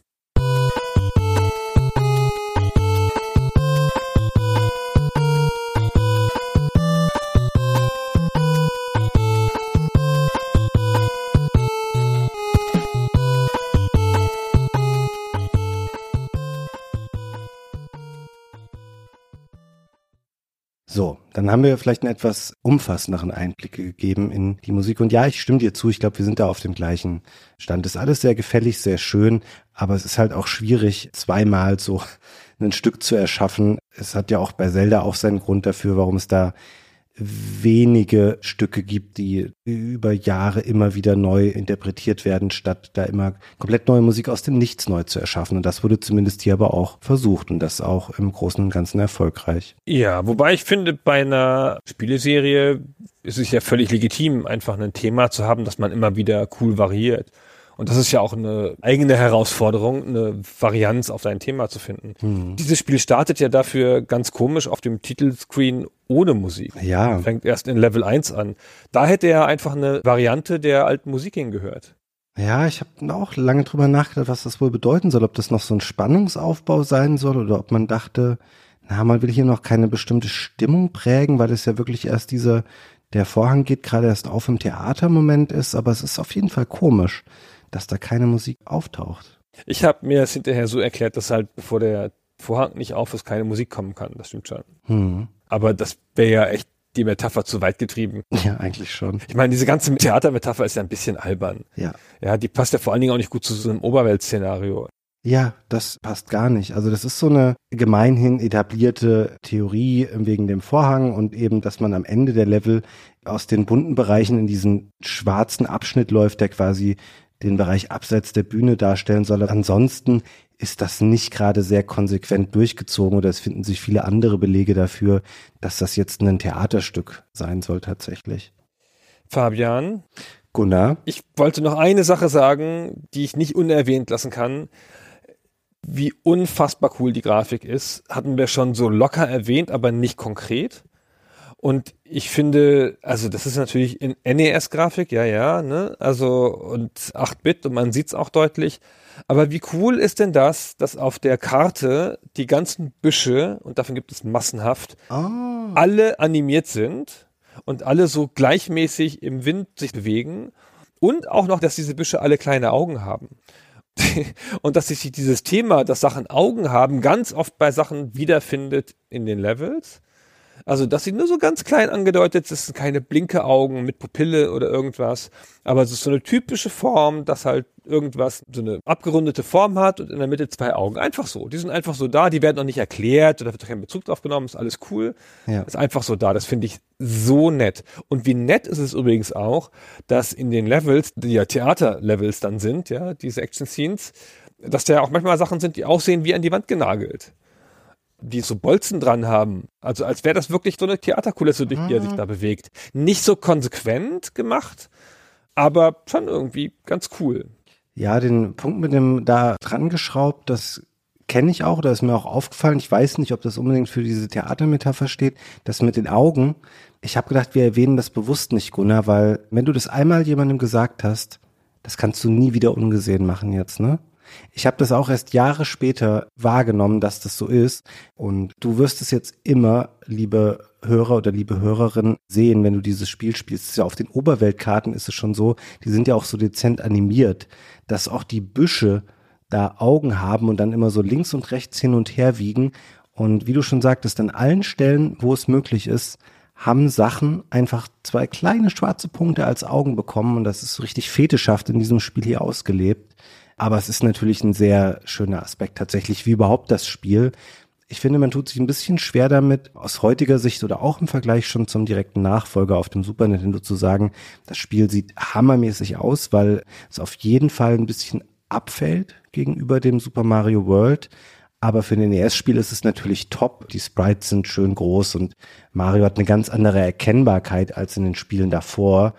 So, dann haben wir vielleicht einen etwas umfassenderen Einblick gegeben in die Musik. Und ja, ich stimme dir zu, ich glaube, wir sind da auf dem gleichen Stand. Das ist alles sehr gefällig, sehr schön, aber es ist halt auch schwierig, zweimal so ein Stück zu erschaffen. Es hat ja auch bei Zelda auch seinen Grund dafür, warum es da wenige Stücke gibt, die über Jahre immer wieder neu interpretiert werden, statt da immer komplett neue Musik aus dem Nichts neu zu erschaffen. Und das wurde zumindest hier aber auch versucht und das auch im Großen und Ganzen erfolgreich. Ja, wobei ich finde, bei einer Spieleserie ist es ja völlig legitim, einfach ein Thema zu haben, das man immer wieder cool variiert. Und das ist ja auch eine eigene Herausforderung, eine Varianz auf dein Thema zu finden. Dieses Spiel startet ja dafür ganz komisch auf dem Titelscreen ohne Musik. Ja. Fängt erst in Level 1 an. Da hätte er einfach eine Variante der alten Musik hingehört. Ja, ich habe auch lange drüber nachgedacht, was das wohl bedeuten soll. Ob das noch so ein Spannungsaufbau sein soll oder ob man dachte, man will hier noch keine bestimmte Stimmung prägen, weil es ja wirklich erst dieser der Vorhang geht gerade erst auf im Theatermoment ist, aber es ist auf jeden Fall komisch, dass da keine Musik auftaucht. Ich habe mir das hinterher so erklärt, dass halt, bevor der Vorhang nicht auf ist, keine Musik kommen kann. Das stimmt schon. Aber das wäre ja echt die Metapher zu weit getrieben. Ja, eigentlich schon. Ich meine, diese ganze Theatermetapher ist ja ein bisschen albern. Ja. Ja, die passt ja vor allen Dingen auch nicht gut zu so einem Oberweltszenario. Ja, das passt gar nicht. Also das ist so eine gemeinhin etablierte Theorie wegen dem Vorhang und eben, dass man am Ende der Level aus den bunten Bereichen in diesen schwarzen Abschnitt läuft, der quasi den Bereich abseits der Bühne darstellen soll. Ansonsten ist das nicht gerade sehr konsequent durchgezogen oder es finden sich viele andere Belege dafür, dass das jetzt ein Theaterstück sein soll tatsächlich. Fabian? Gunnar? Ich wollte noch eine Sache sagen, die ich nicht unerwähnt lassen kann. Wie unfassbar cool die Grafik ist, hatten wir schon so locker erwähnt, aber nicht konkret. Und ich finde, also das ist natürlich in NES-Grafik, ja, ne? Also und 8-Bit und man sieht's auch deutlich. Aber wie cool ist denn das, dass auf der Karte die ganzen Büsche, und davon gibt es massenhaft, alle animiert sind und alle so gleichmäßig im Wind sich bewegen und auch noch, dass diese Büsche alle kleine Augen haben. Und dass sich dieses Thema, dass Sachen Augen haben, ganz oft bei Sachen wiederfindet in den Levels. Also, dass sie nur so ganz klein angedeutet, das sind keine Blinke-Augen mit Pupille oder irgendwas, aber es ist so eine typische Form, dass halt irgendwas so eine abgerundete Form hat und in der Mitte 2 Augen. Einfach so. Die sind einfach so da, die werden noch nicht erklärt oder wird kein Bezug drauf genommen, ist alles cool. Ja. Ist einfach so da, das finde ich so nett. Und wie nett ist es übrigens auch, dass in den Levels, die ja Theater-Levels dann sind, ja, diese Action-Scenes, dass da ja auch manchmal Sachen sind, die aussehen wie an die Wand genagelt. Die so Bolzen dran haben. Also als wäre das wirklich so eine Theaterkulisse, durch die er sich da bewegt. Nicht so konsequent gemacht, aber schon irgendwie ganz cool. Ja, den Punkt mit dem da dran geschraubt, das kenne ich auch, da ist mir auch aufgefallen. Ich weiß nicht, ob das unbedingt für diese Theatermetapher steht. Das mit den Augen. Ich habe gedacht, wir erwähnen das bewusst nicht, Gunnar, weil wenn du das einmal jemandem gesagt hast, das kannst du nie wieder ungesehen machen jetzt, ne? Ich habe das auch erst Jahre später wahrgenommen, dass das so ist. Und du wirst es jetzt immer, liebe Hörer oder liebe Hörerin, sehen, wenn du dieses Spiel spielst. Das ist ja auf den Oberweltkarten ist es schon so, die sind ja auch so dezent animiert, dass auch die Büsche da Augen haben und dann immer so links und rechts hin und her wiegen. Und wie du schon sagtest, an allen Stellen, wo es möglich ist, haben Sachen einfach 2 kleine schwarze Punkte als Augen bekommen. Und das ist so richtig fetischhaft in diesem Spiel hier ausgelebt. Aber es ist natürlich ein sehr schöner Aspekt tatsächlich, wie überhaupt das Spiel. Ich finde, man tut sich ein bisschen schwer damit, aus heutiger Sicht oder auch im Vergleich schon zum direkten Nachfolger auf dem Super Nintendo zu sagen, das Spiel sieht hammermäßig aus, weil es auf jeden Fall ein bisschen abfällt gegenüber dem Super Mario World. Aber für ein NES-Spiel ist es natürlich top. Die Sprites sind schön groß und Mario hat eine ganz andere Erkennbarkeit als in den Spielen davor.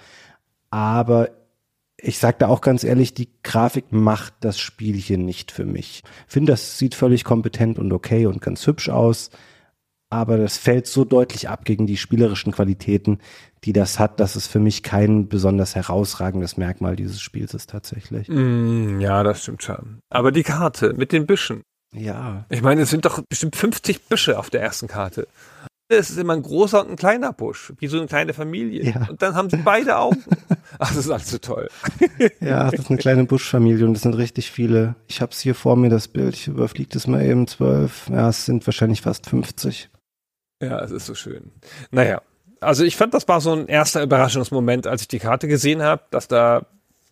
Aber ich sage da auch ganz ehrlich, die Grafik macht das Spiel hier nicht für mich. Ich finde, das sieht völlig kompetent und okay und ganz hübsch aus, aber das fällt so deutlich ab gegen die spielerischen Qualitäten, die das hat, dass es für mich kein besonders herausragendes Merkmal dieses Spiels ist tatsächlich. Ja, das stimmt schon. Aber die Karte mit den Büschen. Ja. Ich meine, es sind doch bestimmt 50 Büsche auf der ersten Karte. Es ist immer ein großer und ein kleiner Busch, wie so eine kleine Familie. Ja. Und dann haben sie beide Augen. Ach, das ist alles so toll. Ja, das ist eine kleine Buschfamilie und das sind richtig viele. Ich habe es hier vor mir, das Bild. Ich überfliege das mal eben 12. Ja, es sind wahrscheinlich fast 50. Ja, es ist so schön. Naja, also ich fand, das war so ein erster Überraschungsmoment, als ich die Karte gesehen habe, dass da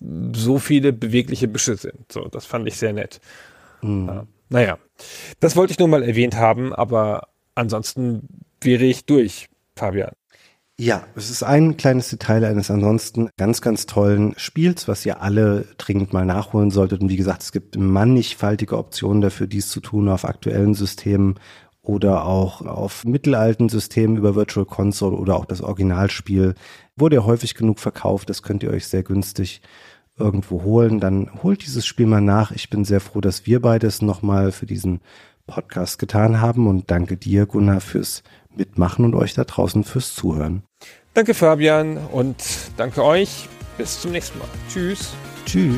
so viele bewegliche Büsche sind. So, das fand ich sehr nett. Ja. Naja, das wollte ich nur mal erwähnt haben, aber ansonsten wäre ich durch, Fabian. Ja, es ist ein kleines Detail eines ansonsten ganz, ganz tollen Spiels, was ihr alle dringend mal nachholen solltet. Und wie gesagt, es gibt mannigfaltige Optionen dafür, dies zu tun auf aktuellen Systemen oder auch auf mittelalten Systemen über Virtual Console oder auch das Originalspiel. Wurde ja häufig genug verkauft, das könnt ihr euch sehr günstig irgendwo holen. Dann holt dieses Spiel mal nach. Ich bin sehr froh, dass wir beides nochmal für diesen Podcast getan haben und danke dir, Gunnar, fürs Mitmachen und euch da draußen fürs Zuhören. Danke, Fabian, und danke euch. Bis zum nächsten Mal. Tschüss. Tschüss.